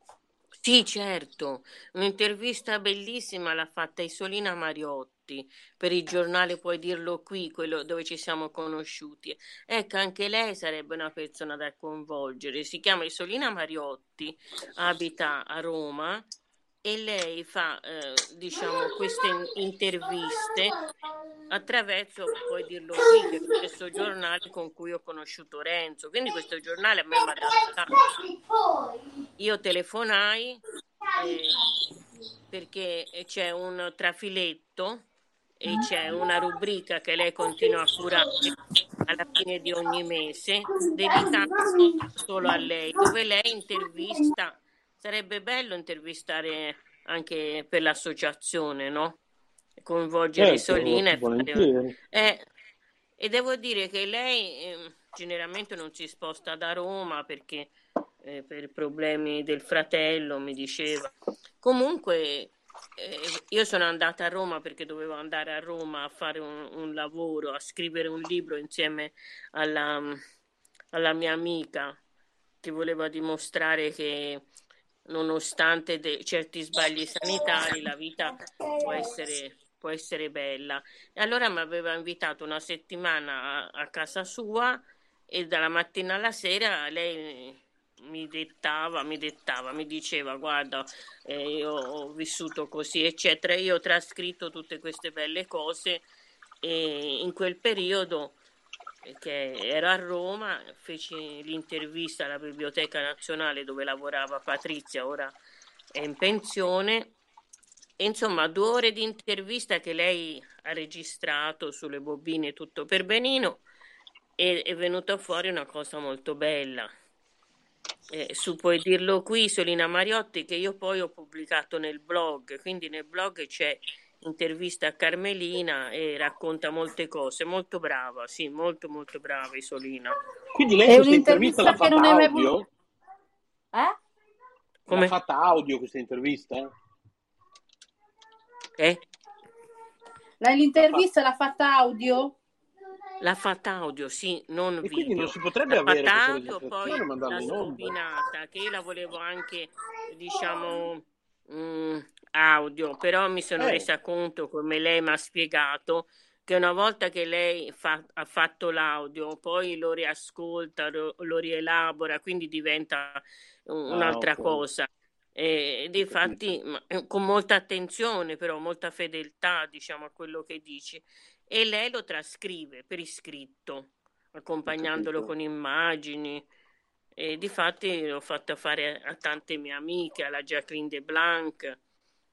Sì, certo, un'intervista bellissima l'ha fatta Isolina Mariotti per il giornale Puoi dirlo qui, quello dove ci siamo conosciuti. Ecco, anche lei sarebbe una persona da coinvolgere. Si chiama Isolina Mariotti, abita a Roma e lei fa, eh, diciamo, queste in- interviste attraverso, puoi dirlo qui, che è lo stesso giornale con cui ho conosciuto Renzo. Quindi questo giornale a me mi ha dato tanto. Io telefonai eh, perché c'è un trafiletto e c'è una rubrica che lei continua a curare alla fine di ogni mese, dedicata solo a lei, dove lei intervista. Sarebbe bello intervistare anche per l'associazione, no? Coinvolgere Certo, Isolina e fare... volentieri. Eh, e devo dire che lei eh, generalmente non si sposta da Roma perché eh, per problemi del fratello, mi diceva. Comunque eh, io sono andata a Roma perché dovevo andare a Roma a fare un, un lavoro, a scrivere un libro insieme alla, alla mia amica che voleva dimostrare che nonostante de- certi sbagli sanitari la vita può essere, può essere bella. E allora mi aveva invitato una settimana a, a casa sua e dalla mattina alla sera lei mi dettava, mi dettava, mi diceva guarda, eh, io ho vissuto così eccetera. Io ho trascritto tutte queste belle cose e in quel periodo che ero a Roma feci l'intervista alla Biblioteca Nazionale dove lavorava Patrizia, ora è in pensione. E insomma, due ore di intervista che lei ha registrato sulle bobine tutto per benino e è venuta fuori una cosa molto bella. Eh, su Puoi dirlo qui, Isolina Mariotti, che io poi ho pubblicato nel blog, quindi nel blog c'è intervista a Carmelina e racconta molte cose, molto brava, sì, molto molto brava Isolina. Quindi lei È questa intervista un'intervista l'ha che fatta non hai mai audio? voluto. Eh? Come? L'ha fatta audio questa intervista? Eh? L'hai l'intervista l'ha fatta audio? L'ha fatta audio, sì, non E quindi non video. si potrebbe L'ha avere fatta questa audio, poi registrazione e mandarla l'ha in onda? sbobinata, che io la volevo anche, diciamo, mm, audio, però mi sono Eh. resa conto, come lei mi ha spiegato, che una volta che lei fa- ha fatto l'audio, poi lo riascolta, lo, lo rielabora, quindi diventa un- un'altra Ah, ok. cosa. E difatti, ma- con molta attenzione, però molta fedeltà, diciamo, a quello che dici. E lei lo trascrive per iscritto, accompagnandolo capito. con immagini. E difatti l'ho fatta fare a tante mie amiche, alla Jacqueline de Blanc,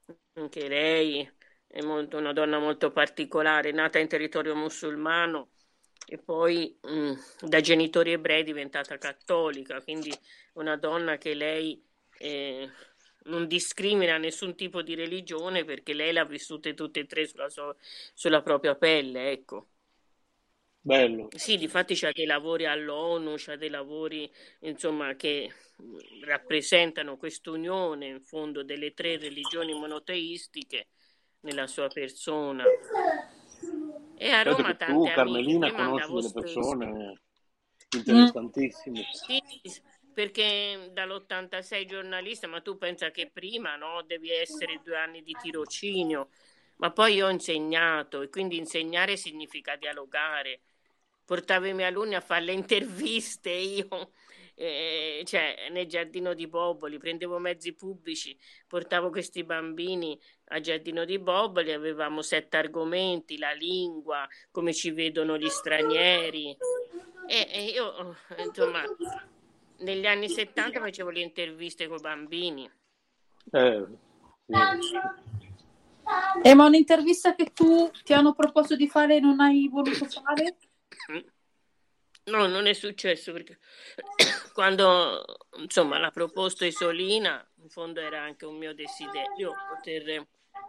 anche lei è molto, una donna molto particolare, nata in territorio musulmano e poi mh, da genitori ebrei è diventata cattolica, quindi una donna che lei eh, non discrimina nessun tipo di religione perché lei l'ha vissute tutte e tre sulla, sua, sulla propria pelle, ecco. Bello. Sì, difatti c'ha dei lavori all'ONU, c'ha dei lavori insomma che rappresentano quest'unione in fondo delle tre religioni monoteistiche nella sua persona. E a Certo Roma che tu, tante amiche, Carmelina, prima conosci andavo delle spesso. persone interessantissime. Sì, perché dall'ottantasei giornalista, ma tu pensa che prima, no, devi essere due anni di tirocinio, ma poi io ho insegnato e quindi insegnare significa dialogare. Portavo i miei alunni a fare le interviste, io, eh, cioè nel giardino di Boboli, prendevo mezzi pubblici, portavo questi bambini al giardino di Boboli, avevamo sette argomenti, la lingua, come ci vedono gli stranieri. E, e io, insomma, negli anni settanta facevo le interviste con i bambini. Eh, sì. Eh, ma un'intervista che tu ti hanno proposto di fare e non hai voluto fare? No, non è successo perché quando insomma l'ha proposto Isolina, in fondo era anche un mio desiderio poter.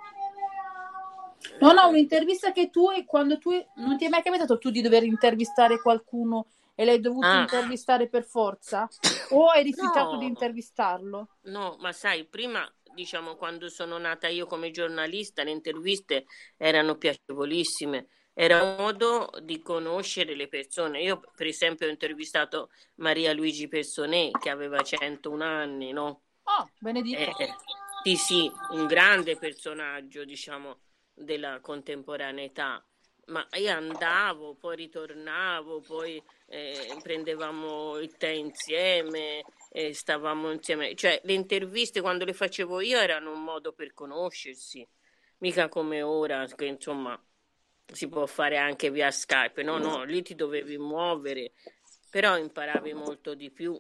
No, no, un'intervista che tu, quando tu, non ti è mai capitato tu di dover intervistare qualcuno e l'hai dovuto Ah. intervistare per forza? O hai rifiutato No. di intervistarlo? No, ma sai, prima, diciamo, quando sono nata io come giornalista, le interviste erano piacevolissime. Era un modo di conoscere le persone. Io, per esempio, ho intervistato Maria Luigi Personet, che aveva centouno anni, no? Oh, benedetta. Eh, sì, sì, un grande personaggio, diciamo, della contemporaneità. Ma io andavo, poi ritornavo, poi eh, prendevamo il tè insieme, eh, stavamo insieme. Cioè, le interviste quando le facevo io erano un modo per conoscersi, mica come ora, che insomma si può fare anche via Skype. No, no, lì ti dovevi muovere, però imparavi molto di più.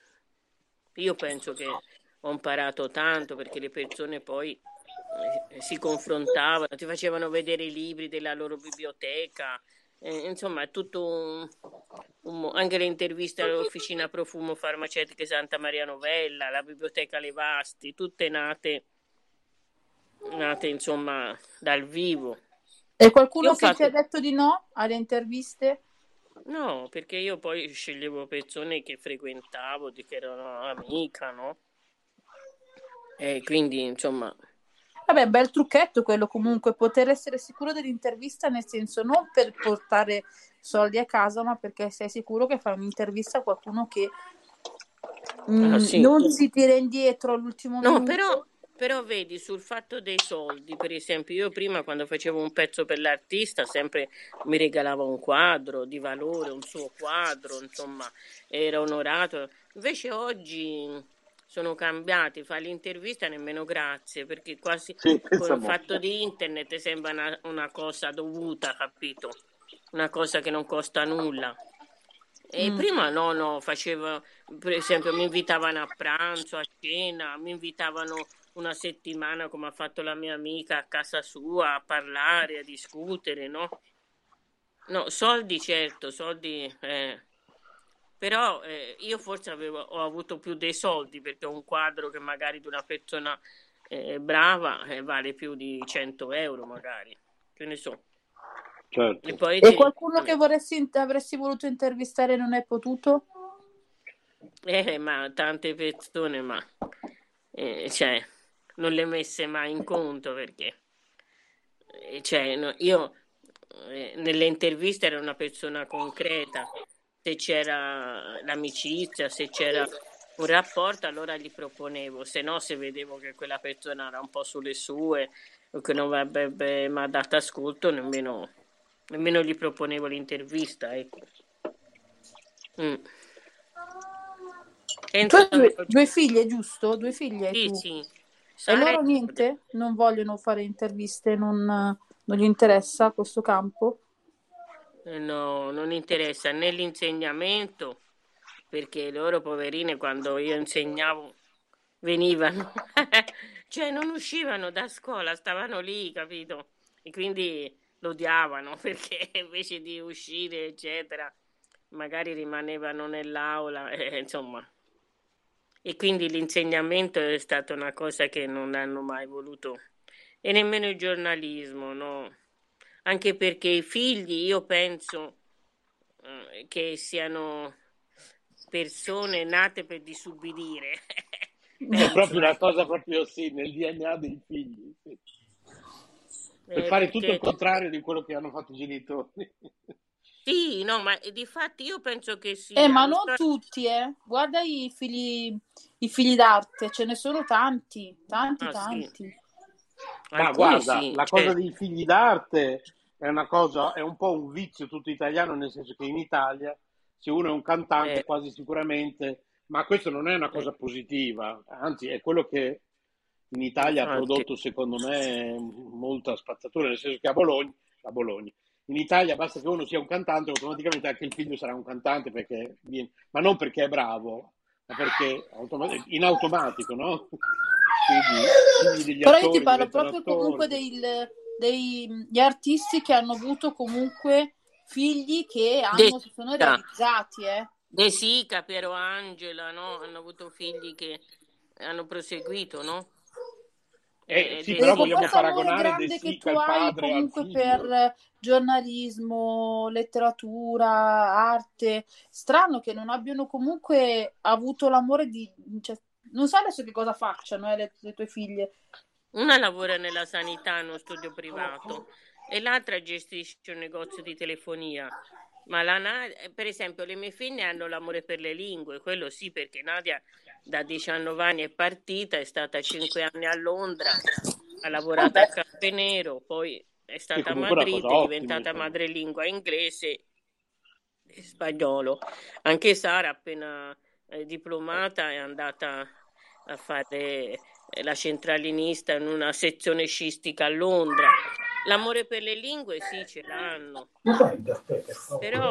Io penso che ho imparato tanto perché le persone poi eh, si confrontavano, ti facevano vedere i libri della loro biblioteca, eh, insomma è tutto un, un, anche le interviste all'Officina Profumo Farmaceutiche Santa Maria Novella, la Biblioteca Levasti, tutte nate, nate insomma dal vivo. E qualcuno Io ho che fatto- ti ha detto di no alle interviste? No, perché io poi sceglievo persone che frequentavo, di che erano amica, no? E quindi, insomma, Vabbè, bel trucchetto quello comunque, poter essere sicuro dell'intervista, nel senso non per portare soldi a casa, ma perché sei sicuro che fai un'intervista a qualcuno che mm, Ah, sì. non si tira indietro all'ultimo no, minuto. però, però vedi, sul fatto dei soldi, per esempio, io prima quando facevo un pezzo per l'artista sempre mi regalava un quadro di valore, un suo quadro, insomma, era onorato. Invece oggi sono cambiati, fa l'intervista nemmeno grazie, perché quasi Sì, con pensa il mo'. fatto di internet sembra una, una cosa dovuta, capito? Una cosa che non costa nulla. E Mm. prima no, no, facevo, per esempio, mi invitavano a pranzo, a cena, mi invitavano una settimana, come ha fatto la mia amica, a casa sua, a parlare, a discutere, no? No, soldi certo, soldi, eh. Però eh, io forse avevo, ho avuto più dei soldi, perché un quadro che magari di una persona eh, brava eh, vale più di cento euro magari, che ne so. Certo. E poi E ti- qualcuno che vorresti, avresti voluto intervistare e non hai potuto? Eh, ma tante persone, ma eh, cioè, non le messe mai in conto perché eh, cioè, no, io eh, nelle interviste ero una persona concreta. Se c'era l'amicizia, se c'era un rapporto, allora gli proponevo, se no, se vedevo che quella persona era un po' sulle sue o che non avrebbe mai dato ascolto, nemmeno, nemmeno gli proponevo l'intervista, ecco. Mm. Tu Senza- hai due, due figlie, giusto? Due figlie hai Sì, tu. sì. E Sara loro niente? Non vogliono fare interviste, non, non gli interessa questo campo? Eh, No, non interessa né l'insegnamento, perché loro poverine quando io insegnavo venivano Cioè non uscivano da scuola, stavano lì, capito? E quindi lo odiavano perché invece di uscire, eccetera, magari rimanevano nell'aula, eh, insomma. E quindi l'insegnamento è stata una cosa che non hanno mai voluto. E nemmeno il giornalismo, no? Anche perché i figli, io penso eh, che siano persone nate per disubbidire. È proprio una cosa proprio sì, nel D N A dei figli. Sì. Per Eh, fare tutto il perché- contrario di quello che hanno fatto i genitori. Sì, no, ma di fatti io penso che sia. Eh, ma lo non sta- tutti, eh. Guarda i figli, i figli d'arte, ce ne sono tanti, tanti, Ah, sì. tanti. Ma Alcuni guarda, sì, la cioè- cosa dei figli d'arte è una cosa, è un po' un vizio tutto italiano, nel senso che in Italia, se uno è un cantante, Eh. quasi sicuramente, ma questo non è una cosa positiva, anzi è quello che in Italia ha Infatti. prodotto, secondo me, molta spazzatura, nel senso che a Bologna, a Bologna, in Italia basta che uno sia un cantante, automaticamente anche il figlio sarà un cantante, perché viene, ma non perché è bravo, ma perché automa- in automatico, no? Quindi, figli degli Però io ti attori parlo diventano proprio comunque attori. del- degli artisti che hanno avuto comunque figli che De hanno, si sono Sica. realizzati, eh. De Sica, Piero Angela, no? Hanno avuto figli che hanno proseguito, no? Eh, Eh, sì, De però E con vogliamo questo amore paragonare De grande che Sica, tu il hai padre, al comunque figlio. per giornalismo, letteratura, arte, strano che non abbiano comunque avuto l'amore di... cioè, non so adesso che cosa facciano, eh, le, le tue figlie. Una lavora nella sanità in uno studio privato e l'altra gestisce un negozio di telefonia. Ma la Na- per esempio, le mie figlie hanno l'amore per le lingue, quello sì, perché Nadia da diciannove anni è partita, è stata cinque anni a Londra, ha lavorato a Caffè Nero, poi è stata a comunque è una cosa Madrid, è ottima, diventata insomma. madrelingua inglese e spagnolo. Anche Sara, appena eh, diplomata, è andata a fare eh, la centralinista in una sezione scistica a Londra. L'amore per le lingue sì, ce l'hanno. Però,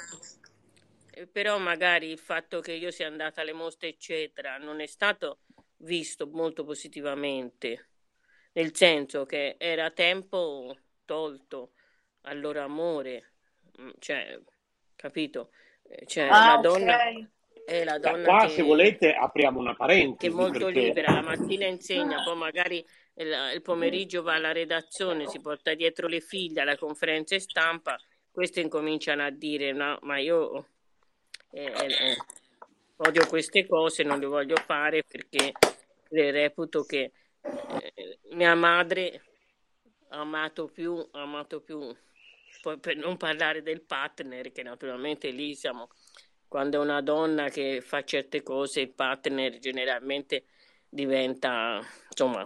eh, però magari il fatto che io sia andata alle mostre, eccetera, non è stato visto molto positivamente, nel senso che era tempo tolto al loro amore, Mm, cioè, capito? Eh, Cioè, la Ah, donna ok. è la Beh, donna qua, se che volete, apriamo una che è parentesi, molto perché libera, la mattina insegna, poi magari il, il pomeriggio va alla redazione, si porta dietro le figlie alla conferenza stampa, queste incominciano a dire no, ma io eh, eh, odio queste cose, non le voglio fare perché eh, reputo che eh, mia madre ha amato più, ha amato più, poi per non parlare del partner, che naturalmente lì siamo, quando è una donna che fa certe cose, il partner generalmente diventa, insomma,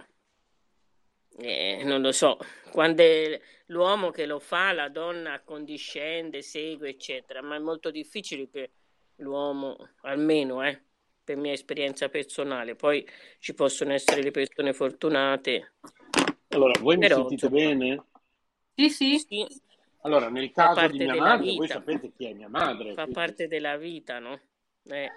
eh, non lo so, quando è l'uomo che lo fa, la donna accondiscende, segue, eccetera, ma è molto difficile che l'uomo, almeno, eh, per mia esperienza personale, poi ci possono essere le persone fortunate. allora, voi mi Però, sentite insomma, bene? Sì, sì. sì, Allora, nel fa caso di parte mia della madre, voi vita, sapete chi è mia madre, fa quindi parte della vita, no? Eh,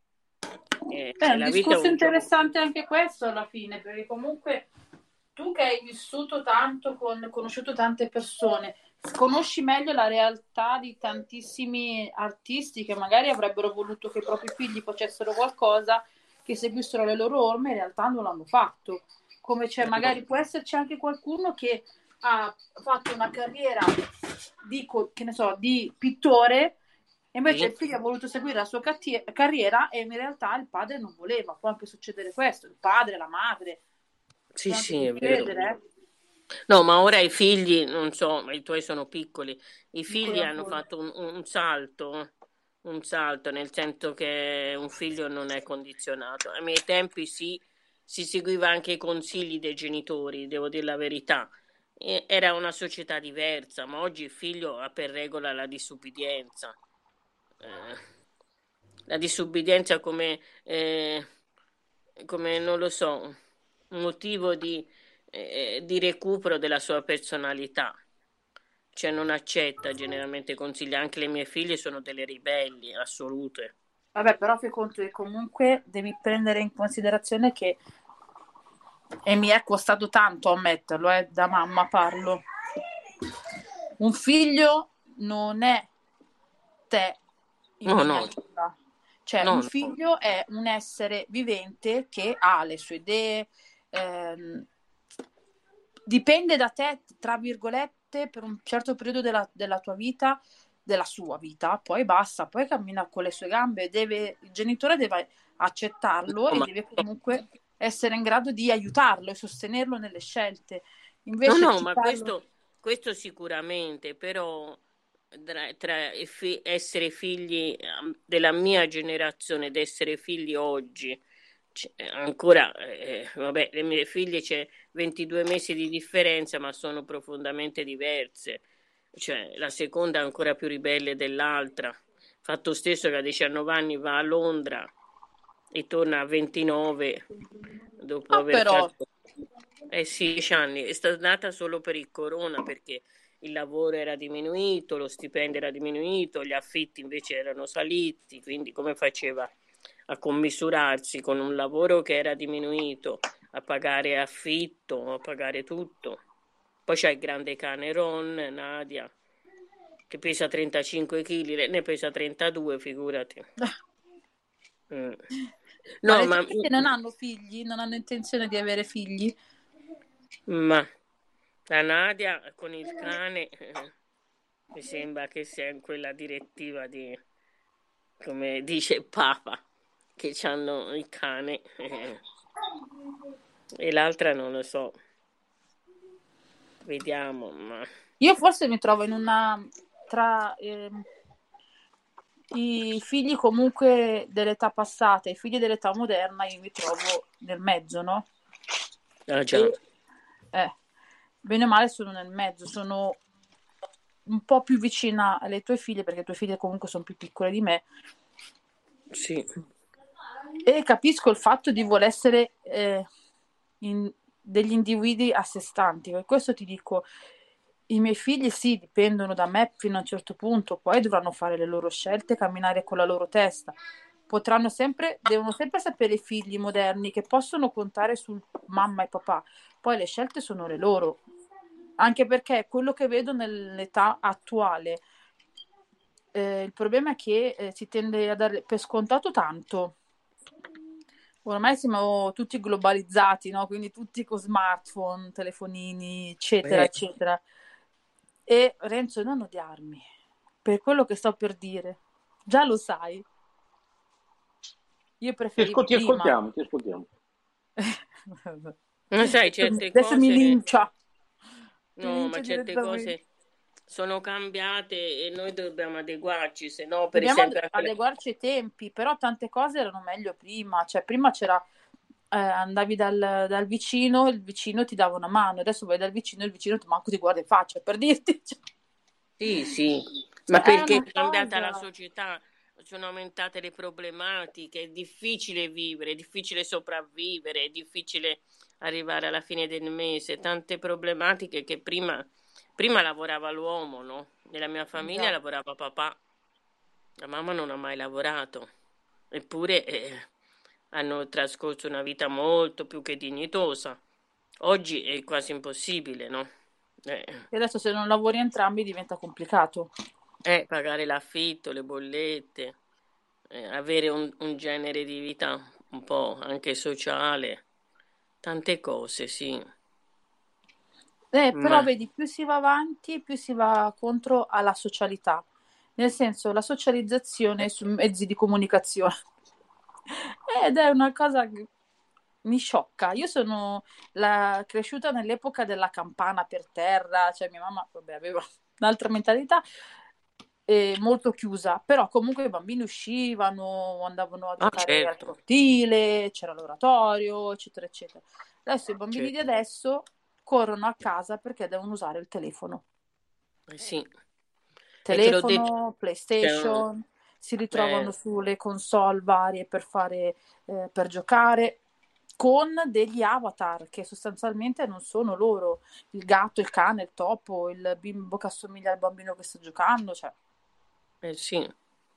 eh, Beh, è un la vita è discorso un gioco. interessante anche questo alla fine, perché comunque tu che hai vissuto tanto, con, conosciuto tante persone, conosci meglio la realtà di tantissimi artisti che magari avrebbero voluto che i propri figli facessero qualcosa, che seguissero le loro orme, in realtà non l'hanno fatto. Come c'è, magari può esserci anche qualcuno che ha fatto una carriera di, co- che ne so, di pittore, e invece Sì. il figlio ha voluto seguire la sua catti- carriera e in realtà il padre non voleva. Può anche succedere questo, il padre, la madre. Sì, Può anche sì, è vero. succedere, eh. No, ma ora i figli, non so, ma i tuoi sono piccoli, i figli Piccoli hanno ancora. fatto un, un salto, un salto, nel senso che un figlio non è condizionato. Ai miei tempi sì, si seguiva anche i consigli dei genitori, devo dire la verità. E- Era una società diversa, ma oggi il figlio ha per regola la disubbidienza. Eh, la disubbidienza come, eh, come, non lo so, un motivo di, eh, di recupero della sua personalità. Cioè non accetta generalmente consigli, anche le mie figlie sono delle ribelli assolute. Vabbè, però fai conto che comunque devi prendere in considerazione che e mi è costato tanto ammetterlo, eh, da mamma parlo. Un figlio non è te in No, no. miniatura. Cioè, No, un no. figlio è un essere vivente che ha le sue idee, ehm, dipende da te, tra virgolette, per un certo periodo della, della tua vita, della sua vita, poi basta, poi cammina con le sue gambe, deve, il genitore deve accettarlo No, e ma- deve comunque essere in grado di aiutarlo e sostenerlo nelle scelte. No, Invece no, ci ma parlo- questo, questo sicuramente, però tra, tra i fi- essere figli ehm, della mia generazione ed essere figli oggi, c'è ancora, eh, vabbè, le mie figlie c'è ventidue mesi di differenza, ma sono profondamente diverse. Cioè, la seconda è ancora più ribelle dell'altra. Fatto stesso che a diciannove anni va a Londra e torna a ventinove dopo Ah, aver però, fatto eh sì, dieci anni. È stata nata solo per il corona perché il lavoro era diminuito, lo stipendio era diminuito, gli affitti invece erano saliti, quindi come faceva a commisurarsi con un lavoro che era diminuito, a pagare affitto, a pagare tutto. Poi c'è il grande cane Ron, Nadia, che pesa trentacinque chili, lei ne pesa trentadue, figurati. Mm. ma No, le ma, tue figlie non hanno figli? Non hanno intenzione di avere figli? ma la Nadia con il cane eh, mi sembra che sia in quella direttiva di, come dice Papa, che hanno il cane eh, e l'altra non lo so. Vediamo, ma Io forse mi trovo in una tra ehm, i figli comunque dell'età passata e i figli dell'età moderna, io mi trovo nel mezzo, no? ah, già. E, eh, bene o male sono nel mezzo, sono un po' più vicina alle tue figlie perché le tue figlie comunque sono più piccole di me. Sì. E capisco il fatto di voler essere eh, in degli individui a sé stanti. Per questo ti dico, i miei figli sì, dipendono da me fino a un certo punto, poi dovranno fare le loro scelte, camminare con la loro testa. Potranno sempre, devono sempre sapere i figli moderni che possono contare su mamma e papà, poi le scelte sono le loro. Anche perché quello che vedo nell'età attuale, eh, il problema è che eh, si tende a dare per scontato tanto. Ormai siamo tutti globalizzati, no? Quindi tutti con smartphone, telefonini, eccetera, Eh. eccetera. E Renzo, non odiarmi per quello che sto per dire. Già lo sai. Io Ti, preferivo ascol- ti prima. ascoltiamo, ti ascoltiamo. Non sai, certe Adesso mi cose, lincia. Mi no, lincia ma certe direttamente. cose sono cambiate e noi dobbiamo adeguarci, se no, per Dobbiamo esempio, anche la- adeguarci ai tempi, però tante cose erano meglio prima. Cioè, prima c'era, eh, andavi dal, dal vicino, il vicino ti dava una mano, adesso vai dal vicino e il vicino ti manco ti guarda in faccia, per dirti. Cioè, Sì, sì, ma è perché una è cambiata la cosa. società, sono aumentate le problematiche, è difficile vivere, è difficile sopravvivere, è difficile arrivare alla fine del mese, tante problematiche che prima, prima lavorava l'uomo, no? Nella mia famiglia Già. lavorava papà, la mamma non ha mai lavorato, eppure eh, hanno trascorso una vita molto più che dignitosa. Oggi è quasi impossibile, no? Eh. E adesso se non lavori entrambi diventa complicato. Eh, pagare l'affitto, le bollette, eh, avere un, un genere di vita un po' anche sociale, tante cose, sì. Eh, però Ma vedi, più si va avanti, più si va contro alla socialità. Nel senso, la socializzazione su mezzi di comunicazione. Ed è una cosa che mi sciocca. Io sono la- cresciuta nell'epoca della campana per terra, cioè mia mamma, vabbè, aveva un'altra mentalità, eh, molto chiusa, però comunque i bambini uscivano, andavano a ah, giocare al certo, cortile, c'era l'oratorio, eccetera, eccetera. Adesso i bambini di certo, adesso corrono a casa perché devono usare il telefono. eh sì, e te l'ho detto, Telefono, c'è un- PlayStation, si ritrovano eh, sulle console varie per fare, eh, per giocare con degli avatar che sostanzialmente non sono loro, il gatto, il cane, il topo, il bimbo che assomiglia al bambino che sta giocando, cioè eh sì,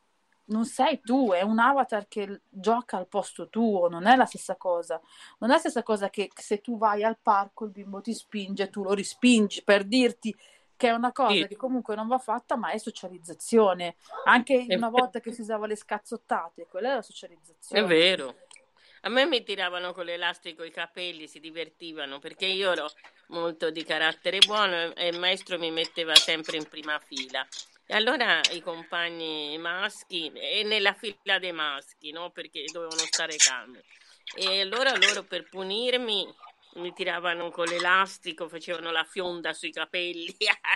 non sei tu, è un avatar che gioca al posto tuo, non è la stessa cosa. Non è la stessa cosa che se tu vai al parco il bimbo ti spinge, tu lo rispingi, per dirti che è una cosa Sì. che comunque non va fatta, ma è socializzazione. Anche È una vero. volta che si usava le scazzottate, quella è la È socializzazione. vero. A me mi tiravano con l'elastico i capelli, si divertivano, perché io ero molto di carattere buono e il maestro mi metteva sempre in prima fila. E allora i compagni maschi, e nella fila dei maschi, no? Perché dovevano stare calmi. E allora loro per punirmi mi tiravano con l'elastico, facevano la fionda sui capelli.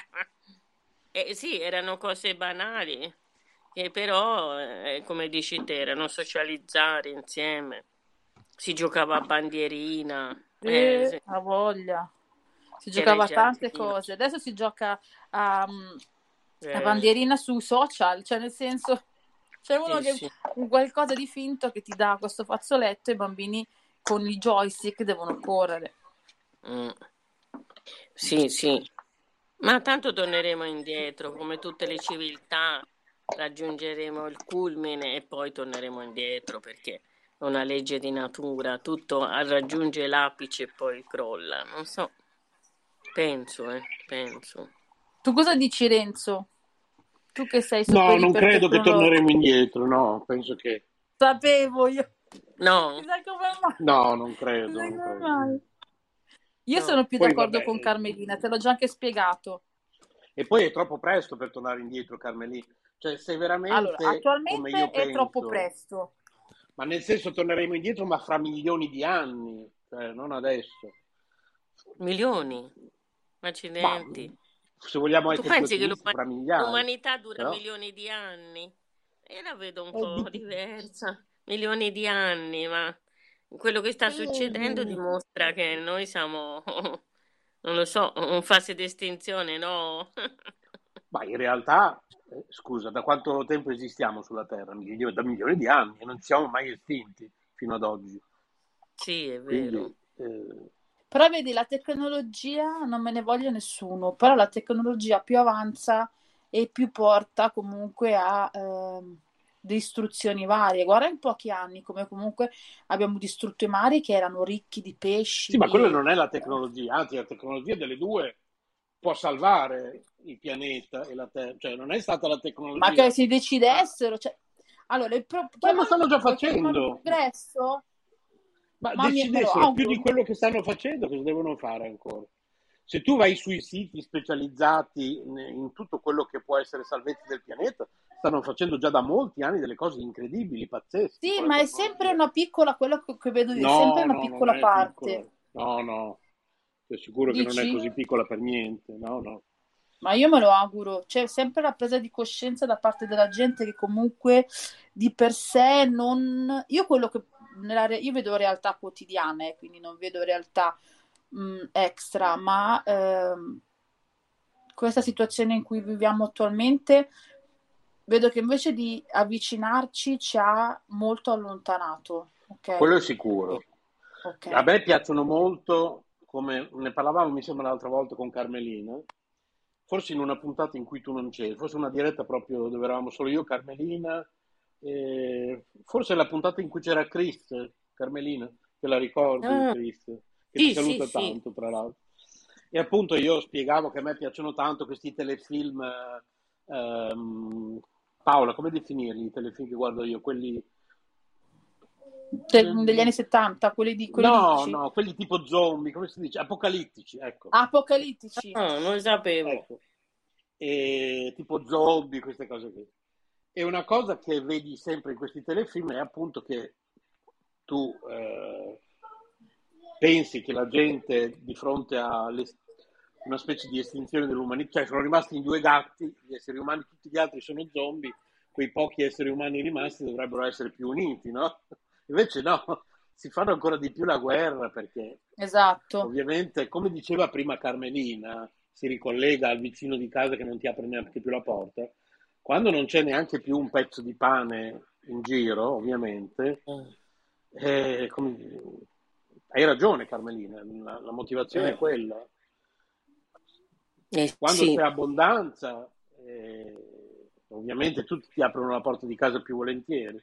E sì, erano cose banali, che però, eh, come dici te, erano socializzare insieme. Si giocava a bandierina, eh, Sì, sì, ha voglia. Si era giocava il a tante giardino. cose. Adesso si gioca a, mm, a Eh, bandierina su social, cioè nel senso c'è uno sì, che sì. un qualcosa di finto che ti dà questo fazzoletto e i bambini con i joystick devono correre. Mm. Sì, sì. Ma tanto torneremo indietro, come tutte le civiltà, raggiungeremo il culmine e poi torneremo indietro perché è una legge di natura, tutto raggiunge l'apice e poi crolla. Non so, penso, eh, penso. Tu cosa dici, Renzo? Tu che sei No, super non iper credo che tecnologico. torneremo indietro, no, penso che... Sapevo io. No, Chissà come mai. No, non credo, Chissà non come credo. mai. Io no. sono più Poi d'accordo vabbè, con Carmelina, te l'ho già anche spiegato. e poi è troppo presto per tornare indietro, Carmelina. Cioè, se Allora, veramente, come io attualmente è troppo penso, presto. ma nel senso torneremo indietro, ma fra milioni di anni, cioè non adesso. Milioni, Ma accidenti. se vogliamo Tu essere più pensi che ottimisti, l'uma- fra migliaia, l'umanità dura però... milioni di anni? Io la vedo un Eh, po' di- diversa. Milioni di anni, ma quello che sta succedendo dimostra che noi siamo, non lo so, in fase di estinzione, no? Ma in realtà, eh, scusa, da quanto tempo esistiamo sulla Terra? Milioni- Da milioni di anni e non ci siamo mai estinti fino ad oggi. Sì, è Quindi, vero. eh, Però vedi, la tecnologia non me ne voglia nessuno, però la tecnologia più avanza e più porta comunque a ehm, distruzioni varie. Guarda in pochi anni come comunque abbiamo distrutto i mari che erano ricchi di pesci, sì, ma quello di... non è la tecnologia, anzi la tecnologia delle due può salvare il pianeta e la Terra, cioè non è stata la Ma tecnologia. che si decidessero, cioè... Allora, il pro... Ma lo chiamalo stanno già come chiamalo facendo. progresso, Ma ma mi- me lo decidessero più auguro. di quello che stanno facendo, cosa devono fare ancora? Se tu vai sui siti specializzati in, in tutto quello che può essere salvezza del pianeta, stanno facendo già da molti anni delle cose incredibili, pazzesche. Sì, con la ma è tecnologia. sempre una piccola, quello che che vedo io, è No, sempre una no, non piccola è parte. piccola. No, no, sono sicuro che non è Dici? così piccola per niente. No, no. Ma io me lo auguro, c'è sempre la presa di coscienza da parte della gente che comunque di per sé non... Io quello che... Nella re- Io vedo realtà quotidiane, quindi non vedo realtà mh, extra, ma ehm, questa situazione in cui viviamo attualmente vedo che invece di avvicinarci ci ha molto allontanato. Ok? Quello è sicuro. Ok. A me piacciono molto, come ne parlavamo mi sembra l'altra volta con Carmelina, forse in una puntata in cui tu non c'eri, forse una diretta proprio dove eravamo solo io, Carmelina, e forse la puntata in cui c'era Chris, Carmelina, te la ricordi, Ah, Chris? Che ti sì, sì, saluta sì. tanto, tra l'altro. E appunto io spiegavo che a me piacciono tanto questi telefilm, ehm, Paola, come definirli i telefilm che guardo io? Quelli... De- degli anni settanta, quelli di quelli No, dici? no, quelli tipo zombie, come si dice? Apocalittici, ecco. Apocalittici. No, non lo sapevo. Ecco. E tipo zombie, queste cose qui. E una cosa che vedi sempre in questi telefilm è appunto che tu eh, pensi che la gente di fronte a una specie di estinzione dell'umanità, cioè sono rimasti in due gatti, gli esseri umani, tutti gli altri sono zombie, quei pochi esseri umani rimasti dovrebbero essere più uniti, no? Invece no, si fanno ancora di più la guerra perché Esatto. ovviamente, come diceva prima Carmelina, si ricollega al vicino di casa che non ti apre neanche più la porta. Quando non c'è neanche più un pezzo di pane in giro, ovviamente, eh, come... hai ragione Carmelina, la, la motivazione è quella. Eh, Quando sì. c'è abbondanza, eh, ovviamente tutti ti aprono la porta di casa più volentieri.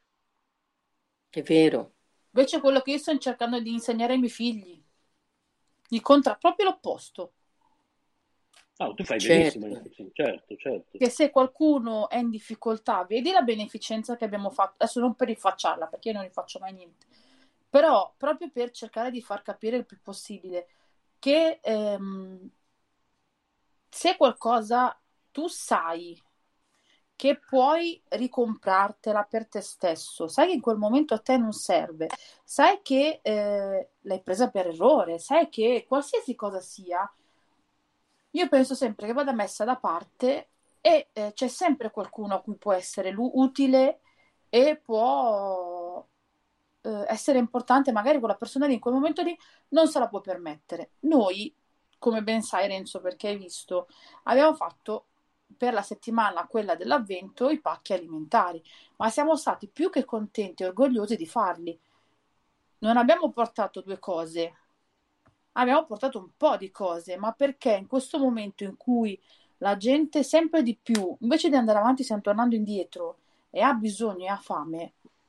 È vero. Invece quello che io sto cercando di insegnare ai miei figli, gli contra proprio l'opposto. No, tu fai Certo. benissimo, sì, certo, certo. Che se qualcuno è in difficoltà, vedi la beneficenza che abbiamo fatto, adesso non per rifacciarla, perché io non rifaccio mai niente, però proprio per cercare di far capire il più possibile che ehm, se qualcosa tu sai che puoi ricomprartela per te stesso, sai che in quel momento a te non serve, sai che eh, l'hai presa per errore, sai che qualsiasi cosa sia, io penso sempre che vada messa da parte e eh, c'è sempre qualcuno a cui può essere lu- utile e può eh, essere importante, magari quella persona lì in quel momento lì non se la può permettere. Noi, come ben sai Renzo, perché hai visto, abbiamo fatto per la settimana, quella dell'avvento, i pacchi alimentari, ma siamo stati più che contenti e orgogliosi di farli. Non abbiamo portato due cose, abbiamo portato un po' di cose, ma perché in questo momento in cui la gente sempre di più, invece di andare avanti, stiamo tornando indietro e ha bisogno e ha fame,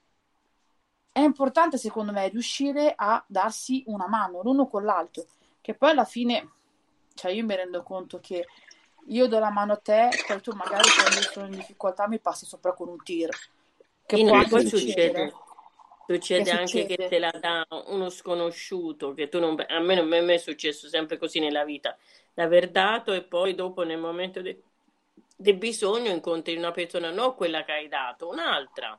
è importante secondo me riuscire a darsi una mano l'uno con l'altro, che poi alla fine, cioè io mi rendo conto che io do la mano a te, poi tu magari quando io sono in difficoltà mi passi sopra con un tir. Che Sì, può no, anche poi succedere. succede, succede Che anche succede. che te la dà uno sconosciuto, che tu non, a me, non- a me è successo sempre così nella vita, d'aver dato e poi dopo nel momento de- del bisogno incontri una persona, non quella che hai dato, un'altra.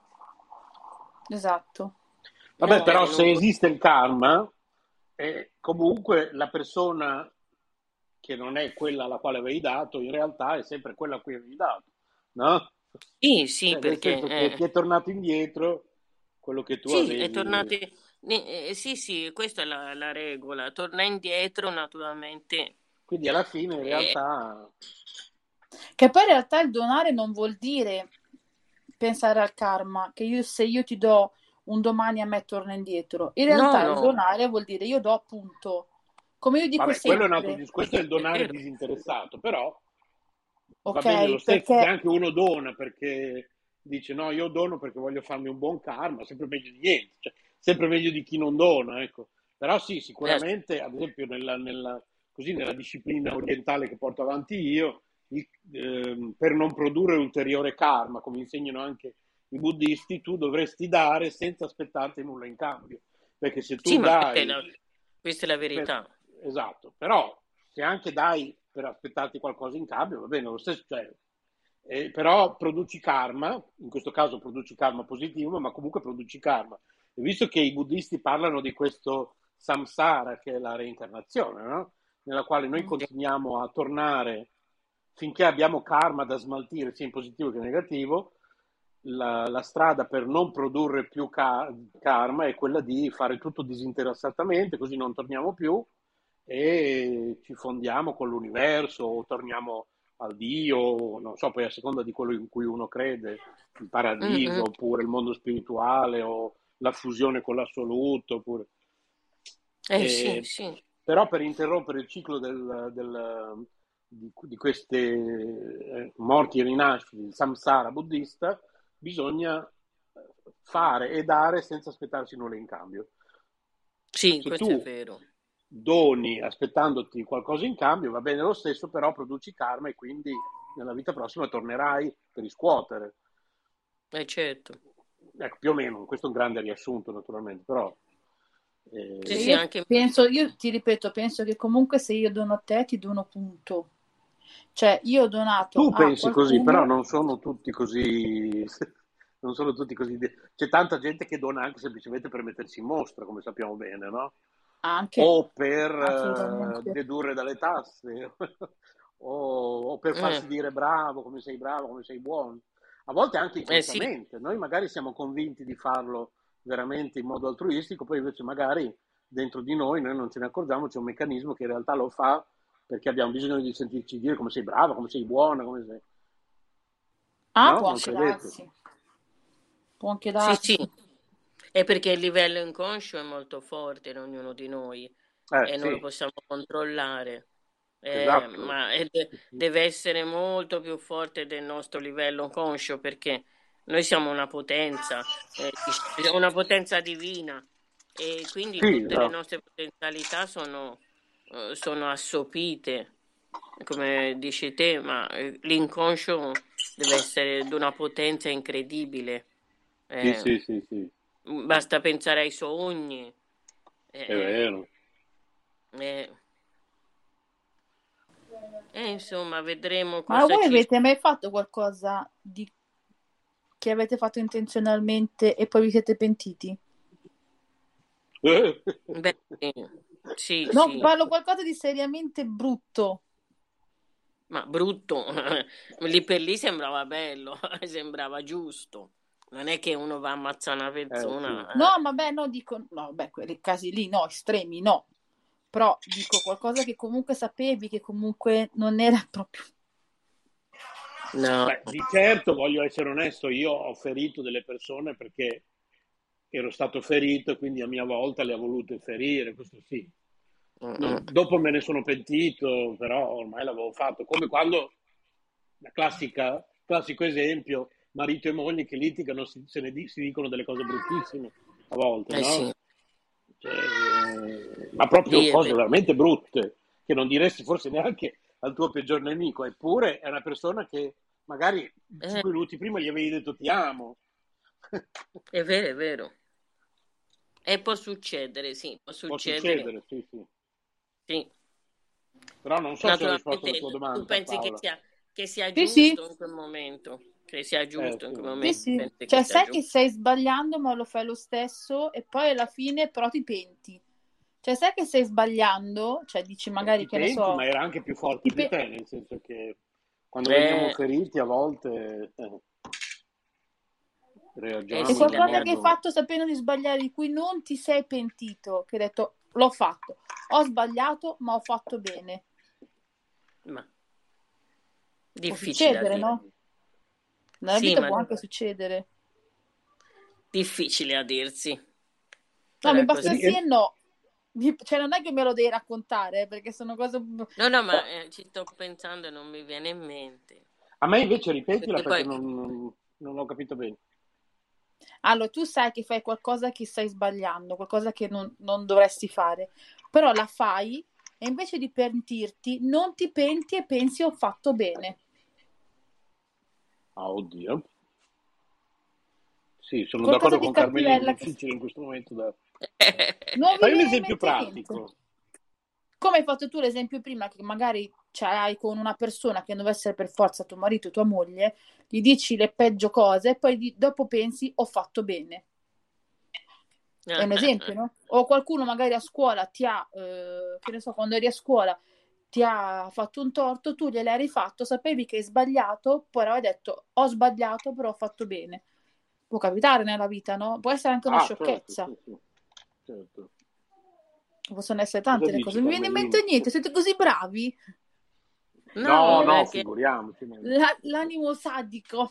Esatto. Vabbè, No, però che se non- esiste il karma, eh, comunque la persona che non è quella alla quale avevi dato, in realtà è sempre quella a cui avevi dato, no? Sì, sì, Cioè, nel perché senso che eh, ti è tornato indietro quello che tu sì, è avevi. tornati, ne- eh, sì, sì, questa è la, la regola, torna indietro naturalmente. Quindi alla fine in Eh, realtà Che poi in realtà il donare non vuol dire pensare al karma, che io, se io ti do un domani a me torna indietro. In no, realtà il no, donare vuol dire io do appunto, come io dico vabbè, quello è un altro sempre, discorso, questo è il è donare vero. disinteressato, però va bene lo ok? stesso, se Perché anche uno dona perché dice no, io dono perché voglio farmi un buon karma, sempre meglio di niente, cioè, sempre meglio di chi non dona, ecco. Però sì, Eh, sicuramente, ad esempio, nella, nella- così, nella disciplina orientale che porto avanti io, il- ehm, per non produrre ulteriore karma, come insegnano anche i buddisti, tu dovresti dare senza aspettarti nulla in cambio, perché se sì, tu ma questa è dai... la, questa è la per- verità. esatto, però se anche dai per aspettarti qualcosa in cambio, va bene, lo stesso, cioè, eh, però produci karma, in questo caso produci karma positivo, ma comunque produci karma. E visto che i buddisti parlano di questo samsara, che è la reincarnazione, no? Nella quale noi continuiamo a tornare finché abbiamo karma da smaltire, sia in positivo che in negativo, la, la strada per non produrre più ca- karma è quella di fare tutto disinteressatamente, così non torniamo più e ci fondiamo con l'universo o torniamo al Dio, non so, poi a seconda di quello in cui uno crede, il paradiso, Mm-mm. oppure il mondo spirituale o la fusione con l'assoluto, oppure... Eh sì, Eh, sì. però per interrompere il ciclo del, del- di, di queste eh, morti e rinascite, il samsara buddista, bisogna fare e dare senza aspettarsi nulla in cambio. Sì, Se questo è tu vero. doni aspettandoti qualcosa in cambio, va bene lo stesso, però produci karma e quindi nella vita prossima tornerai per riscuotere. Eh certo. Ecco, più o meno, questo è un grande riassunto naturalmente, però... eh, Sì, E sì, io anche penso, io ti ripeto, penso che comunque se io dono a te, ti dono punto. Cioè, io ho donato Tu a pensi così, però qualcuno, non sono tutti così, non sono tutti così. C'è tanta gente che dona anche semplicemente per mettersi in mostra, come sappiamo bene, no? anche, O per eh, assolutamente. dedurre dalle tasse, o, o per farsi eh, dire bravo, come sei bravo, come sei buono. A volte anche eh sì, inconsciamente. Noi magari siamo convinti di farlo veramente in modo altruistico, poi invece magari dentro di noi, noi non ce ne accorgiamo, c'è un meccanismo che in realtà lo fa perché abbiamo bisogno di sentirci dire come sei brava, come sei buona, come sei... Ah, No? può Non anche credete? darsi, può anche sì, darsi. sì. È perché il livello inconscio è molto forte in ognuno di noi Eh, e non lo sì. possiamo controllare. Eh, Esatto. ma è de- deve essere molto più forte del nostro livello conscio, perché noi siamo una potenza, eh, di- una potenza divina, e quindi Sì, tutte le esatto. nostre potenzialità sono, eh, sono assopite, come dici te, ma eh, l'inconscio deve essere di una potenza incredibile. Sì, Eh, sì, sì, sì, basta pensare ai sogni. è Eh, vero. eh, eh, insomma, vedremo Ma cosa voi ci... avete mai fatto qualcosa di... che avete fatto intenzionalmente e poi vi siete pentiti? Beh, sì, No, sì, parlo qualcosa di seriamente brutto. ma brutto, lì per lì sembrava bello, sembrava giusto. Non è che uno va a ammazzare una persona. eh. No, vabbè, no, dico... No, beh, quei casi lì, no, estremi, no. Però, dico, qualcosa che comunque sapevi, che comunque non era proprio... No. Beh, di certo, voglio essere onesto, io ho ferito delle persone perché ero stato ferito e quindi a mia volta le ho volute ferire, questo sì. Non- dopo me ne sono pentito, però ormai l'avevo fatto. Come quando, la classica, classico esempio, marito e moglie che litigano, si, se ne di- si dicono delle cose bruttissime a volte, Eh no? sì, Cioè, eh, ma proprio sì, è cose vero. veramente brutte, che non diresti forse neanche al tuo peggior nemico, eppure è una persona che magari Eh, cinque minuti prima gli avevi detto ti amo. è vero, è vero. E può succedere, sì, può Può succedere, succedere, sì, sì. sì. Però non so se ho risposto alla Naturalmente tua tu domanda, pensi che Paola. sia, che sia Sì, sì, giusto in quel momento, che sia Eh, giusto in sì. quel sì, momento, sì. pensi che Cioè, sia sai che giusto. stai sbagliando, ma lo fai lo stesso e poi alla fine però ti penti. Cioè, sai che stai sbagliando, cioè dici Eh, magari, ti che ne penti, so, ma era anche più forte ti di pe- te, nel senso che quando veniamo Eh, feriti a volte eh, eh è reagiamo sì, in un qualcosa che hai modo... fatto sapendo di sbagliare, di cui non ti sei pentito, che hai detto, l'ho fatto, ho sbagliato, ma ho fatto bene. ma Può difficile a succedere, dire. no? Nella Sì, vita ma può anche succedere. difficile a dirsi. No, mi Però basta così. sì e no. Mi- Cioè, non è che me lo devi raccontare, eh, perché sono cose... No, no, ma eh, ci sto pensando e non mi viene in mente. A me invece ripetila Perché perché poi, non, non, non ho capito bene. Allora, tu sai che fai qualcosa che stai sbagliando, qualcosa che non, non dovresti fare, però la fai e invece di pentirti, non ti penti e pensi ho fatto bene. Ah, oddio. Sì, sono Qualcosa d'accordo di con Carmelina, cattivella che... difficile in questo momento da... Non vi Fai un viene in esempio mente niente. pratico. Come hai fatto tu l'esempio prima, che magari ce l'hai con una persona che non deve essere per forza tuo marito o tua moglie, gli dici le peggio cose e poi di- dopo pensi ho fatto bene. È un esempio, no? O qualcuno magari a scuola ti ha, eh, che ne so, quando eri a scuola ti ha fatto un torto, tu gliel'hai rifatto, sapevi che hai sbagliato, poi hai detto ho sbagliato, però ho fatto bene. Può capitare nella vita, no? Può essere anche una Ah, certo, sciocchezza. sì, sì, certo. Possono essere Cosa tante le dici, cose. Non mi viene in mente Carmelina? niente, siete così bravi. No, no, no, perché, figuriamoci. ma- La- l'animo sadico.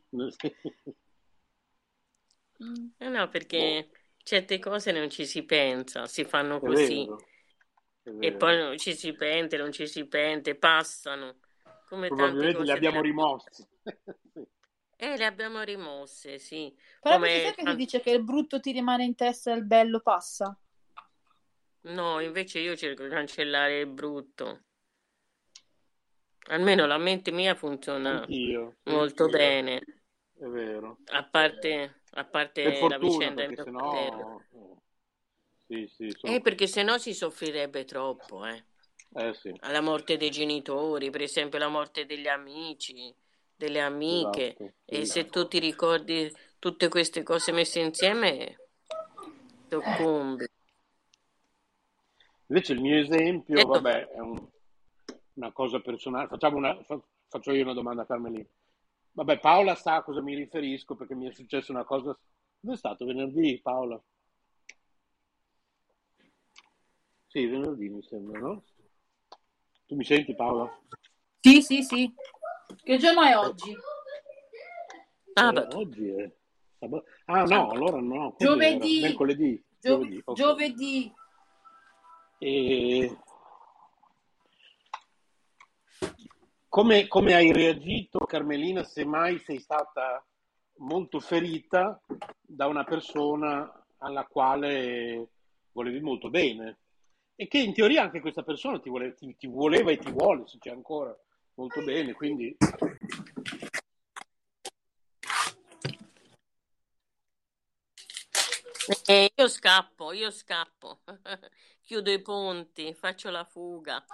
eh no, perché certe cose non ci si pensa, si fanno È così. vero, è E vero. poi non ci si pente, non ci si pente, passano, come tante Probabilmente li cose abbiamo della vita. rimossi. E le abbiamo rimosse, sì. Però invece sai Come che si tan- dice che il brutto ti rimane in testa e il bello passa? No, invece io cerco di cancellare il brutto. Almeno la mente mia funziona Anch'io, sì, molto sì, bene, è vero. a parte, a Per parte la fortuna, vicenda del perché mio fratello. sennò... eh, Sì, sì, sono... Eh, perché sennò si soffrirebbe troppo, eh. Eh sì, Alla morte dei genitori, per esempio la morte degli amici, delle amiche. esatto. E Sì. se tu ti ricordi tutte queste cose messe insieme, soccombi. Invece il mio esempio, Detto, vabbè, è un- una cosa personale. Facciamo una, fa- faccio io una domanda a Carmelina. Vabbè, Paola sa a cosa mi riferisco perché mi è successa una cosa... Dove è stato? Venerdì, Paola? Sì, venerdì mi sembra, no? Tu mi senti, Paola? Sì, sì, sì. Che giorno è Eh, oggi? eh, sabato, oggi è... sabato. Ah no, sabato. allora no, cos'era? Giovedì. Mercoledì, Gio- giovedì, ok. giovedì. E come, come hai reagito, Carmelina, se mai sei stata molto ferita da una persona alla quale volevi molto bene e che in teoria anche questa persona ti, vole, ti, ti voleva e ti vuole, se c'è ancora, molto bene, quindi... Eh, io scappo, io scappo, chiudo i ponti, faccio la fuga.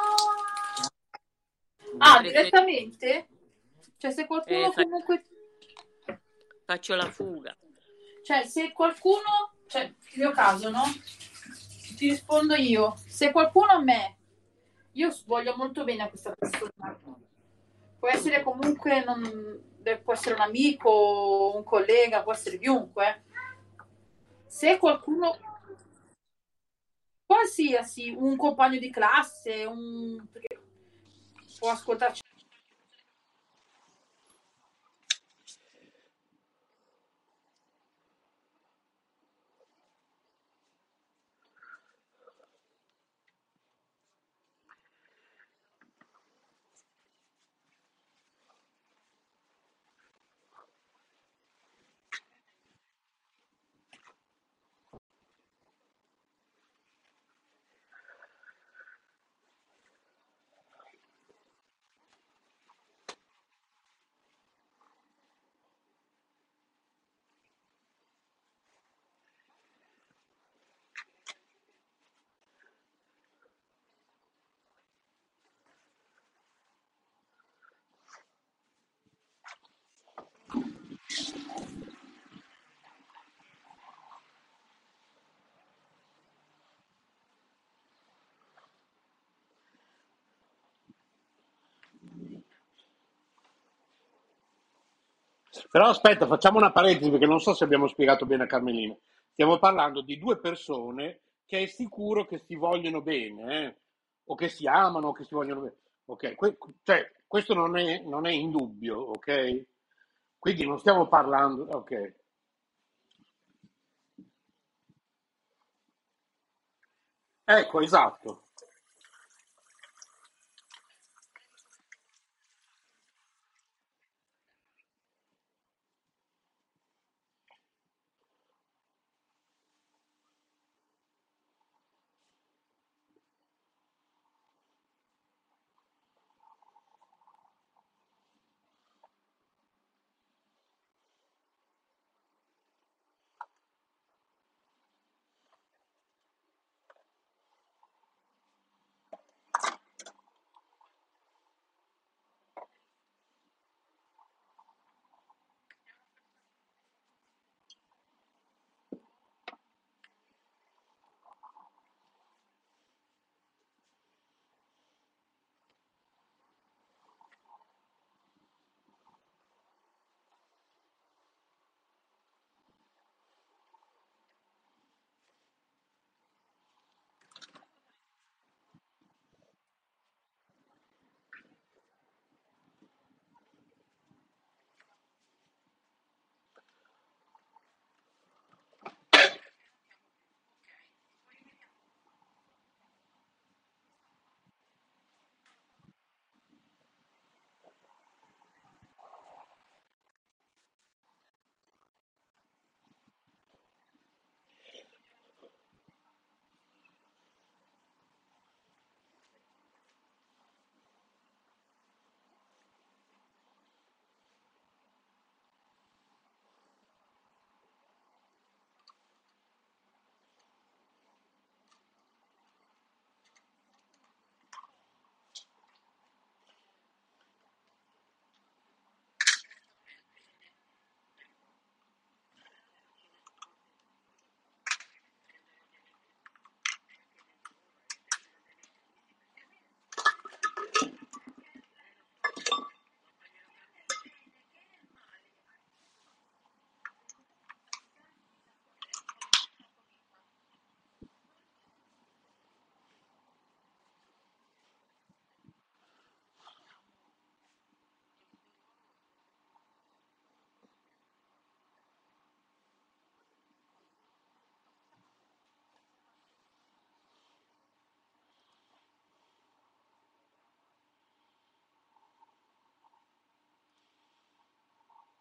Ah, Prefer- direttamente? Cioè, se qualcuno eh, fa- comunque... faccio la fuga. Cioè, se qualcuno... Cioè, nel mio caso, no? Ti rispondo io. Se qualcuno a me... Io voglio molto bene a questa persona. Può essere comunque... Non, può essere un amico, un collega, può essere chiunque. Se qualcuno... Qualsiasi, un compagno di classe, un... Perché può ascoltarci. Però aspetta, facciamo una parentesi perché non so se abbiamo spiegato bene a Carmelina. Stiamo parlando di due persone che è sicuro che si vogliono bene, eh? O che si amano, o che si vogliono bene. Ok, que- cioè, questo non è, non è in dubbio, ok? Quindi non stiamo parlando, ok. Ecco, esatto.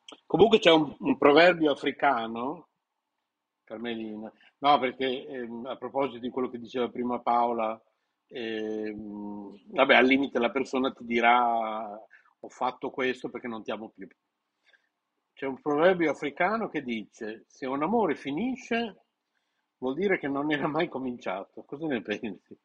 Comunque c'è un, un proverbio africano, Carmelina, no, perché ehm, a proposito di quello che diceva prima Paola, ehm, vabbè, al limite la persona ti dirà ho fatto questo perché non ti amo più. C'è un proverbio africano che dice se un amore finisce vuol dire che non era mai cominciato. Cosa ne pensi?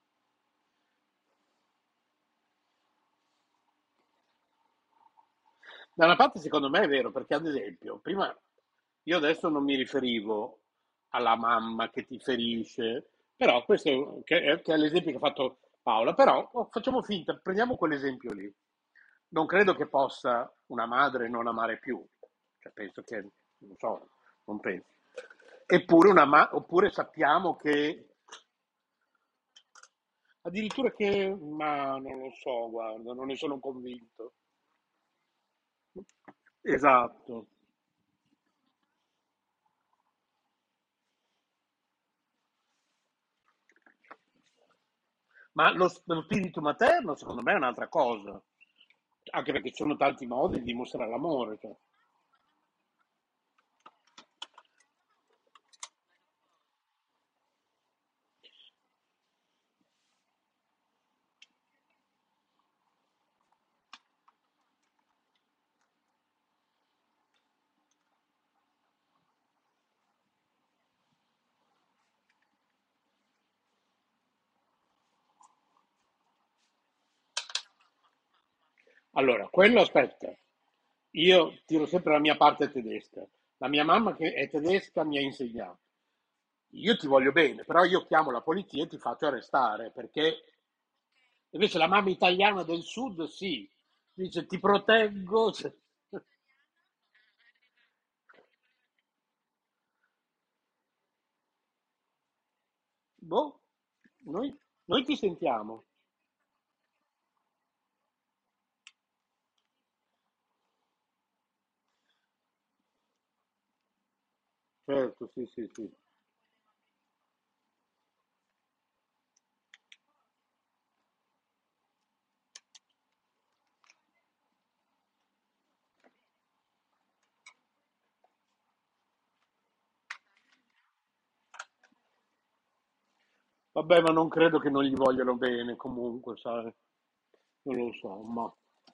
Da una parte secondo me è vero, perché ad esempio, prima io adesso non mi riferivo alla mamma che ti ferisce, però questo che è, che è l'esempio che ha fatto Paola, però oh, facciamo finta, prendiamo quell'esempio lì. Non credo che possa una madre non amare più, cioè penso che, non so, non penso. Eppure, una ma- oppure sappiamo che addirittura che, ma non lo so, guarda, non ne sono convinto. Esatto. Ma lo, lo spirito materno, secondo me, è un'altra cosa, anche perché ci sono tanti modi di dimostrare l'amore. Cioè. Allora, quello aspetta, io tiro sempre la mia parte tedesca. La mia mamma che è tedesca mi ha insegnato. Io ti voglio bene, però io chiamo la polizia e ti faccio arrestare, perché invece la mamma italiana del sud, sì, dice ti proteggo. Cioè, boh, noi, noi ti sentiamo. Certo, sì, sì, sì. Vabbè, ma non credo che non gli vogliano bene comunque, sai? Non lo so, ma...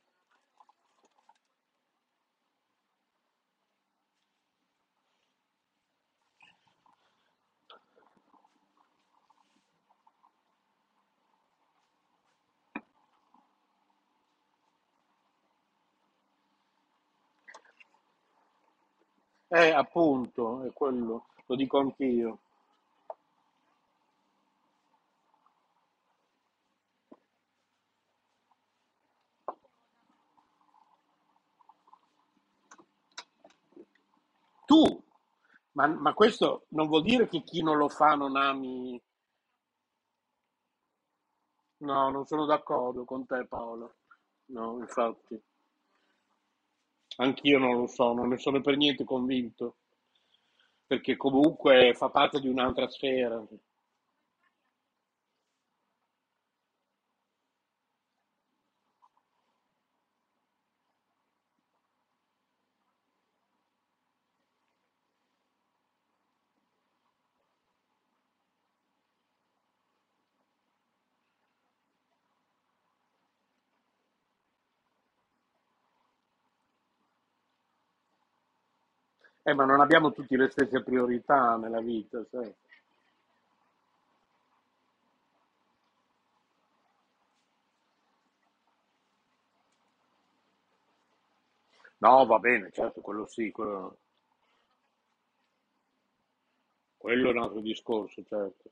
Eh, appunto, è quello, lo dico anch'io. Tu, ma, ma questo non vuol dire che chi non lo fa non ami... No, non sono d'accordo con te, Paolo. No, infatti. Anch'io non lo so, non ne sono per niente convinto, perché comunque fa parte di un'altra sfera. Eh, ma non abbiamo tutti le stesse priorità nella vita, sai? No, va bene, certo, quello sì, quello, quello è un altro discorso, certo.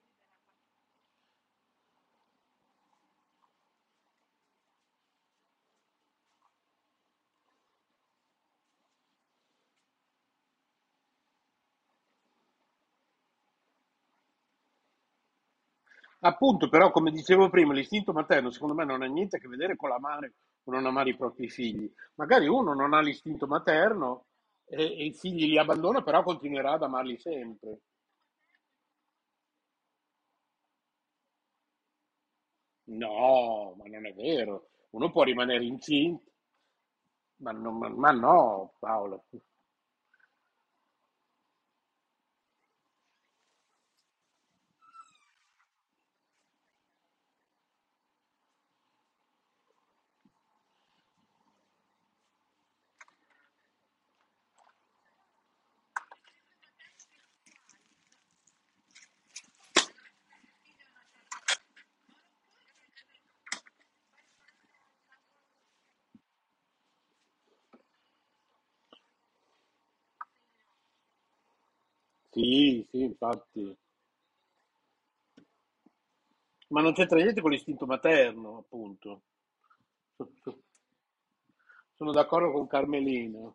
Appunto, però, come dicevo prima, l'istinto materno secondo me non ha niente a che vedere con l'amare o non amare i propri figli. Magari uno non ha l'istinto materno e, e i figli li abbandona, però continuerà ad amarli sempre. No, ma non è vero. Uno può rimanere incinto. Ma, no, ma, ma no, Paola. Sì, sì, infatti. Ma non c'entra niente con l'istinto materno, appunto. So- so- Sono d'accordo con Carmelina.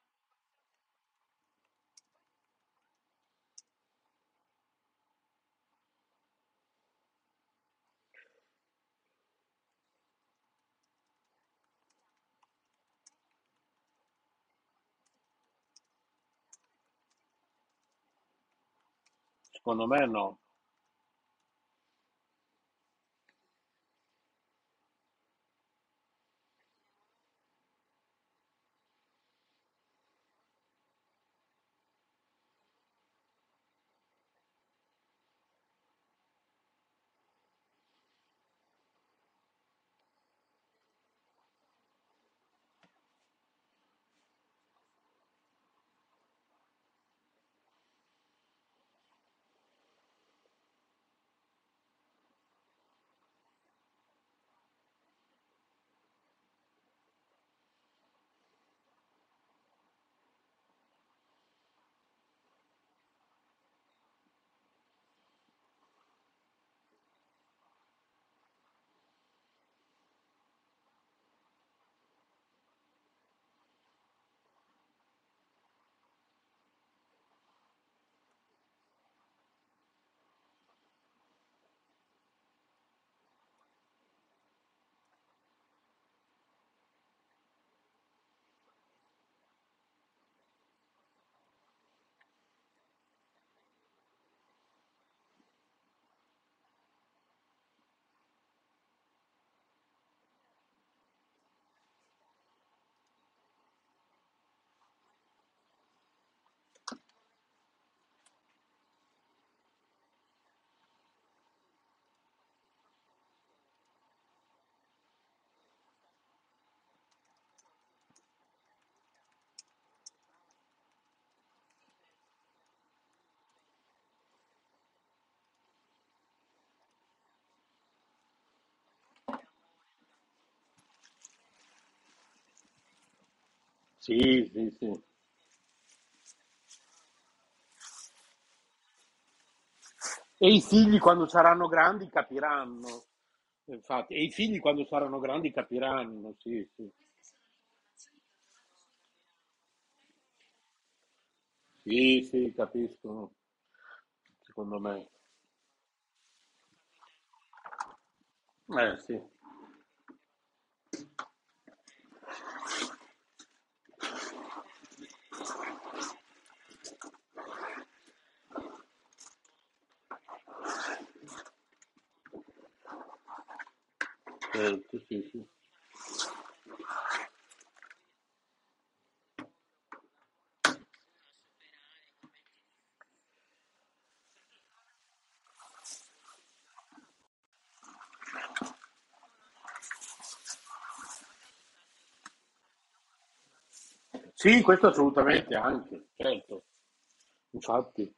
Secondo me no. Sì, sì, sì. E i figli quando saranno grandi capiranno. Infatti, e i figli quando saranno grandi capiranno, sì, sì. Sì, sì, capiscono, secondo me. Eh, sì. Certo, sì, sì. Sì, questo assolutamente anche, certo. Infatti.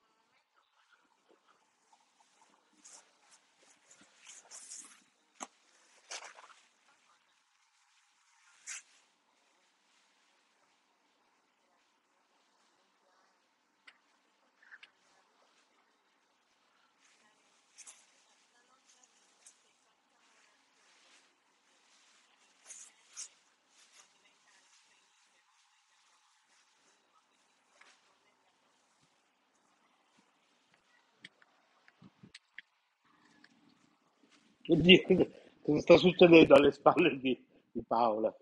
Oddio, cosa sta succedendo alle spalle di, di Paola?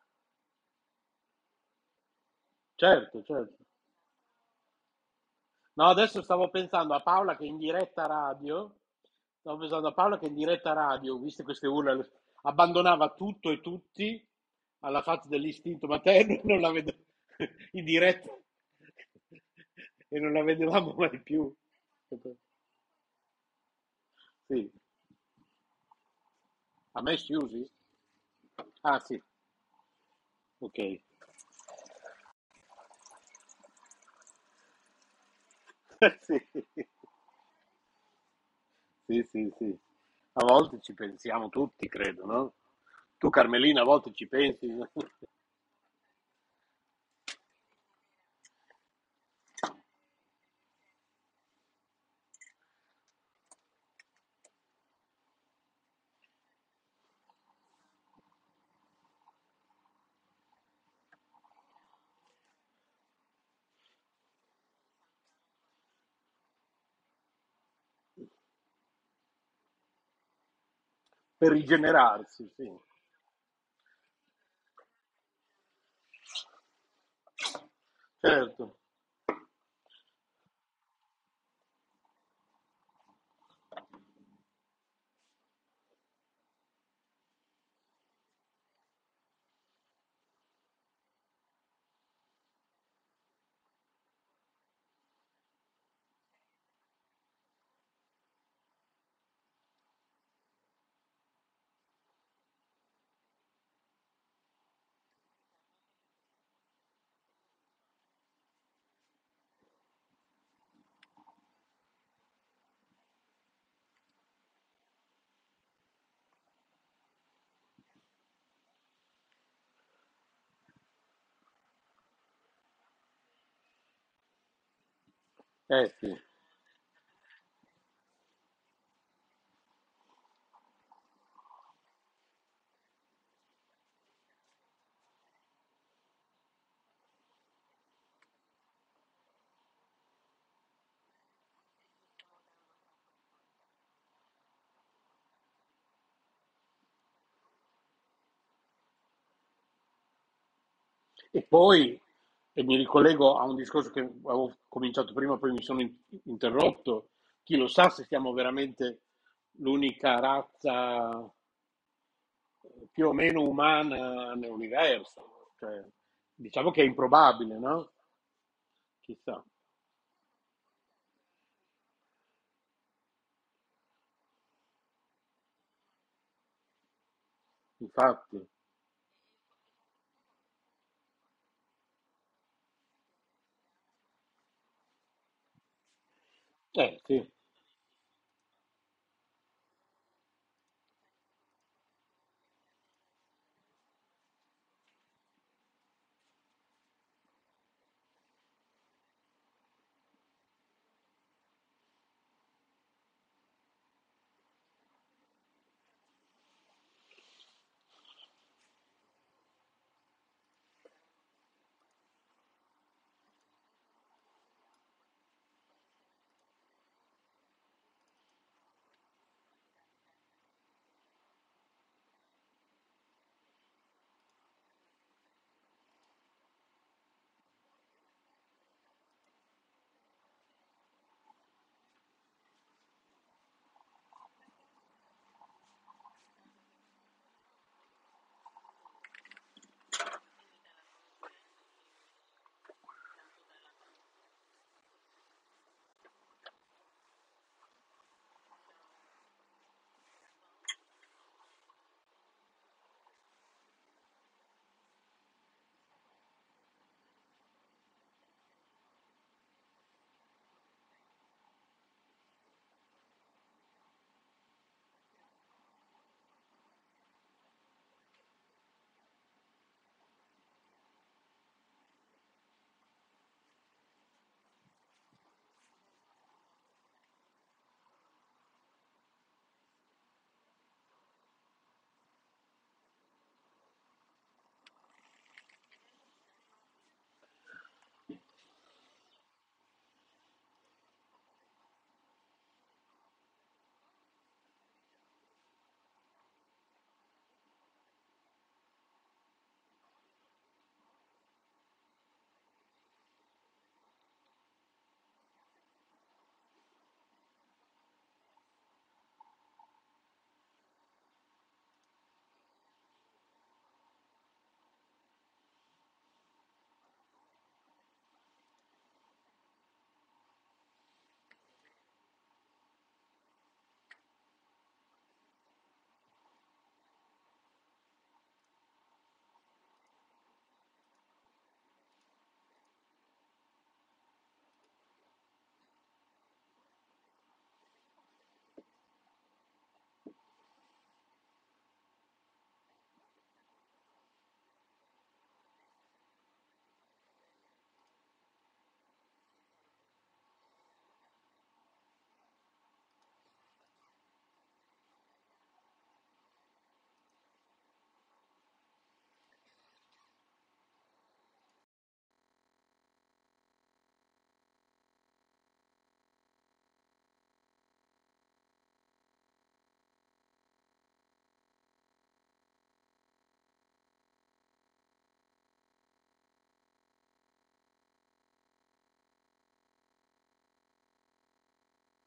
Certo, certo. No, adesso stavo pensando a Paola che in diretta radio, stavo pensando a Paola che in diretta radio, viste queste urla, abbandonava tutto e tutti alla faccia dell'istinto materno e non la vede- in diretta e non la vedevamo mai più. Sì. A me si usi? Ah sì, ok. Sì. Sì, sì, sì. A volte ci pensiamo tutti, credo, no? Tu, Carmelina, a volte ci pensi? Per rigenerarsi, sì. Certo. Eh sì. E poi, e mi ricollego a un discorso che avevo cominciato prima, poi mi sono in- interrotto, chi lo sa se siamo veramente l'unica razza eh, più o meno umana nell'universo. Cioè, diciamo che è improbabile, no? Chissà. Infatti. Eh sì.